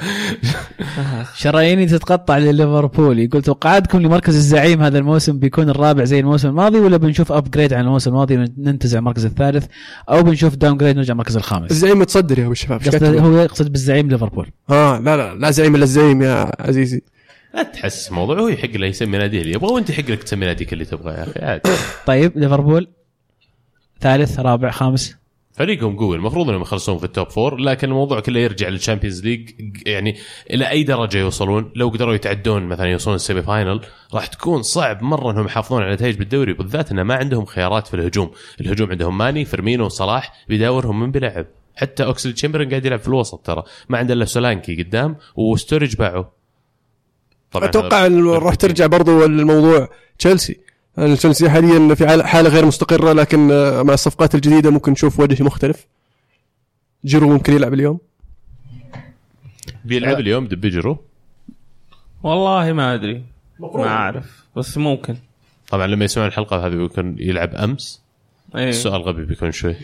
شراييني تتقطع لليفربول. يقول توقعاتكم لمركز الزعيم هذا الموسم بيكون الرابع زي الموسم الماضي، ولا بنشوف ابجريد عن الموسم الماضي ننتزع المركز الثالث، او بنشوف داون جريد نرجع المركز الخامس؟ الزعيم متصدر يا الشباب. هو يقصد بالزعيم ليفربول. لا زعيم الا الزعيم يا عزيزي. لا تحس موضوع هو يحق له يسمي ناديه اللي يبغى، وانت يحق لك تسمي ناديك اللي تبغاه يا اخي عادي. طيب ليفربول ثالث رابع خامس، فريقهم قوي، المفروض انهم يخلصون في التوب 4، لكن الموضوع كله يرجع للشامبيونز ليج. يعني الى اي درجه يوصلون؟ لو قدروا يتعدون مثلا يوصلون السيمي فاينل راح تكون صعب مره انهم يحافظون على نتائج بالدوري، بالذات انه ما عندهم خيارات في الهجوم عندهم ماني، فيرمينو وصلاح بيداورهم من بيلعب. حتى اوكسلي تشامبرلين قاعد يلعب في الوسط، ترى ما عنده الا سولانكي قدام وستورج باعه. اتوقع راح ترجع برضو الموضوع تشيلسي حاليا في حالة غير مستقرة، لكن مع الصفقات الجديدة ممكن نشوف وجه مختلف. جيرو ممكن يلعب اليوم، بيلعب اليوم دبي جيرو، والله ما أدري ما أعرف، بس ممكن. طبعا لما يسمعون الحلقة هذه بيكون يلعب أمس. السؤال غبي بيكون شوي.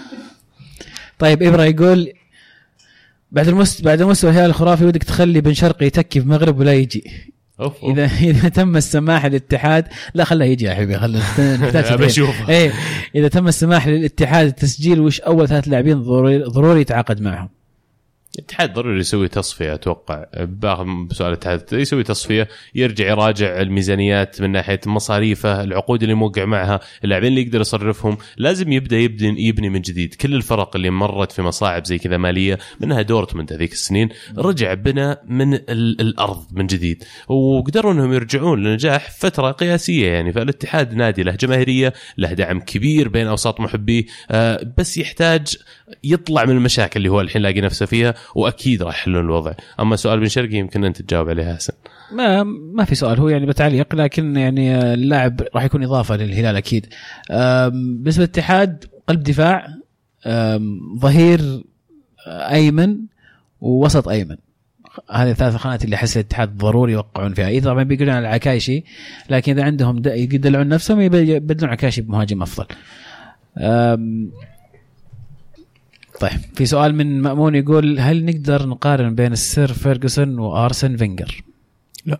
طيب إبرا يقول بعد المستوى الهلال الخرافي ودك تخلي بن شرقي يتكي في مغرب ولا يجي؟ إذا تم السماح للاتحاد، لا خلاه يجي يا حبيبي، خلنا إذا تم السماح للاتحاد التسجيل، وش أول 3 لاعبين ضروري يتعاقد معهم؟ الاتحاد ضروري يسوي تصفية. أتوقع باخذ سؤال الاتحاد يسوي تصفية، يرجع يراجع الميزانيات من ناحية مصاريفه، العقود اللي موقع معها، اللاعبين اللي يقدر يصرفهم. لازم يبدأ يبني من جديد. كل الفرق اللي مرت في مصاعب زي كذا مالية، منها دورتموند هذيك السنين، رجع بنا من الأرض من جديد، وقدروا أنهم يرجعون لنجاح فترة قياسية. يعني فالاتحاد نادي له جماهيرية، له دعم كبير بين أوساط محبيه، بس يحتاج يطلع من المشاكل اللي هو الحين لاقي نفسه فيها، واكيد راح يحلون الوضع. اما سؤال بن شرقي يمكن انت تجاوب عليه حسن. ما في سؤال، هو يعني بتعليق، لكن يعني اللاعب راح يكون اضافه للهلال اكيد. بالنسبه للاتحاد قلب دفاع، ظهير ايمن ووسط ايمن، هذه 3 خانات اللي حس الاتحاد ضروري يوقعون فيها. اذا طبعا بيقولون على العكايشي، لكن اذا عندهم يدلعون نفسهم يبدلون عكاشي بمهاجم افضل. طيب في سؤال من مأمون يقول هل نقدر نقارن بين السير فيرغسون وآرسن فينجر؟ لا،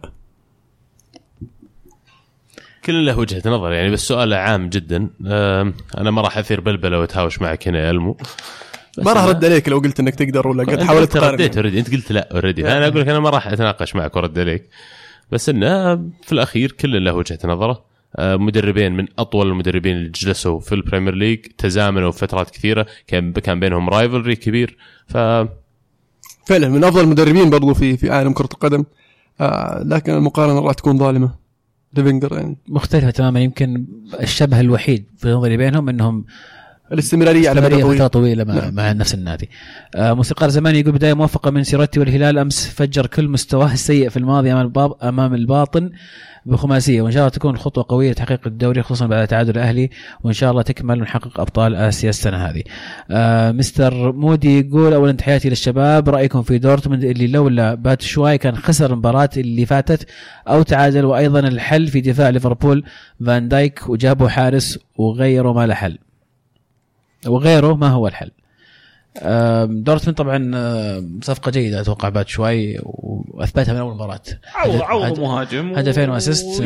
كل له وجهة نظر يعني، بس سؤال عام جدا. أنا ما راح أثير بلبلة وتهاوش معك هنا يا ألمو، ما راح أرد عليك لو قلت إنك تقدر ولا قد حاولت تقارن. أنت قلت لا أوريدي، أنا أقول لك أنا ما راح أتناقش معك وأرد عليك، بس إنه في الأخير كل له وجهة نظره. مدربين من أطول المدربين اللي جلسوا في البريمير ليج، تزامنوا في فترات كثيرة، كان بينهم رايفلري كبير. فعلا من أفضل المدربين برضو في عالم كرة القدم. لكن المقارنة راح تكون ظالمة لفينجر، يعني مختلفة تماما. يمكن الشبه الوحيد في نظري بينهم انهم الاستمرارية على فترة طويلة مع نفس النادي. موسيقار زماني يقول بداية موفقة من سيرتي، والهلال أمس فجر كل مستواه السيء في الماضي أمام الباطن بخماسية، وإن شاء الله تكون خطوة قوية لتحقيق الدوري خصوصا بعد تعادل الأهلي، وإن شاء الله تكمل ونحقق أبطال آسيا السنة هذه. مستر مودي يقول أولا تحياتي للشباب، رأيكم في دورتموند اللي لولا بات شوي كان خسر المباراة اللي فاتت أو تعادل، وأيضا الحل في دفاع ليفربول فان دايك وجابوا حارس وغيروا ما له حل، وغيره ما هو الحل. دورتموند طبعا صفقة جيدة أتوقع بعد شوي، وأثبتها من أول مباراة. عوض مهاجم، هدفين وأسيست.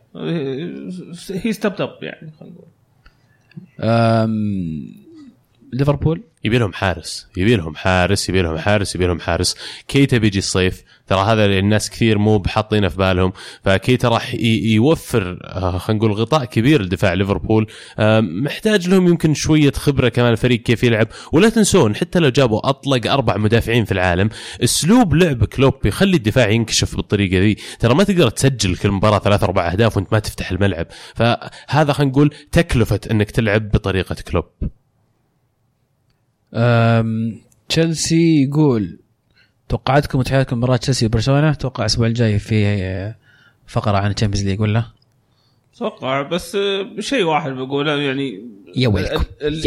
هي ستبت أب يعني. ليفربول يبي لهم حارس. كيتا بيجي الصيف، ترى هذا الناس كثير مو بحاطينه في بالهم، فكيتا راح يوفر خلينا نقول غطاء كبير لدفاع ليفربول. محتاج لهم يمكن شوية خبرة كمان الفريق كيف يلعب. ولا تنسون حتى لو جابوا أطلق 4 مدافعين في العالم، أسلوب لعب كلوب يخلي الدفاع ينكشف بالطريقة ذي. ترى ما تقدر تسجل كل مباراة 3-4 أهداف وانت ما تفتح الملعب، فهذا خلينا نقول تكلفة انك تلعب بطريقة كلوب. تشيلسي يقول توقعاتكم وتحياتكم مباراة تشيلسي وبرشلونة. توقع الأسبوع الجاي في فقرة عن الشامبيونز ليج ولا؟ توقع بس شيء واحد بقوله يعني يا ويلكم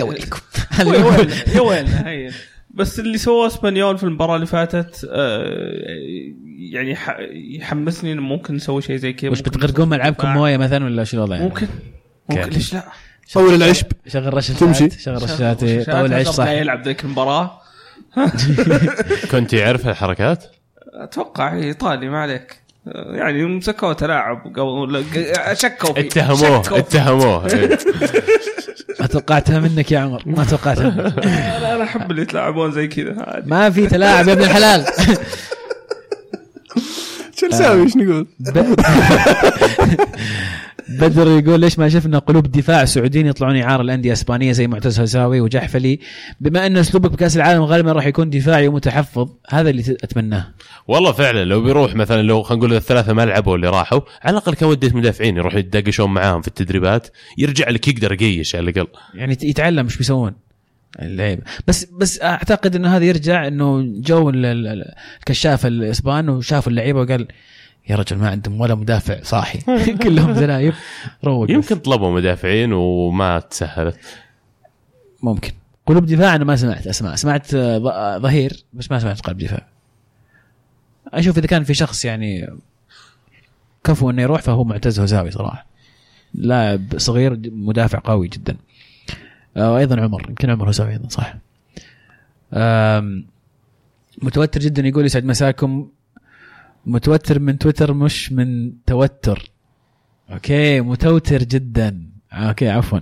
يا ويلنا هي. بس اللي سواه اسبانيول في المباراة اللي فاتت يعني يحمسني إنه ممكن نسوي شيء زي كذا. وش بتغرقون ملعبكم موية مثلا ولا شو الوضع؟ ممكن ليش لا؟ طول العشب، شغل رشاشات طول العشب صح. يلعب ذيك المباراة. كنت يعرف الحركات؟ أتوقع إيطالي ما عليك يعني، مسكوا تلاعب شكوا فيه، اتهموه. ما توقعتها منك يا عمر، ما توقعتها. أنا أحب اللي يتلاعبون زي كذا. ما في تلاعب يا ابن الحلال. شو نسوي؟ ايش نقول؟ بدر يقول ليش ما شفنا قلوب دفاع سعوديين يطلعون إعارة الأندية الإسبانية زي معتز هزاوي وجحفلي، بما أن أسلوبك بكأس العالم غالبا راح يكون دفاعي ومتحفظ. هذا اللي أتمناه والله فعلا. لو بيروح مثلا، لو خلينا نقول الثلاثة ما لعبوا اللي راحوا، على الأقل كان وديت مدافعين يروحوا يتداقشون معاهم في التدريبات، يرجع لك يقدر يقيش على الأقل، يعني يتعلم مش بيسوون اللعيبة. بس أعتقد إنه هذا يرجع إنه جو الكشاف الإسبان وشافوا اللعيبة وقال يا رجل ما عندهم ولا مدافع صاحي. كلهم زلايب. يمكن طلبوا مدافعين وما تسهلت. ممكن. قلوب دفاع أنا ما سمعت أسماء، سمعت ظهير بس ما سمعت قلب دفاع. أشوف إذا كان في شخص يعني كفو إنه يروح فهو معتز هزاوي صراحة، لاعب صغير مدافع قوي جدا. وأيضا عمر، يمكن عمر هزاوي أيضا صح. متوتر جدا يقول يسعد مساكم. متوتر من تويتر مش من توتر. اوكي متوتر جدا. اوكي عفوا.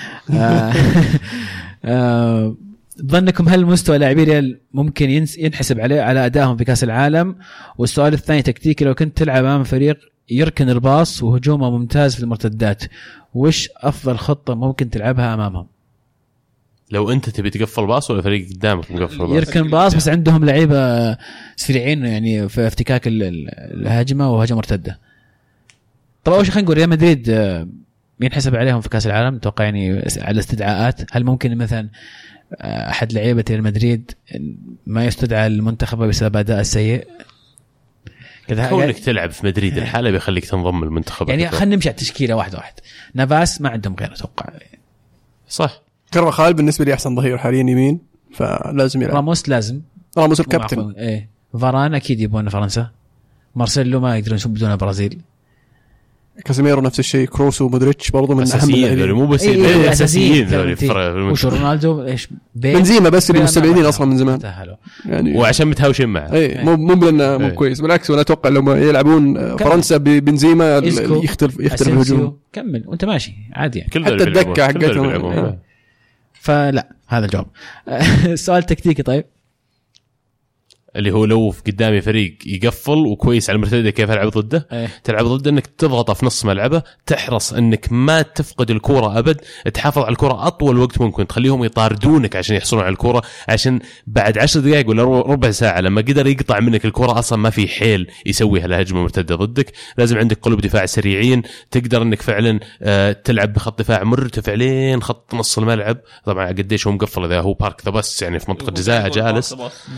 ظنكم هل مستوى لاعبي ريال ممكن ينحسب على ادائهم في كاس العالم؟ والسؤال الثاني تكتيكي، لو كنت تلعب امام فريق يركن الباص وهجومه ممتاز في المرتدات، وش افضل خطه ممكن تلعبها امامهم؟ لو انت تبي تقفل باص ولا فريق قدامك مقفل باص؟ يركن باص بس عندهم لعيبه سريعين يعني في افتكاك الهجمه وهجمه مرتده. طبعا اول شيء خلينا نقول ريال مدريد ينحسب عليهم في كاس العالم. اتوقع يعني على استدعاءات، هل ممكن مثلا احد لعيبه ريال مدريد ما يستدعى المنتخب بسبب اداء السيء؟ كونك تلعب في مدريد الحالة بيخليك تنضم المنتخب. يعني خلينا نمشي على التشكيله واحد. نافاس ما عندهم غير اتوقع صح. كارفاخال بالنسبه لي احسن ظهير حاليا يمين، فلازم يلعب. راموس الكابتن. ايه فاران اكيد يبون فرنسا. مارسيلو ما يقدرون يسوون بدون برازيل. كازيميرو نفس الشيء، كروس ومودريتش برضو من أهم اللاعبين، مو بس الأساسيين ذولي. وش رونالدو إيش بنزيما بس اللي مستبعدين أصلا من زمان يعني، وعشان متهاوشين معه. مو لأنه مو كويس، بالعكس. وأنا أتوقع لو ما يلعبون فرنسا ببنزيما يختلف الهجوم. كمل وأنت ماشي عادي يعني. حتى الدكة حقتهم. فلا هذا الجواب. السؤال تكتيكي طيب، اللي هو لو في قدامي فريق يقفل وكويس على المرتدة كيف ألعب ضده؟ تلعب ضده انك تضغط في نص ملعبه، تحرص انك ما تفقد الكرة ابد، تحافظ على الكرة اطول وقت ممكن، تخليهم يطاردونك عشان يحصلون على الكرة، عشان بعد 10 دقائق ولا ربع ساعة لما قدر يقطع منك الكرة اصلا ما في حيل يسوي هالهجمة مرتدة ضدك. لازم عندك قلوب دفاع سريعين، تقدر انك فعلا تلعب بخط دفاع مرتفع لين خط نص الملعب. طبعا قديش هو مقفل، اذا هو بارك ذا بس يعني في منطقة جزاء جالس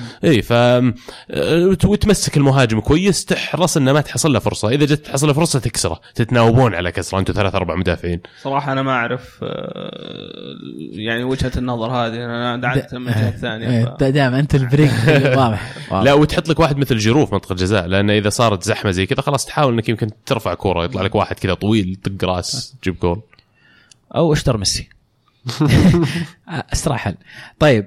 وتمسك المهاجم كويس، تحرص انه ما تحصل له فرصه، اذا جت تحصل له فرصه تكسره، تتناوبون على كسره انتم 3-4 مدافعين. صراحه انا ما اعرف يعني وجهه النظر هذه، انا دعمت من الجهه الثانيه. دائما انت البريك واضح. لا وتحط لك واحد مثل جيرو في منطقه الجزاء، لان اذا صارت زحمه زي كذا خلاص تحاول انك يمكن ترفع كوره يطلع لك واحد كذا طويل طق راس تجيب جول، او اشتر ميسي. اسرع حل. طيب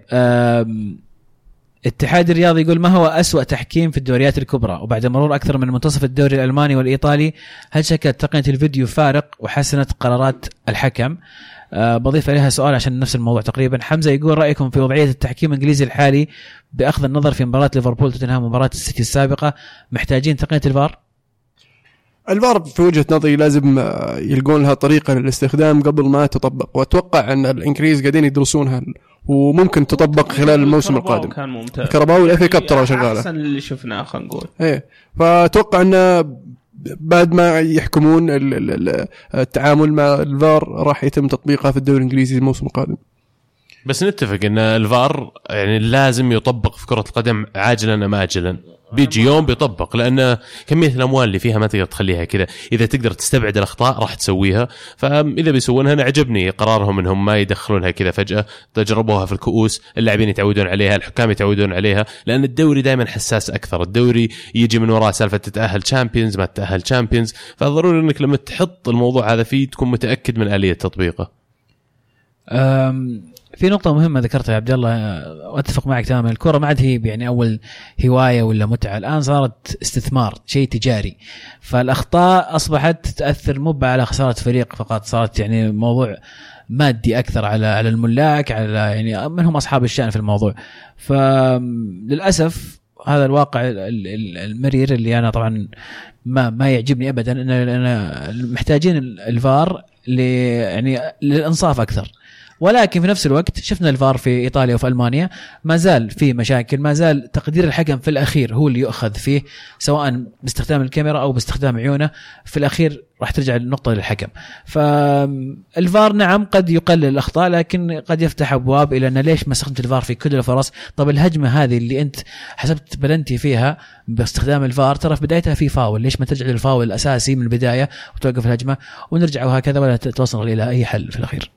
اتحاد الرياضي يقول ما هو أسوأ تحكيم في الدوريات الكبرى؟ وبعد مرور أكثر من منتصف الدوري الألماني والإيطالي، هل شكلت تقنية الفيديو فارق وحسنت قرارات الحكم؟ بضيف عليها سؤال عشان نفس الموضوع تقريبا. حمزة يقول رأيكم في وضعية التحكيم الإنجليزي الحالي بأخذ النظر في مباراة ليفربول توتنهام ومباراة السيتي السابقة، محتاجين تقنية الفار؟ الفار في وجهة نظري لازم يلقون لها طريقة للاستخدام قبل ما تطبق، وأتوقع أن الإنجليز قاعدين يدرسونها وممكن تطبق خلال الموسم القادم. كان ممتاز. كرباو والإف كاب ترى شغالة أحسن اللي شفناه خلينا نقول. فأتوقع أن بعد ما يحكمون التعامل مع الفار راح يتم تطبيقها في الدوري الإنجليزي الموسم القادم. بس نتفق أن الفار يعني لازم يطبق في كرة القدم عاجلا أم آجلا، بيجي يوم بيطبق، لأن كمية الأموال اللي فيها ما تقدر تخليها كذا، إذا تقدر تستبعد الأخطاء راح تسويها. فإذا بيسوونها أنا عجبني قرارهم إنهم ما يدخلونها كذا فجأة، تجربوها في الكؤوس، اللاعبين يتعودون عليها، الحكام يتعودون عليها، لأن الدوري دائما حساس أكثر، الدوري يجي من وراء سالفة تتأهل تشامبيونز ما تتأهل تشامبيونز، فضروري إنك لما تحط الموضوع هذا فيه تكون متأكد من آلية تطبيقه. في نقطة مهمة ذكرتها يا عبد الله واتفق معك تماما، الكرة ما عاد هي يعني أول هواية ولا متعة، الآن صارت استثمار، شيء تجاري، فالأخطاء أصبحت تأثر مو على خسارة فريق فقط، صارت يعني موضوع مادي أكثر على الملاك، على يعني منهم أصحاب الشأن في الموضوع. فللأسف هذا الواقع المرير اللي أنا طبعا ما يعجبني أبدا، إن محتاجين الفار يعني للإنصاف أكثر. ولكن في نفس الوقت شفنا الفار في إيطاليا وفي ألمانيا ما زال في مشاكل، ما زال تقدير الحكم في الأخير هو اللي يؤخذ فيه، سواء باستخدام الكاميرا أو باستخدام عيونه، في الأخير راح ترجع النقطة للحكم. فالفار نعم قد يقلل الأخطاء، لكن قد يفتح أبواب إلى أن ليش ما استخدمت الفار في كل الفرص؟ طب الهجمة هذه اللي أنت حسبت بلنتي فيها باستخدام الفار ترى في بدايتها في فاول، ليش ما ترجع للفاول الأساسي من البداية وتوقف الهجمة ونرجع وهكذا، ولا توصل إلى أي حل في الأخير.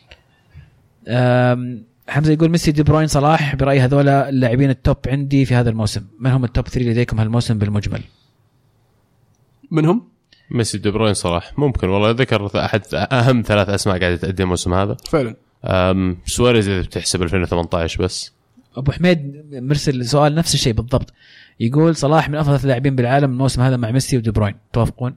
حمزة يقول ميسي دي بروين صلاح برأي هذول اللاعبين التوب عندي في هذا الموسم، من هم التوب 3 لديكم هالموسم بالمجمل؟ منهم ميسي دي بروين صلاح، ممكن والله ذكر أحد أهم 3 أسماء قاعدة تقدم الموسم هذا فعلا. سواريز إذا بتحسب 2018 بس. أبو حميد مرسل سؤال نفس الشيء بالضبط، يقول صلاح من أفضل 3 لاعبين بالعالم الموسم هذا مع ميسي ودي بروين، توافقون؟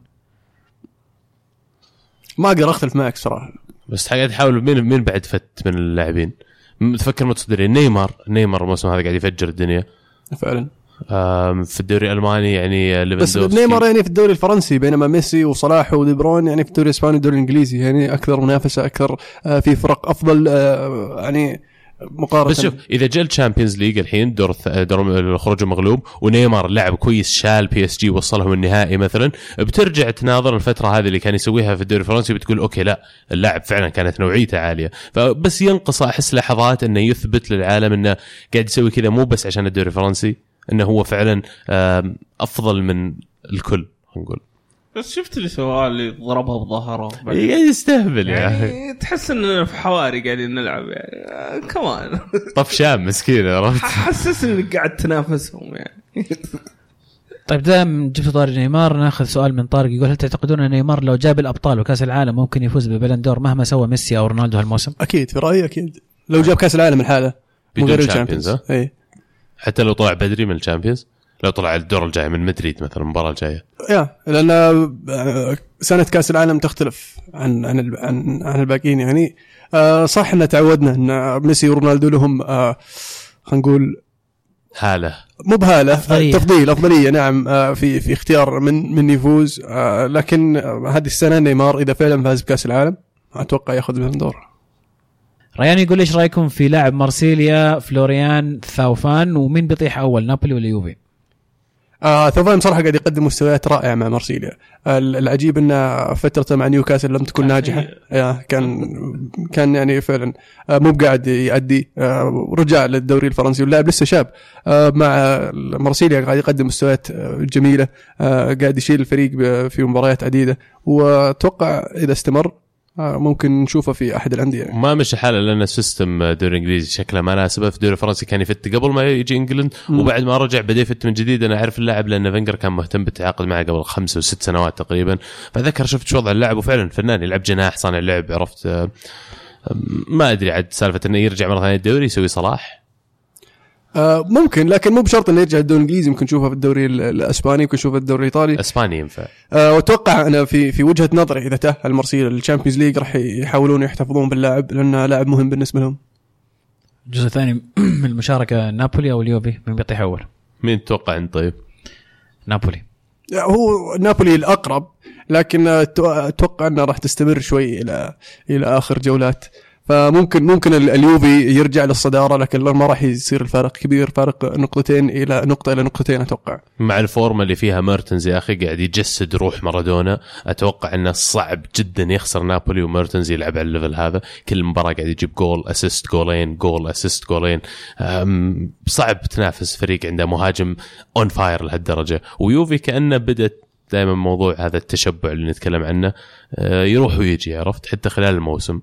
ما أقدر أختلف معك صراحة، بس قاعد تحاول مين بعد فت من اللاعبين. تفكر متصدرين نيمار الموسم هذا قاعد يفجر الدنيا فعلا. في الدوري الألماني يعني بس نيمار يعني في الدوري الفرنسي، بينما ميسي وصلاح ودي بروين يعني في الدوري الإسباني والدوري الإنجليزي، يعني أكثر منافسة، أكثر في فرق أفضل يعني مقارنة. بس شوف إذا جاء الشامبيونز ليج الحين دور الخروج مغلوب ونيمار لعب كويس شال بي اس جي وصلهم النهائي مثلا، بترجع تناظر الفترة هذه اللي كان يسويها في الدوري الفرنسي بتقول أوكي لا اللاعب فعلا كانت نوعيته عالية. فبس ينقص أحس لحظات إنه يثبت للعالم إنه قاعد يسوي كذا مو بس عشان الدوري الفرنسي، إنه هو فعلا أفضل من الكل نقول. بس شفت اللي سواه اللي ضربها بظهره قاعد يستهبل يعني تحس اننا في حواري قاعدين نلعب يعني كمان طف شام مسكين، عرفت؟ حسسني انك قاعد تنافسهم يعني. طيب دام جبت طار نيمار ناخذ سؤال من طارق يقول هل تعتقدون ان نيمار لو جاب الابطال وكاس العالم ممكن يفوز ببلندور مهما سوى ميسي او رونالدو هالموسم؟ اكيد في رايي اكيد لو جاب كاس العالم الحالة من غير الشامبيونز. اي حتى لو طلع بدري من الشامبيونز، لو طلع الدور الجاي من مدريد مثلا المباراة الجاية، لأن سنة كاس العالم تختلف عن الباقيين يعني. صح ان تعودنا ان ميسي ورونالدو لهم خلينا نقول حالة مو بهالة أفضلية نعم في اختيار من يفوز، لكن هذه السنة نيمار إذا فعلا فاز بكأس العالم أتوقع يأخذ البلندور. ريان يقول إيش رأيكم في لاعب مارسيليا فلوريان ثاوفان ومين بيطيح أول نابولي ولا يوفي؟ ثاوفان صراحة قاعد يقدم مستويات رائعة مع مارسيليا. العجيب أن فترته مع نيوكاسل لم تكن ناجحة، كان يعني فعلا مو بقاعد يؤدي، رجع للدوري الفرنسي واللاعب لسه شاب. مع مارسيليا قاعد يقدم مستويات جميلة، قاعد يشيل الفريق في مباريات عديدة، وأتوقع إذا استمر ممكن نشوفه في أحد الأندية. ما مش حاله لأن السيستم دوري إنجليزي شكله ما ناسبه. في الدوري الفرنسي كان يفت قبل ما يجي إنجلند، وبعد ما رجع بدأ يفت من جديد. أنا أعرف اللاعب لأن فينجر كان مهتم بالتعاقد معه قبل 5 و6 سنوات تقريبا، فذكر شفت شو وضع اللاعب وفعلا فنان، يلعب جناح صانع اللعب. عرفت ما أدري عاد سالفة إنه يرجع مرة ثانية الدوري يسوي صلاح ممكن، لكن مو بشرط انه يرجع الدوري الانجليزي. ممكن نشوفه في الدوري الاسباني، ممكن نشوفه في الدوري الايطالي. الاسباني ينفع. واتوقع انا في وجهة نظري اذا تأهل مارسيليا للتشامبيونز ليج راح يحاولون يحتفظون باللاعب لانه لاعب مهم بالنسبه لهم. الجزء الثاني من المشاركه نابولي او اليوفي، من بيطيح اول؟ مين تتوقع انت؟ طيب نابولي. هو نابولي الاقرب، لكن اتوقع انه راح تستمر شوي الى اخر جولات. فممكن اليوفي يرجع للصدارة، لكن ما راح يصير الفارق كبير، فارق نقطتين إلى نقطتين أتوقع. مع الفورمة اللي فيها ميرتنز يا أخي قاعد يجسد روح مارادونا، أتوقع أنه صعب جدا يخسر نابولي وميرتنز يلعب على الليفل هذا. كل مباراة قاعد يجيب جول أسيست جولين، جول أسيست جولين. صعب تنافس فريق عنده مهاجم أون فاير لهالدرجة. ويوفي كأنه بدأت دائما موضوع هذا التشبع اللي نتكلم عنه يروح ويجي، عرفت، حتى خلال الموسم.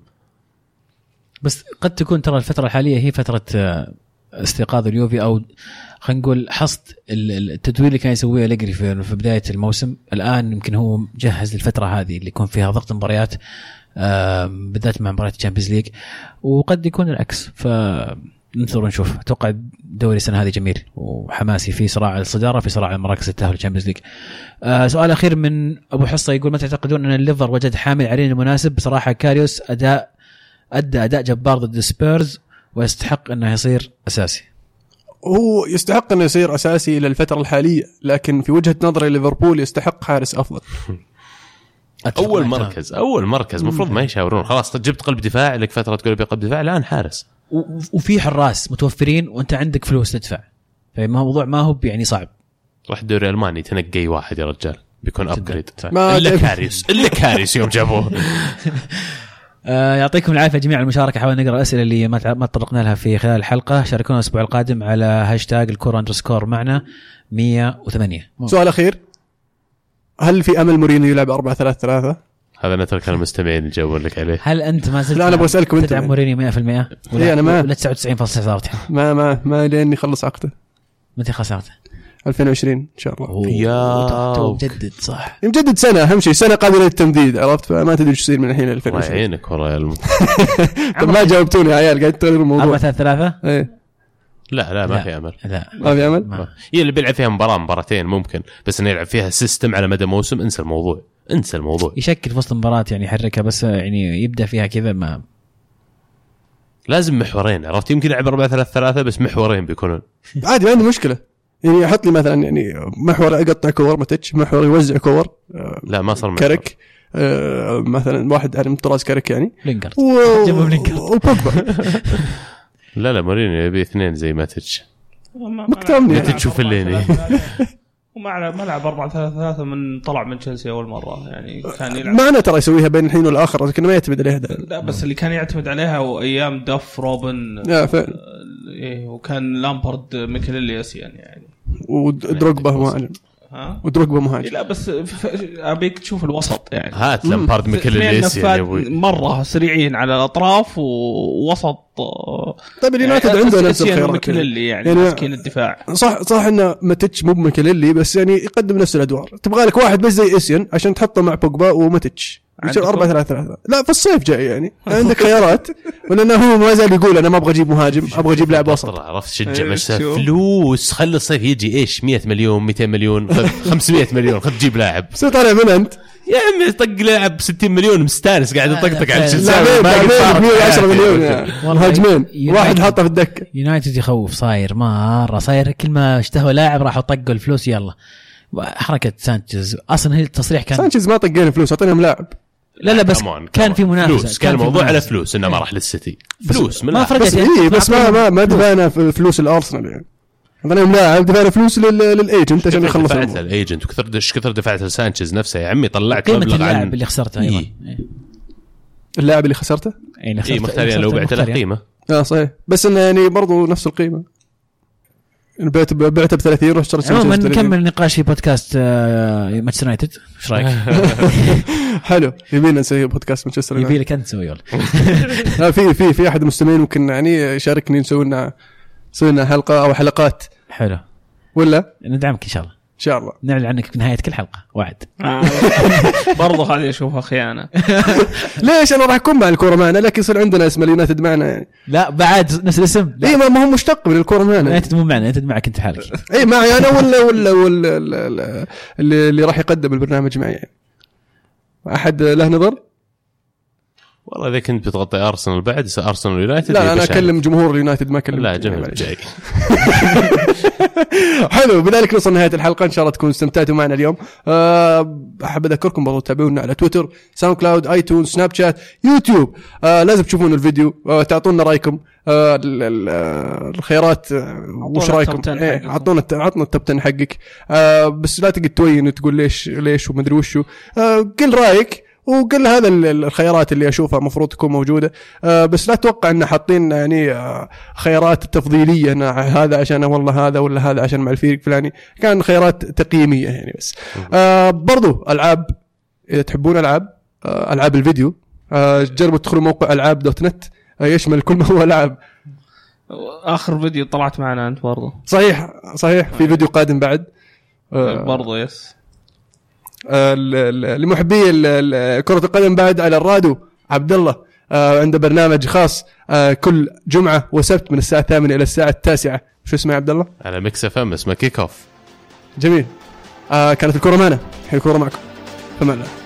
بس قد تكون ترى الفترة الحالية هي فترة استيقاظ اليوفي، أو خلينا نقول حصد التدوير اللي كان يسويه أليجري في بداية الموسم. الآن يمكن هو جهز للفترة هذه اللي يكون فيها ضغط مباريات، بالذات مع مباريات الشامبيونز ليج، وقد يكون العكس. فننتظر ونشوف. أتوقع الدوري السنة هذه جميل وحماسي، في صراع الصدارة، في صراع المراكز التأهل للشامبيونز ليج. سؤال أخير من أبو حصة يقول ما تعتقدون أن الليفر وجد حامل عليه المناسب؟ بصراحة كاريوس أدى أداء جبار ضد سبيرز ويستحق أنه يصير أساسي. هو يستحق أنه يصير أساسي إلى الفترة الحالية، لكن في وجهة نظري ليفربول يستحق حارس أفضل. أول مركز مفروض ما يشاورون. خلاص جبت قلب دفاع لك فترة تقول بقلب دفاع، الآن حارس وفي حراس متوفرين وأنت عندك فلوس تدفع، فالموضوع ما هو يعني صعب. راح الدوري الألماني تنقي واحد يا رجال بيكون أبجريد. إلا كاريس يوم جابوه. يعطيكم العافية جميع المشاركة. حاول نقرأ الأسئلة اللي ما تطرقنا لها في خلال الحلقة. شاركونا الأسبوع القادم على هاشتاج الكورة_. معنا 108. سؤال أخير، هل في أمل مورينيو يلعب 4-3-3؟ هذا نترك المستمعين يجاوبون لك عليه. هل أنت ما زلت لا أنا بسألكم أنت تدعم مورينيو 100%؟ أنا ما 99.9 ما لين يخلص عقده. متى خسرته؟ 2020 إن شاء الله. يا مجدد صح، يمجدد سنة أهم شيء، سنة قابلة للتمديد، عرفت؟ فما تدري إيش يصير من الحين 2020. الله يعينك والله. طب ما جاوبتوني يا عيال، قاعد تغير الموضوع. 4-3-3 إيه. لا ما في أمل. لا ما في أمل. هي اللي بيلعب فيها مباراتين ممكن، بس إنه يلعب فيها سيستم على مدى موسم انسى الموضوع. يشكل في وسط المباراة يعني يحركها، بس يعني يبدأ فيها كذا ما لازم محورين، عرفت؟ يمكن يلعب 4-3-3 بس محورين بيكونون عادي، ما عندي مشكلة. يعني يحط لي مثلا يعني محور يقطع كور ماتش، محور يوزع كور. لا ما صار كارك مثلا واحد على طراز كارك يعني لينجارد وبوجبا. لا مورينيو يبي اثنين زي ماتش مكتمني تشوف الليني. ومع ملعب 4-3-3 من طلع من تشيلسي أول مرة يعني كان يلعب. ما أنا ترى يسويها بين الحين والآخر، لكن ما يعتمد عليها ده. لا بس اللي كان يعتمد عليها وأيام دف روبن إيه وكان لامبرد ميكيليلياس يعني ودروجبا هو معلم. ودروجبا مهاجم. لا بس ابيك تشوف الوسط يعني. هات لامبارد ميكيليليس يعني مره سريعين على الاطراف ووسط. طيب اليونايتد عنده نفس الخيارات يعني ماسكين الدفاع. صح انه ماتيتش مو بميكيليلي بس يعني يقدم نفس الادوار. تبغى لك واحد بس زي اسيان عشان تحطه مع بوجبا وماتيتش يصير 4-3-3. لا في الصيف جاي يعني عندك خيارات. ولانه هو ما زال يقول انا ما ابغى اجيب مهاجم ابغى اجيب لاعب وسط. عرفت شجع مش فلوس. خلي الصيف يجي ايش 100 مليون 200 مليون 500 مليون خذ جيب لاعب. سو طالع من انت يا عمي طق لاعب 60 مليون مستانس قاعد يطقطق على لاعبين 110 مليون مهاجمين واحد حاطه في الدكه. يونايتد يخوف صاير مرة صاير كل ما اشتهوا لاعب راحوا طقوا الفلوس يلا. حركة سانشيز أصلا هي التصريح كان سانشيز ما طقين فلوس أعطيناهم لاعب. لا بس كان في منافسة. كان الموضوع على فلوس إنه ما راح للسيتي فلوس ما فرقت بس, يعني بس ما دفعنا فلوس الأرسنال يعني عندنا لاعب دفعنا فلوس للإيجنت عشان يخلص الإيجنت وكثر دفعت لسانشيز نفسه يا عمي طلعت مبلغ اللاعب اللي خسرته أيضا اللاعب اللي خسرته مختارين لو بعت له قيمة صحيح بس إنه يعني برضو نفس القيمة بعته ب30 روح اشتريت. عموما نكمل النقاش في بودكاست مانشستر يونايتد. ايش رايك؟ حلو يبينا نسوي بودكاست مانشستر يونايتد. يبي لك انت تسوي ولا في احد المستمعين ممكن يعني يشاركني نسوي لنا حلقه او حلقات. حلو ولا ندعمك ان شاء الله. ان شاء الله نعلن عنك في نهايه كل حلقه وعد. برضه هذه اشوفها خيانه. ليش انا راح اكون مع الكوره معنا لكن يصير عندنا اسم اليونايتد معنا يعني. لا بعد نفس الاسم. اي ما هو مشتق من الكوره معنا. اليونايتد مو معنا انت معك انت حالك. اي معي انا ولا اللي راح يقدم البرنامج معي يعني. احد له نظر. والله إذا كنت بتغطي أرسنال بعد أرسنال يونايتد. لا أنا أكلم جمهور اليونايتد ما أكلم. لا جمهور جاي. حلو بذلك نوصل نهاية الحلقة إن شاء الله تكونوا استمتعتوا معنا اليوم. أحب أذكركم برضو تتابعونا على تويتر ساوند كلاود ايتونز سناب شات يوتيوب. لازم تشوفون الفيديو تعطونا رأيكم الخيارات وش رأيكم. عطنا التوب 10 حقك. بس لا تقعد توين وتقول ليش ومدري وشو. قل رأيك وقل هذا الخيارات اللي أشوفها مفروض تكون موجودة. بس لا توقع أن حاطين يعني خيارات تفضيلية أن هذا عشان والله هذا ولا هذا عشان مع الفريق فلاني. كان خيارات تقييمية يعني بس. برضو ألعاب إذا تحبون ألعاب الفيديو جربوا تدخلوا موقع ألعاب.net يشمل كل ما هو ألعاب. آخر فيديو طلعت معنا أنت برضو. صحيح في فيديو قادم بعد برضو يس. لمحبي كرة القدم بعد على الراديو عبد الله عنده برنامج خاص كل جمعة وسبت من الساعة 8 إلى الساعة 9. شو اسمه عبد الله؟ على ميكس اف ام اسمه كيك اوف. جميل. كانت الكرة معنا الحين الكرة معكم فما